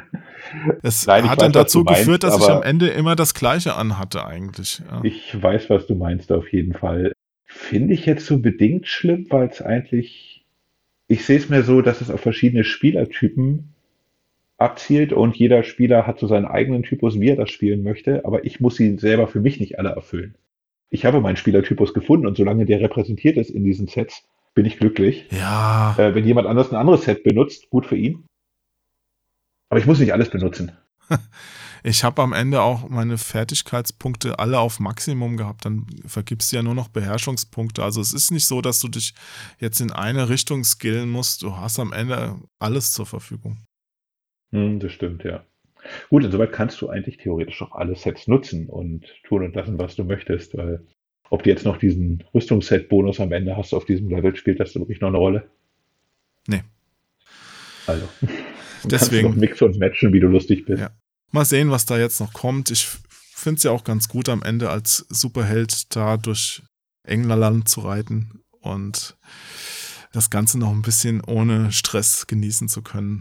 Es Nein, hat dann dazu geführt, dass ich am Ende immer das Gleiche anhatte eigentlich. Ja. Ich weiß, was du meinst auf jeden Fall. Finde ich jetzt so bedingt schlimm, weil es eigentlich, ich sehe es mir so, dass es auf verschiedene Spielertypen abzielt und jeder Spieler hat so seinen eigenen Typus, wie er das spielen möchte, aber ich muss sie selber für mich nicht alle erfüllen. Ich habe meinen Spielertypus gefunden und solange der repräsentiert ist in diesen Sets, bin ich glücklich. Ja. Wenn jemand anders ein anderes Set benutzt, gut für ihn. Aber ich muss nicht alles benutzen. Ich habe am Ende auch meine Fertigkeitspunkte alle auf Maximum gehabt. Dann vergibst du ja nur noch Beherrschungspunkte. Also es ist nicht so, dass du dich jetzt in eine Richtung skillen musst. Du hast am Ende alles zur Verfügung. Das stimmt, ja. Gut, insoweit kannst du eigentlich theoretisch auch alle Sets nutzen und tun und lassen, was du möchtest. Weil ob du jetzt noch diesen Rüstungsset-Bonus am Ende hast auf diesem Level, spielt das wirklich noch eine Rolle? Nee. Also. Deswegen. Kannst du noch mixen und matchen, wie du lustig bist. Ja. Mal sehen, was da jetzt noch kommt. Ich finde es ja auch ganz gut, am Ende als Superheld da durch England zu reiten und das Ganze noch ein bisschen ohne Stress genießen zu können.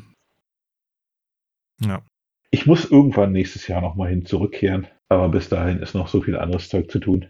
Ja. Ich muss irgendwann nächstes Jahr nochmal hin zurückkehren, aber bis dahin ist noch so viel anderes Zeug zu tun.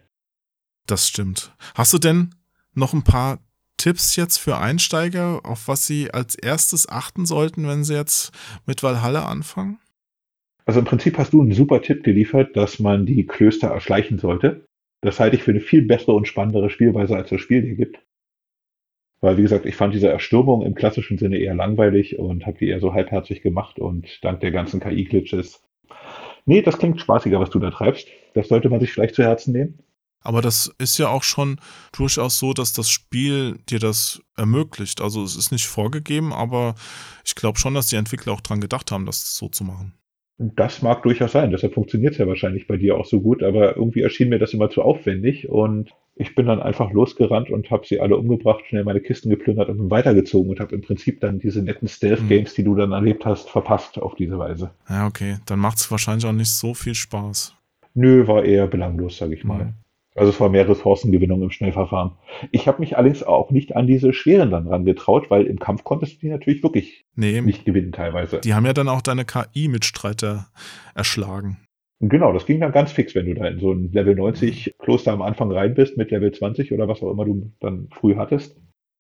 Das stimmt. Hast du denn noch ein paar Tipps jetzt für Einsteiger, auf was sie als erstes achten sollten, wenn sie jetzt mit Valhalla anfangen? Also im Prinzip hast du einen super Tipp geliefert, dass man die Klöster erschleichen sollte. Das halte ich für eine viel bessere und spannendere Spielweise, als das Spiel dir gibt. Weil, wie gesagt, ich fand diese Erstürmung im klassischen Sinne eher langweilig und habe die eher so halbherzig gemacht und dank der ganzen KI-Glitches. Nee, das klingt spaßiger, was du da treibst. Das sollte man sich vielleicht zu Herzen nehmen. Aber das ist ja auch schon durchaus so, dass das Spiel dir das ermöglicht. Also es ist nicht vorgegeben, aber ich glaube schon, dass die Entwickler auch dran gedacht haben, das so zu machen. Das mag durchaus sein, deshalb funktioniert es ja wahrscheinlich bei dir auch so gut, aber irgendwie erschien mir das immer zu aufwendig und ich bin dann einfach losgerannt und habe sie alle umgebracht, schnell meine Kisten geplündert und bin weitergezogen und habe im Prinzip dann diese netten Stealth-Games, die du dann erlebt hast, verpasst auf diese Weise. Ja, okay, dann macht es wahrscheinlich auch nicht so viel Spaß. Nö, war eher belanglos, sage ich mal. Also es war mehr Ressourcengewinnung im Schnellverfahren. Ich habe mich allerdings auch nicht an diese schweren dann rangetraut, weil im Kampf konntest du die natürlich wirklich nicht gewinnen teilweise. Die haben ja dann auch deine KI-Mitstreiter erschlagen. Genau, das ging dann ganz fix, wenn du da in so ein Level 90 Kloster am Anfang rein bist mit Level 20 oder was auch immer du dann früh hattest.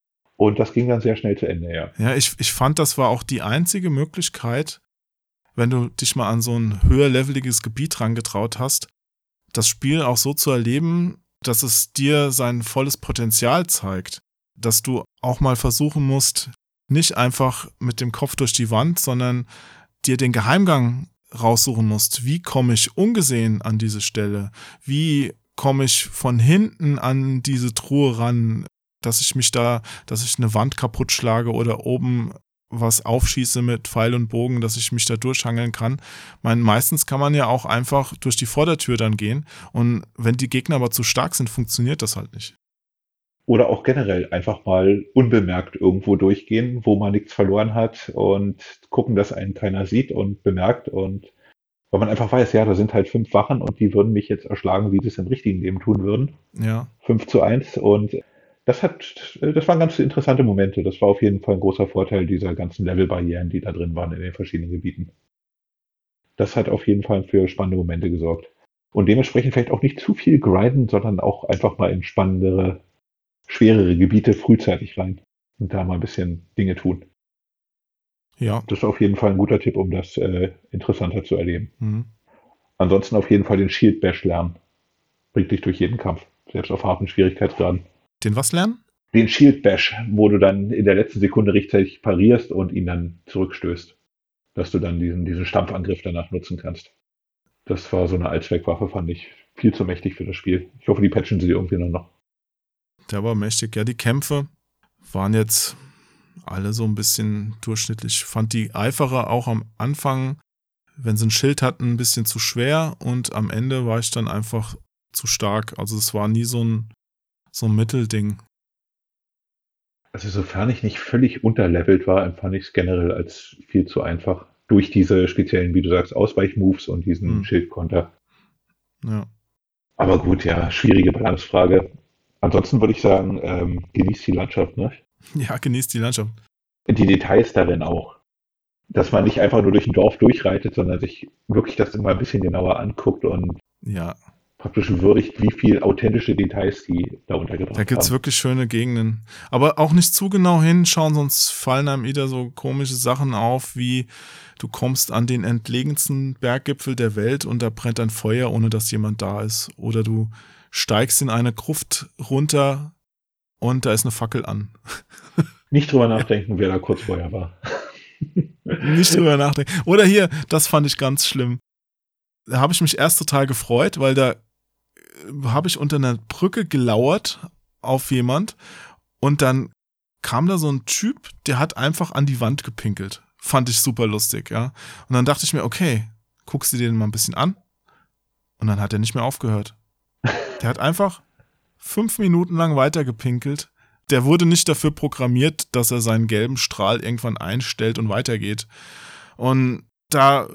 Und das ging dann sehr schnell zu Ende, ja. Ja, ich fand, das war auch die einzige Möglichkeit, wenn du dich mal an so ein höherleveliges Gebiet rangetraut hast, das Spiel auch so zu erleben, dass es dir sein volles Potenzial zeigt. Dass du auch mal versuchen musst, nicht einfach mit dem Kopf durch die Wand, sondern dir den Geheimgang raussuchen musst. Wie komme ich ungesehen an diese Stelle? Wie komme ich von hinten an diese Truhe ran, dass ich eine Wand kaputt schlage oder oben was aufschieße mit Pfeil und Bogen, dass ich mich da durchhangeln kann. Meistens kann man ja auch einfach durch die Vordertür dann gehen und wenn die Gegner aber zu stark sind, funktioniert das halt nicht. Oder auch generell einfach mal unbemerkt irgendwo durchgehen, wo man nichts verloren hat und gucken, dass einen keiner sieht und bemerkt und weil man einfach weiß, ja, da sind halt 5 Wachen und die würden mich jetzt erschlagen, wie sie es im richtigen Leben tun würden. Ja. 5:1 und das waren ganz interessante Momente. Das war auf jeden Fall ein großer Vorteil dieser ganzen Levelbarrieren, die da drin waren in den verschiedenen Gebieten. Das hat auf jeden Fall für spannende Momente gesorgt. Und dementsprechend vielleicht auch nicht zu viel grinden, sondern auch einfach mal in spannendere, schwerere Gebiete frühzeitig rein und da mal ein bisschen Dinge tun. Ja. Das ist auf jeden Fall ein guter Tipp, um das interessanter zu erleben. Mhm. Ansonsten auf jeden Fall den Shield Bash lernen. Bringt dich durch jeden Kampf. Selbst auf harten Schwierigkeitsgraden. Den was lernen? Den Shield Bash, wo du dann in der letzten Sekunde rechtzeitig parierst und ihn dann zurückstößt. Dass du dann diesen Stampfangriff danach nutzen kannst. Das war so eine Allzweckwaffe, fand ich viel zu mächtig für das Spiel. Ich hoffe, die patchen sie irgendwie noch. Der war mächtig. Ja, die Kämpfe waren jetzt alle so ein bisschen durchschnittlich. Ich fand die Eiferer auch am Anfang, wenn sie ein Schild hatten, ein bisschen zu schwer und am Ende war ich dann einfach zu stark. Also es war nie so ein Mittelding. Also sofern ich nicht völlig unterlevelt war, empfand ich es generell als viel zu einfach. Durch diese speziellen, wie du sagst, Ausweichmoves und diesen Schildkonter. Ja. Aber gut, ja, schwierige Balancefrage. Ansonsten würde ich sagen, genießt die Landschaft, ne? Ja, genießt die Landschaft. Die Details darin auch. Dass man nicht einfach nur durch ein Dorf durchreitet, sondern sich wirklich das immer ein bisschen genauer anguckt und praktisch würdigt, wie viel authentische Details die da untergebracht haben. Da gibt es wirklich schöne Gegenden. Aber auch nicht zu genau hinschauen, sonst fallen einem wieder so komische Sachen auf, wie du kommst an den entlegensten Berggipfel der Welt und da brennt ein Feuer, ohne dass jemand da ist. Oder du steigst in eine Gruft runter und da ist eine Fackel an. Nicht drüber nachdenken, wer da kurz vorher war. Nicht drüber nachdenken. Oder hier, das fand ich ganz schlimm. Da habe ich mich erst total gefreut, weil da habe ich unter einer Brücke gelauert auf jemand und dann kam da so ein Typ, der hat einfach an die Wand gepinkelt. Fand ich super lustig, ja. Und dann dachte ich mir, okay, guckst du dir den mal ein bisschen an? Und dann hat er nicht mehr aufgehört. Der hat einfach 5 Minuten lang weitergepinkelt. Der wurde nicht dafür programmiert, dass er seinen gelben Strahl irgendwann einstellt und weitergeht. Und da,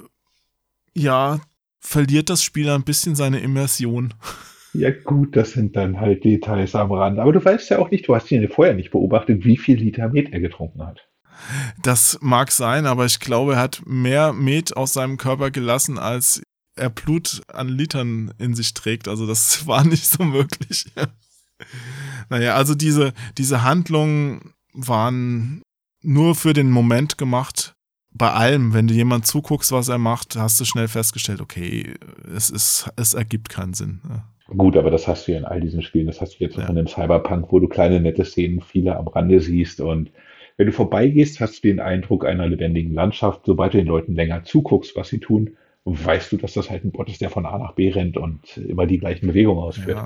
verliert das Spiel ein bisschen seine Immersion. Ja gut, das sind dann halt Details am Rand. Aber du weißt ja auch nicht, du hast ihn vorher nicht beobachtet, wie viel Liter Met er getrunken hat. Das mag sein, aber ich glaube, er hat mehr Met aus seinem Körper gelassen, als er Blut an Litern in sich trägt. Also das war nicht so möglich. Naja, also diese Handlungen waren nur für den Moment gemacht. Bei allem, wenn du jemand zuguckst, was er macht, hast du schnell festgestellt, okay, es ergibt keinen Sinn. Ja. Gut, aber das hast du ja in all diesen Spielen. Das hast du jetzt auch in dem Cyberpunk, wo du kleine, nette Szenen, viele am Rande siehst. Und wenn du vorbeigehst, hast du den Eindruck einer lebendigen Landschaft. Sobald du den Leuten länger zuguckst, was sie tun, weißt du, dass das halt ein Bot ist, der von A nach B rennt und immer die gleichen Bewegungen ausführt.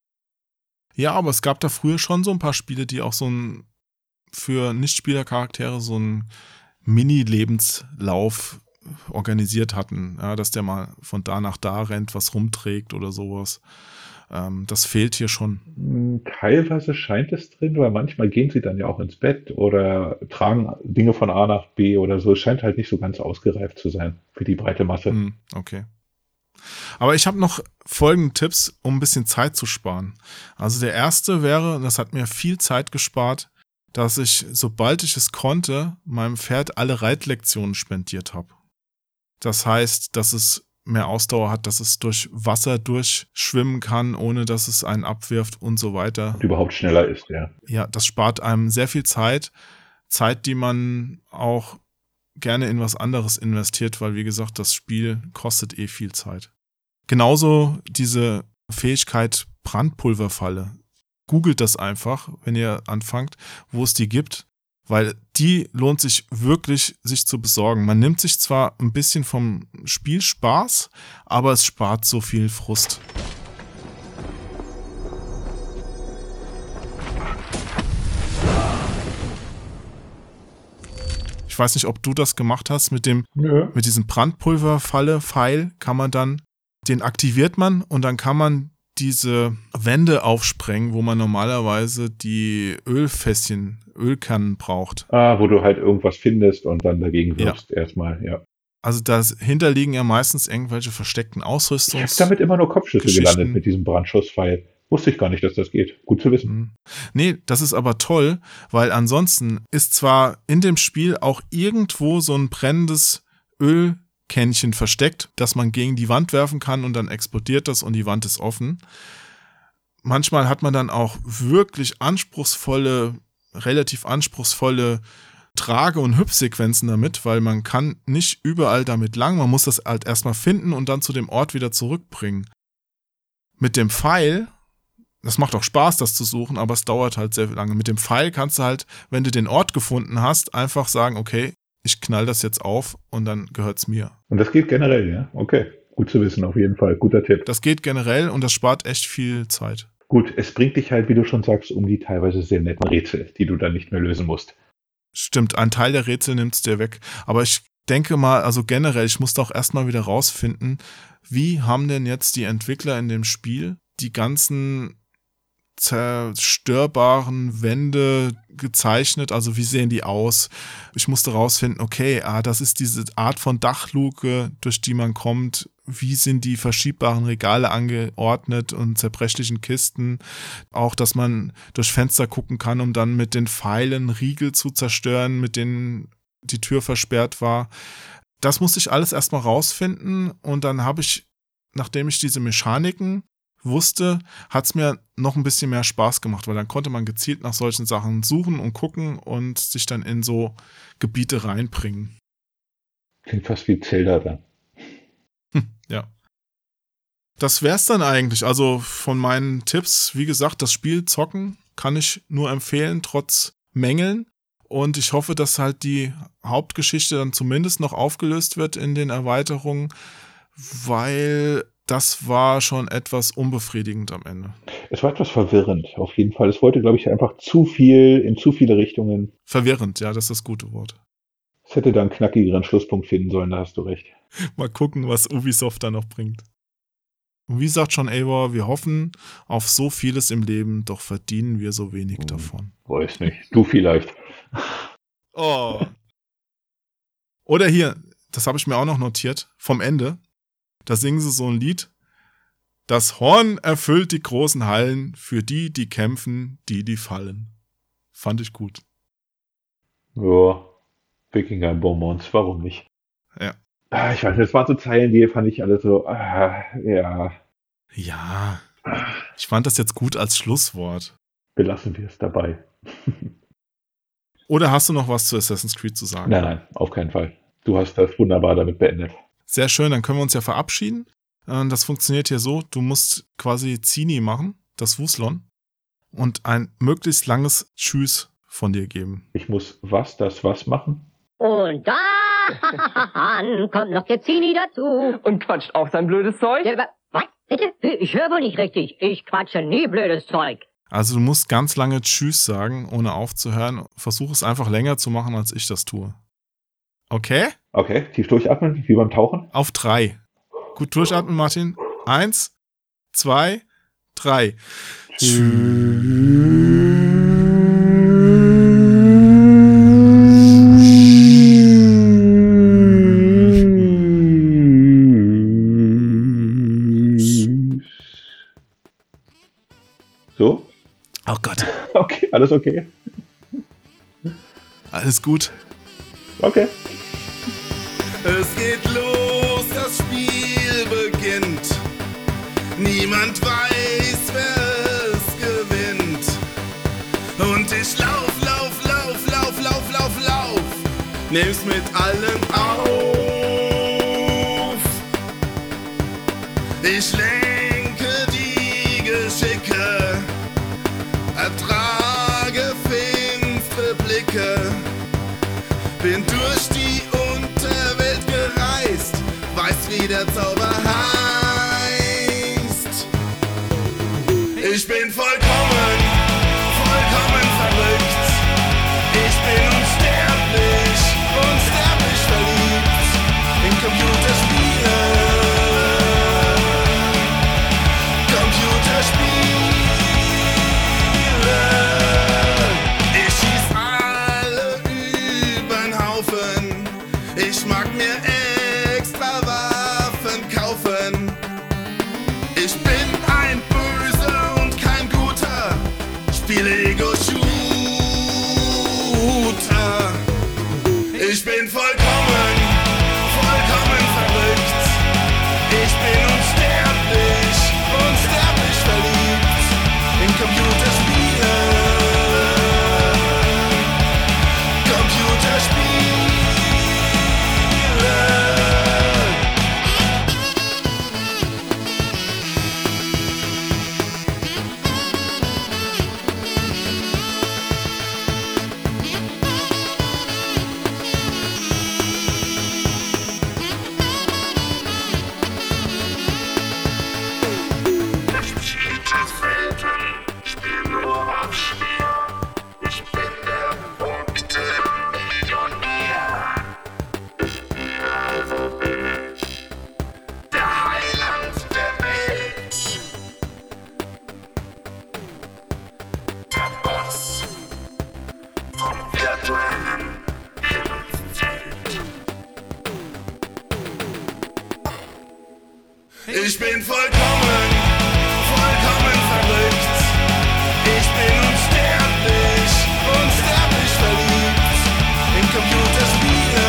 Ja, aber es gab da früher schon so ein paar Spiele, die auch für Nichtspielercharaktere so einen Mini-Lebenslauf organisiert hatten, ja, dass der mal von da nach da rennt, was rumträgt oder sowas. Das fehlt hier schon. Teilweise scheint es drin, weil manchmal gehen sie dann ja auch ins Bett oder tragen Dinge von A nach B oder so. Es scheint halt nicht so ganz ausgereift zu sein für die breite Masse. Okay. Aber ich habe noch folgende Tipps, um ein bisschen Zeit zu sparen. Also der erste wäre, das hat mir viel Zeit gespart, dass ich, sobald ich es konnte, meinem Pferd alle Reitlektionen spendiert habe. Das heißt, dass es mehr Ausdauer hat, dass es durch Wasser durchschwimmen kann, ohne dass es einen abwirft und so weiter. Und überhaupt schneller ist, ja. Ja, das spart einem sehr viel Zeit. Zeit, die man auch gerne in was anderes investiert, weil, wie gesagt, das Spiel kostet viel Zeit. Genauso diese Fähigkeit Brandpulverfalle. Googelt das einfach, wenn ihr anfangt, wo es die gibt, weil die lohnt sich wirklich, sich zu besorgen. Man nimmt sich zwar ein bisschen vom Spiel Spaß, aber es spart so viel Frust. Ich weiß nicht, ob du das gemacht hast mit diesem Brandpulverfalle-Pfeil, den aktiviert man und dann kann man diese Wände aufsprengen, wo man normalerweise die Ölkannen braucht. Wo du halt irgendwas findest und dann dagegen wirfst erstmal, ja. Also dahinter liegen ja meistens irgendwelche versteckten Ausrüstungs... Ich habe damit immer nur Kopfschüsse gelandet mit diesem Brandschusspfeil. Wusste ich gar nicht, dass das geht. Gut zu wissen. Nee, das ist aber toll, weil ansonsten ist zwar in dem Spiel auch irgendwo so ein brennendes Ölkännchen versteckt, das man gegen die Wand werfen kann und dann explodiert das und die Wand ist offen. Manchmal hat man dann auch wirklich relativ anspruchsvolle Trage- und Hüpfsequenzen damit, weil man kann nicht überall damit lang, man muss das halt erstmal finden und dann zu dem Ort wieder zurückbringen. Mit dem Pfeil Das macht auch Spaß, das zu suchen, aber es dauert halt sehr lange. Mit dem Pfeil kannst du halt, wenn du den Ort gefunden hast, einfach sagen, okay, ich knall das jetzt auf und dann gehört's mir. Und das geht generell, ja? Okay, gut zu wissen, auf jeden Fall. Guter Tipp. Das geht generell und das spart echt viel Zeit. Gut, es bringt dich halt, wie du schon sagst, um die teilweise sehr netten Rätsel, die du dann nicht mehr lösen musst. Stimmt, ein Teil der Rätsel nimmt's dir weg. Aber ich denke mal, also generell, ich musste auch erstmal wieder rausfinden, wie haben denn jetzt die Entwickler in dem Spiel die ganzen zerstörbaren Wände gezeichnet, also wie sehen die aus? Ich musste rausfinden, okay, das ist diese Art von Dachluke, durch die man kommt. Wie sind die verschiebbaren Regale angeordnet und zerbrechlichen Kisten? Auch, dass man durch Fenster gucken kann, um dann mit den Pfeilen Riegel zu zerstören, mit denen die Tür versperrt war. Das musste ich alles erstmal rausfinden und dann habe ich, nachdem ich diese Mechaniken wusste, hat es mir noch ein bisschen mehr Spaß gemacht, weil dann konnte man gezielt nach solchen Sachen suchen und gucken und sich dann in so Gebiete reinbringen. Klingt fast wie Zelda dann. Ja. Das wär's dann eigentlich. Also von meinen Tipps, wie gesagt, das Spiel zocken kann ich nur empfehlen, trotz Mängeln. Und ich hoffe, dass halt die Hauptgeschichte dann zumindest noch aufgelöst wird in den Erweiterungen, weil das war schon etwas unbefriedigend am Ende. Es war etwas verwirrend, auf jeden Fall. Es wollte, glaube ich, einfach zu viel in zu viele Richtungen. Verwirrend, ja, das ist das gute Wort. Es hätte da einen knackigeren Schlusspunkt finden sollen, da hast du recht. Mal gucken, was Ubisoft da noch bringt. Und wie sagt schon Eivor, wir hoffen auf so vieles im Leben, doch verdienen wir so wenig davon. Weiß nicht, du vielleicht. Oh. Oder hier, das habe ich mir auch noch notiert, vom Ende. Da singen sie so ein Lied. Das Horn erfüllt die großen Hallen, für die, die kämpfen, die fallen. Fand ich gut. Ja, Wikinger-Bonbons, warum nicht? Ja. Ich weiß nicht, es waren so Zeilen, die fand ich alle so, ja. Ja, ich fand das jetzt gut als Schlusswort. Belassen wir es dabei. Oder hast du noch was zu Assassin's Creed zu sagen? Nein, auf keinen Fall. Du hast das wunderbar damit beendet. Sehr schön, dann können wir uns ja verabschieden. Das funktioniert hier so, du musst quasi Zini machen, das Wuslon, und ein möglichst langes Tschüss von dir geben. Ich muss was machen? Und dann kommt noch der Zini dazu. Und quatscht auch sein blödes Zeug? Was? Bitte? Ich höre wohl nicht richtig. Ich quatsche nie blödes Zeug. Also du musst ganz lange Tschüss sagen, ohne aufzuhören. Versuch es einfach länger zu machen, als ich das tue. Okay? Okay, tief durchatmen, wie beim Tauchen. Auf 3. Gut durchatmen, Martin. 1, 2, 3. So? Oh Gott. Okay, alles okay. Alles gut. Okay. Es geht los, das Spiel beginnt. Niemand weiß, wer es gewinnt. Und ich lauf. Nimm's mit allen auf. Ich lenke die Geschicke, ertrage finstere Blicke. Bin durch die Unterwelt gereist, weiß, wie der Zauber heißt. Ich bin vollkommen verrückt. Ich bin unsterblich verliebt in Computerspiele. Ich schieß alle übern Haufen. Ich mag mir extra Waffen kaufen. Ich bin ein Böser und kein Guter. Spiele Ego-Shooter. Ich bin vollkommen verrückt. Ich bin unsterblich verliebt in Computerspiele. Ich bin vollkommen verrückt. Ich bin unsterblich verliebt in Computerspiele.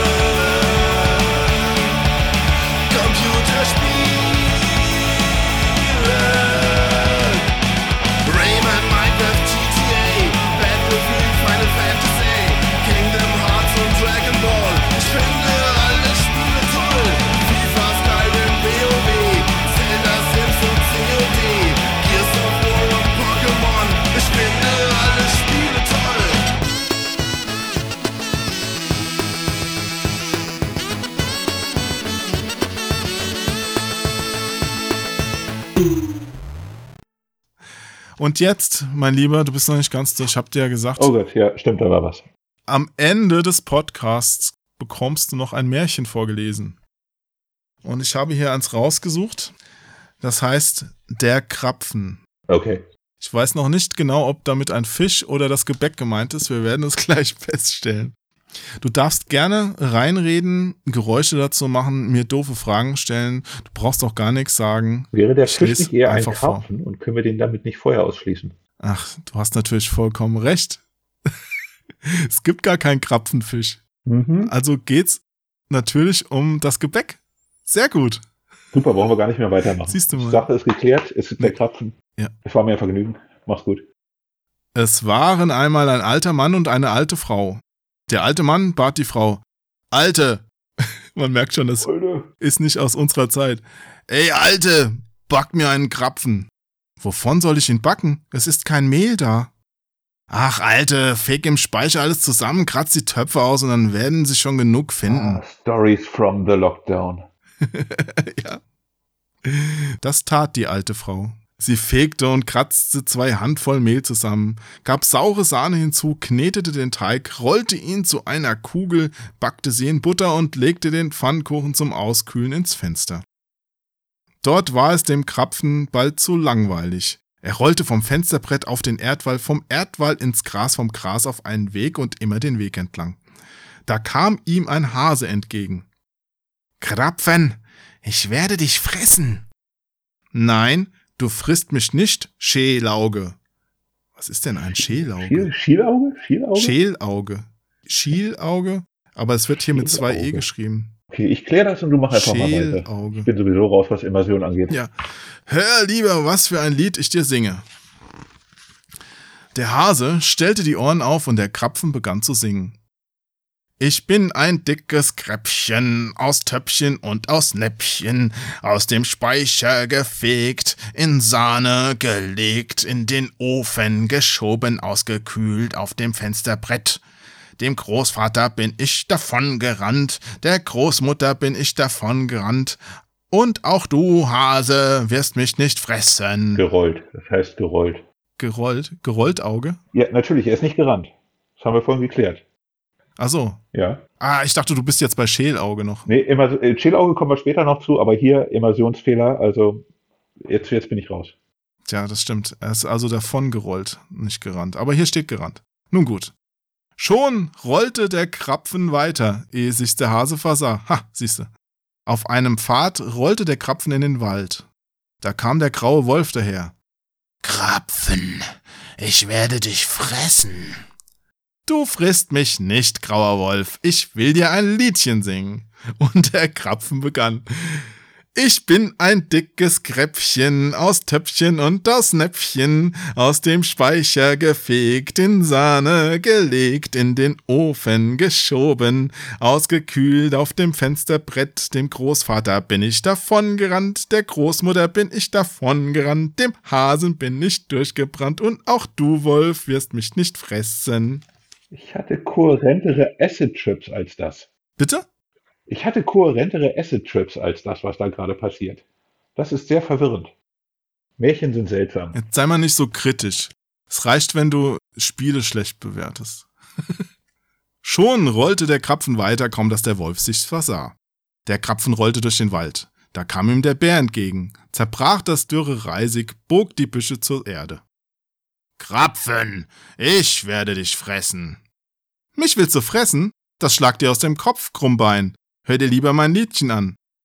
Rayman, Minecraft, GTA, Battlefield, Final Fantasy, Kingdom Hearts und Dragon Ball. Ich finde alle Spiele toll. FIFA, Skyrim, WoW, Zelda, Sims und COD, Gears of War und Pokémon. Ich finde alle Spiele toll. Und jetzt, mein Lieber, du bist noch nicht ganz durch, ich hab dir ja gesagt. Oh Gott, ja, stimmt, da war was. Am Ende des Podcasts bekommst du noch ein Märchen vorgelesen. Und ich habe hier eins rausgesucht. Das heißt, der Krapfen. Okay. Ich weiß noch nicht genau, ob damit ein Fisch oder das Gebäck gemeint ist. Wir werden es gleich feststellen. Du darfst gerne reinreden, Geräusche dazu machen, mir doofe Fragen stellen. Du brauchst auch gar nichts sagen. Wäre der Ich Fisch lese nicht eher ein einfach vor. Karpfen und können wir den damit nicht vorher ausschließen? Ach, du hast natürlich vollkommen recht. Es gibt gar keinen Krapfenfisch. Mhm. Also geht's natürlich um das Gebäck. Sehr gut. Super, brauchen wir gar nicht mehr weitermachen. Siehst du mal. Die Sache ist geklärt, es ist der Krapfen. Ja. Es war mir ein Vergnügen. Mach's gut. Es waren einmal ein alter Mann und eine alte Frau. Der alte Mann bat die Frau: Alte! Man merkt schon, das ist nicht aus unserer Zeit. Ey, Alte, back mir einen Krapfen. Wovon soll ich ihn backen? Es ist kein Mehl da. Ach, Alte, feg im Speicher alles zusammen, kratz die Töpfe aus und dann werden sie schon genug finden. Stories from the Lockdown. Ja. Das tat die alte Frau. Sie fegte und kratzte 2 Handvoll Mehl zusammen, gab saure Sahne hinzu, knetete den Teig, rollte ihn zu einer Kugel, backte sie in Butter und legte den Pfannkuchen zum Auskühlen ins Fenster. Dort war es dem Krapfen bald zu langweilig. Er rollte vom Fensterbrett auf den Erdwall, vom Erdwall ins Gras, vom Gras auf einen Weg und immer den Weg entlang. Da kam ihm ein Hase entgegen. Krapfen, ich werde dich fressen. Nein, du frisst mich nicht, Schälauge. Was ist denn ein Schälauge? Schielauge? Schälauge. Schielauge? Aber es wird hier mit 2 E geschrieben. Okay, ich kläre das und du mach einfach mal weiter. Ich bin sowieso raus, was Immersion angeht. Ja. Hör lieber, was für ein Lied ich dir singe. Der Hase stellte die Ohren auf und der Krapfen begann zu singen. Ich bin ein dickes Kräppchen, aus Töpfchen und aus Näppchen, aus dem Speicher gefegt, in Sahne gelegt, in den Ofen geschoben, ausgekühlt auf dem Fensterbrett. Dem Großvater bin ich davongerannt, der Großmutter bin ich davongerannt, und auch du, Hase, wirst mich nicht fressen. Gerollt, das heißt gerollt. Gerollt? Gerollt Auge? Ja, natürlich, er ist nicht gerannt. Das haben wir vorhin geklärt. Ach so. Ja. Ah, ich dachte, du bist jetzt bei Schälauge noch. Nee, Schälauge kommen wir später noch zu, aber hier Immersionsfehler, also jetzt bin ich raus. Tja, das stimmt. Er ist also davon gerollt, nicht gerannt. Aber hier steht gerannt. Nun gut. Schon rollte der Krapfen weiter, ehe sich's der Hase versah. Ha, siehste. Auf einem Pfad rollte der Krapfen in den Wald. Da kam der graue Wolf daher. Krapfen, ich werde dich fressen. Du frisst mich nicht, grauer Wolf, ich will dir ein Liedchen singen. Und der Krapfen begann. Ich bin ein dickes Kräppchen, aus Töpfchen und aus Näpfchen, aus dem Speicher gefegt, in Sahne gelegt, in den Ofen geschoben, ausgekühlt auf dem Fensterbrett, dem Großvater bin ich davongerannt, der Großmutter bin ich davongerannt, dem Hasen bin ich durchgebrannt und auch du, Wolf, wirst mich nicht fressen. Ich hatte kohärentere Acid-Trips als das. Bitte? Ich hatte kohärentere Acid-Trips als das, was da gerade passiert. Das ist sehr verwirrend. Märchen sind seltsam. Jetzt sei mal nicht so kritisch. Es reicht, wenn du Spiele schlecht bewertest. Schon rollte der Krapfen weiter, kaum dass der Wolf sich versah. Der Krapfen rollte durch den Wald. Da kam ihm der Bär entgegen, zerbrach das dürre Reisig, bog die Büsche zur Erde. Krapfen, ich werde dich fressen. Mich willst du fressen? Das schlag dir aus dem Kopf, Krummbein. Hör dir lieber mein Liedchen an.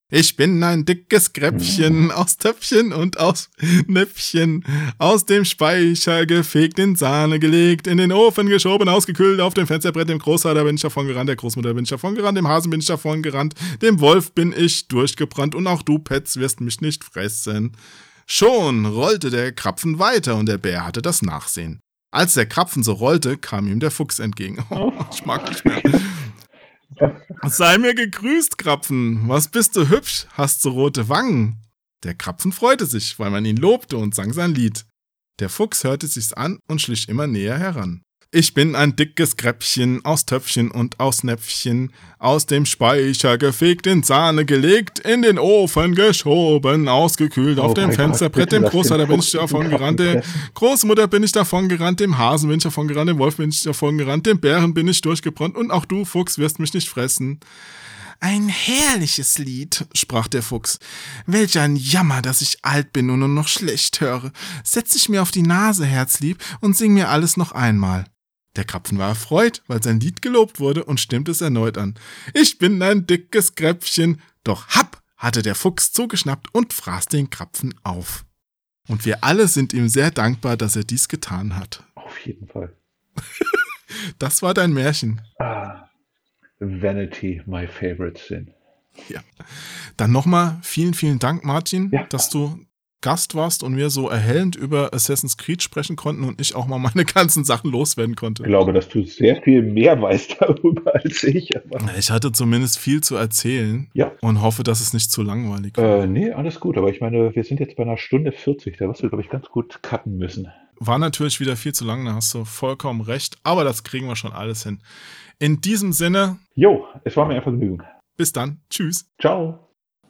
Ich bin ein dickes Gräppchen aus Töpfchen und aus Näpfchen, aus dem Speicher gefegt, in Sahne gelegt, in den Ofen geschoben, ausgekühlt, auf dem Fensterbrett, dem Großvater bin ich davon gerannt, der Großmutter bin ich davon gerannt, dem Hasen bin ich davon gerannt, dem Wolf bin ich durchgebrannt und auch du, Petz, wirst mich nicht fressen. Schon rollte der Krapfen weiter und der Bär hatte das Nachsehen. Als der Krapfen so rollte, kam ihm der Fuchs entgegen. Oh, ich mag nicht mehr. Sei mir gegrüßt, Krapfen. Was bist du hübsch, hast so rote Wangen. Der Krapfen freute sich, weil man ihn lobte und sang sein Lied. Der Fuchs hörte sich's an und schlich immer näher heran. Ich bin ein dickes Gräppchen aus Töpfchen und aus Näpfchen, aus dem Speicher gefegt, in Sahne gelegt, in den Ofen geschoben, ausgekühlt, auf dem Fensterbrett, dem Großvater bin ich davon gerannt, der Großmutter bin ich davon gerannt, dem Hasen bin ich davon gerannt, dem Wolf bin ich davon gerannt, dem Bären bin ich durchgebrannt und auch du, Fuchs, wirst mich nicht fressen. Ein herrliches Lied, sprach der Fuchs. Welch ein Jammer, dass ich alt bin und nur noch schlecht höre. Setz dich mir auf die Nase, Herzlieb, und sing mir alles noch einmal. Der Krapfen war erfreut, weil sein Lied gelobt wurde und stimmte es erneut an. Ich bin ein dickes Gräppchen. Doch happ, hatte der Fuchs zugeschnappt und fraß den Krapfen auf. Und wir alle sind ihm sehr dankbar, dass er dies getan hat. Auf jeden Fall. Das war dein Märchen. Vanity, my favorite sin. Ja. Dann nochmal vielen, vielen Dank, Martin, dass du Gast warst und wir so erhellend über Assassin's Creed sprechen konnten und ich auch mal meine ganzen Sachen loswerden konnte. Ich glaube, dass du sehr viel mehr weißt darüber als ich. Aber ich hatte zumindest viel zu erzählen und hoffe, dass es nicht zu langweilig war. Nee, alles gut. Aber ich meine, wir sind jetzt bei 1:40. Da wirst du, glaube ich, ganz gut cutten müssen. War natürlich wieder viel zu lang, da hast du vollkommen recht. Aber das kriegen wir schon alles hin. In diesem Sinne. Jo, es war mir ein Vergnügen. Bis dann. Tschüss. Ciao.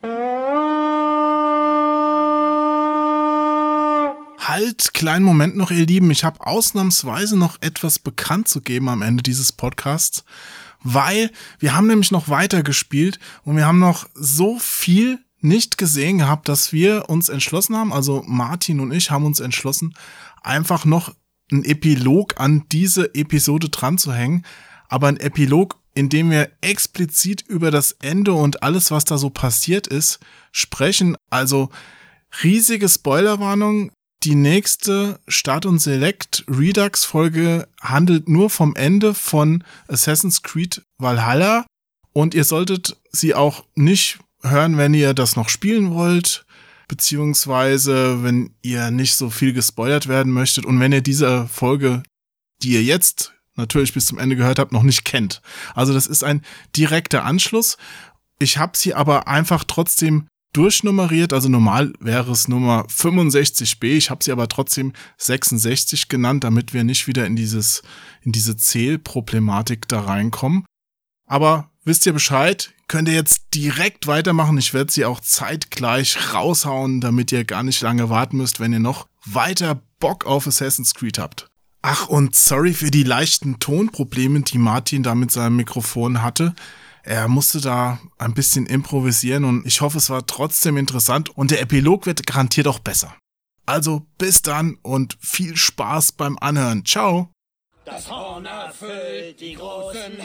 Halt, kleinen Moment noch, ihr Lieben. Ich habe ausnahmsweise noch etwas bekannt zu geben am Ende dieses Podcasts, weil wir haben nämlich noch weiter gespielt und wir haben noch so viel nicht gesehen gehabt, dass wir uns entschlossen haben, also Martin und ich haben uns entschlossen, einfach noch einen Epilog an diese Episode dran zu hängen, aber ein Epilog, in dem wir explizit über das Ende und alles, was da so passiert ist, sprechen. Also riesige Spoilerwarnung. Die nächste Start und Select Redux Folge handelt nur vom Ende von Assassin's Creed Valhalla und ihr solltet sie auch nicht hören, wenn ihr das noch spielen wollt, beziehungsweise wenn ihr nicht so viel gespoilert werden möchtet und wenn ihr diese Folge, die ihr jetzt natürlich bis zum Ende gehört habt, noch nicht kennt. Also das ist ein direkter Anschluss. Ich habe sie aber einfach trotzdem durchnummeriert, also normal wäre es Nummer 65b, ich habe sie aber trotzdem 66 genannt, damit wir nicht wieder in diese Zählproblematik da reinkommen. Aber wisst ihr Bescheid, könnt ihr jetzt direkt weitermachen, ich werde sie auch zeitgleich raushauen, damit ihr gar nicht lange warten müsst, wenn ihr noch weiter Bock auf Assassin's Creed habt. Ach, und sorry für die leichten Tonprobleme, die Martin da mit seinem Mikrofon hatte. Er musste da ein bisschen improvisieren und ich hoffe, es war trotzdem interessant und der Epilog wird garantiert auch besser. Also bis dann und viel Spaß beim Anhören. Ciao! Das Horn erfüllt die großen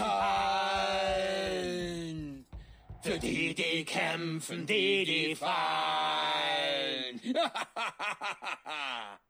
Hallen. Für die, die kämpfen, die fallen.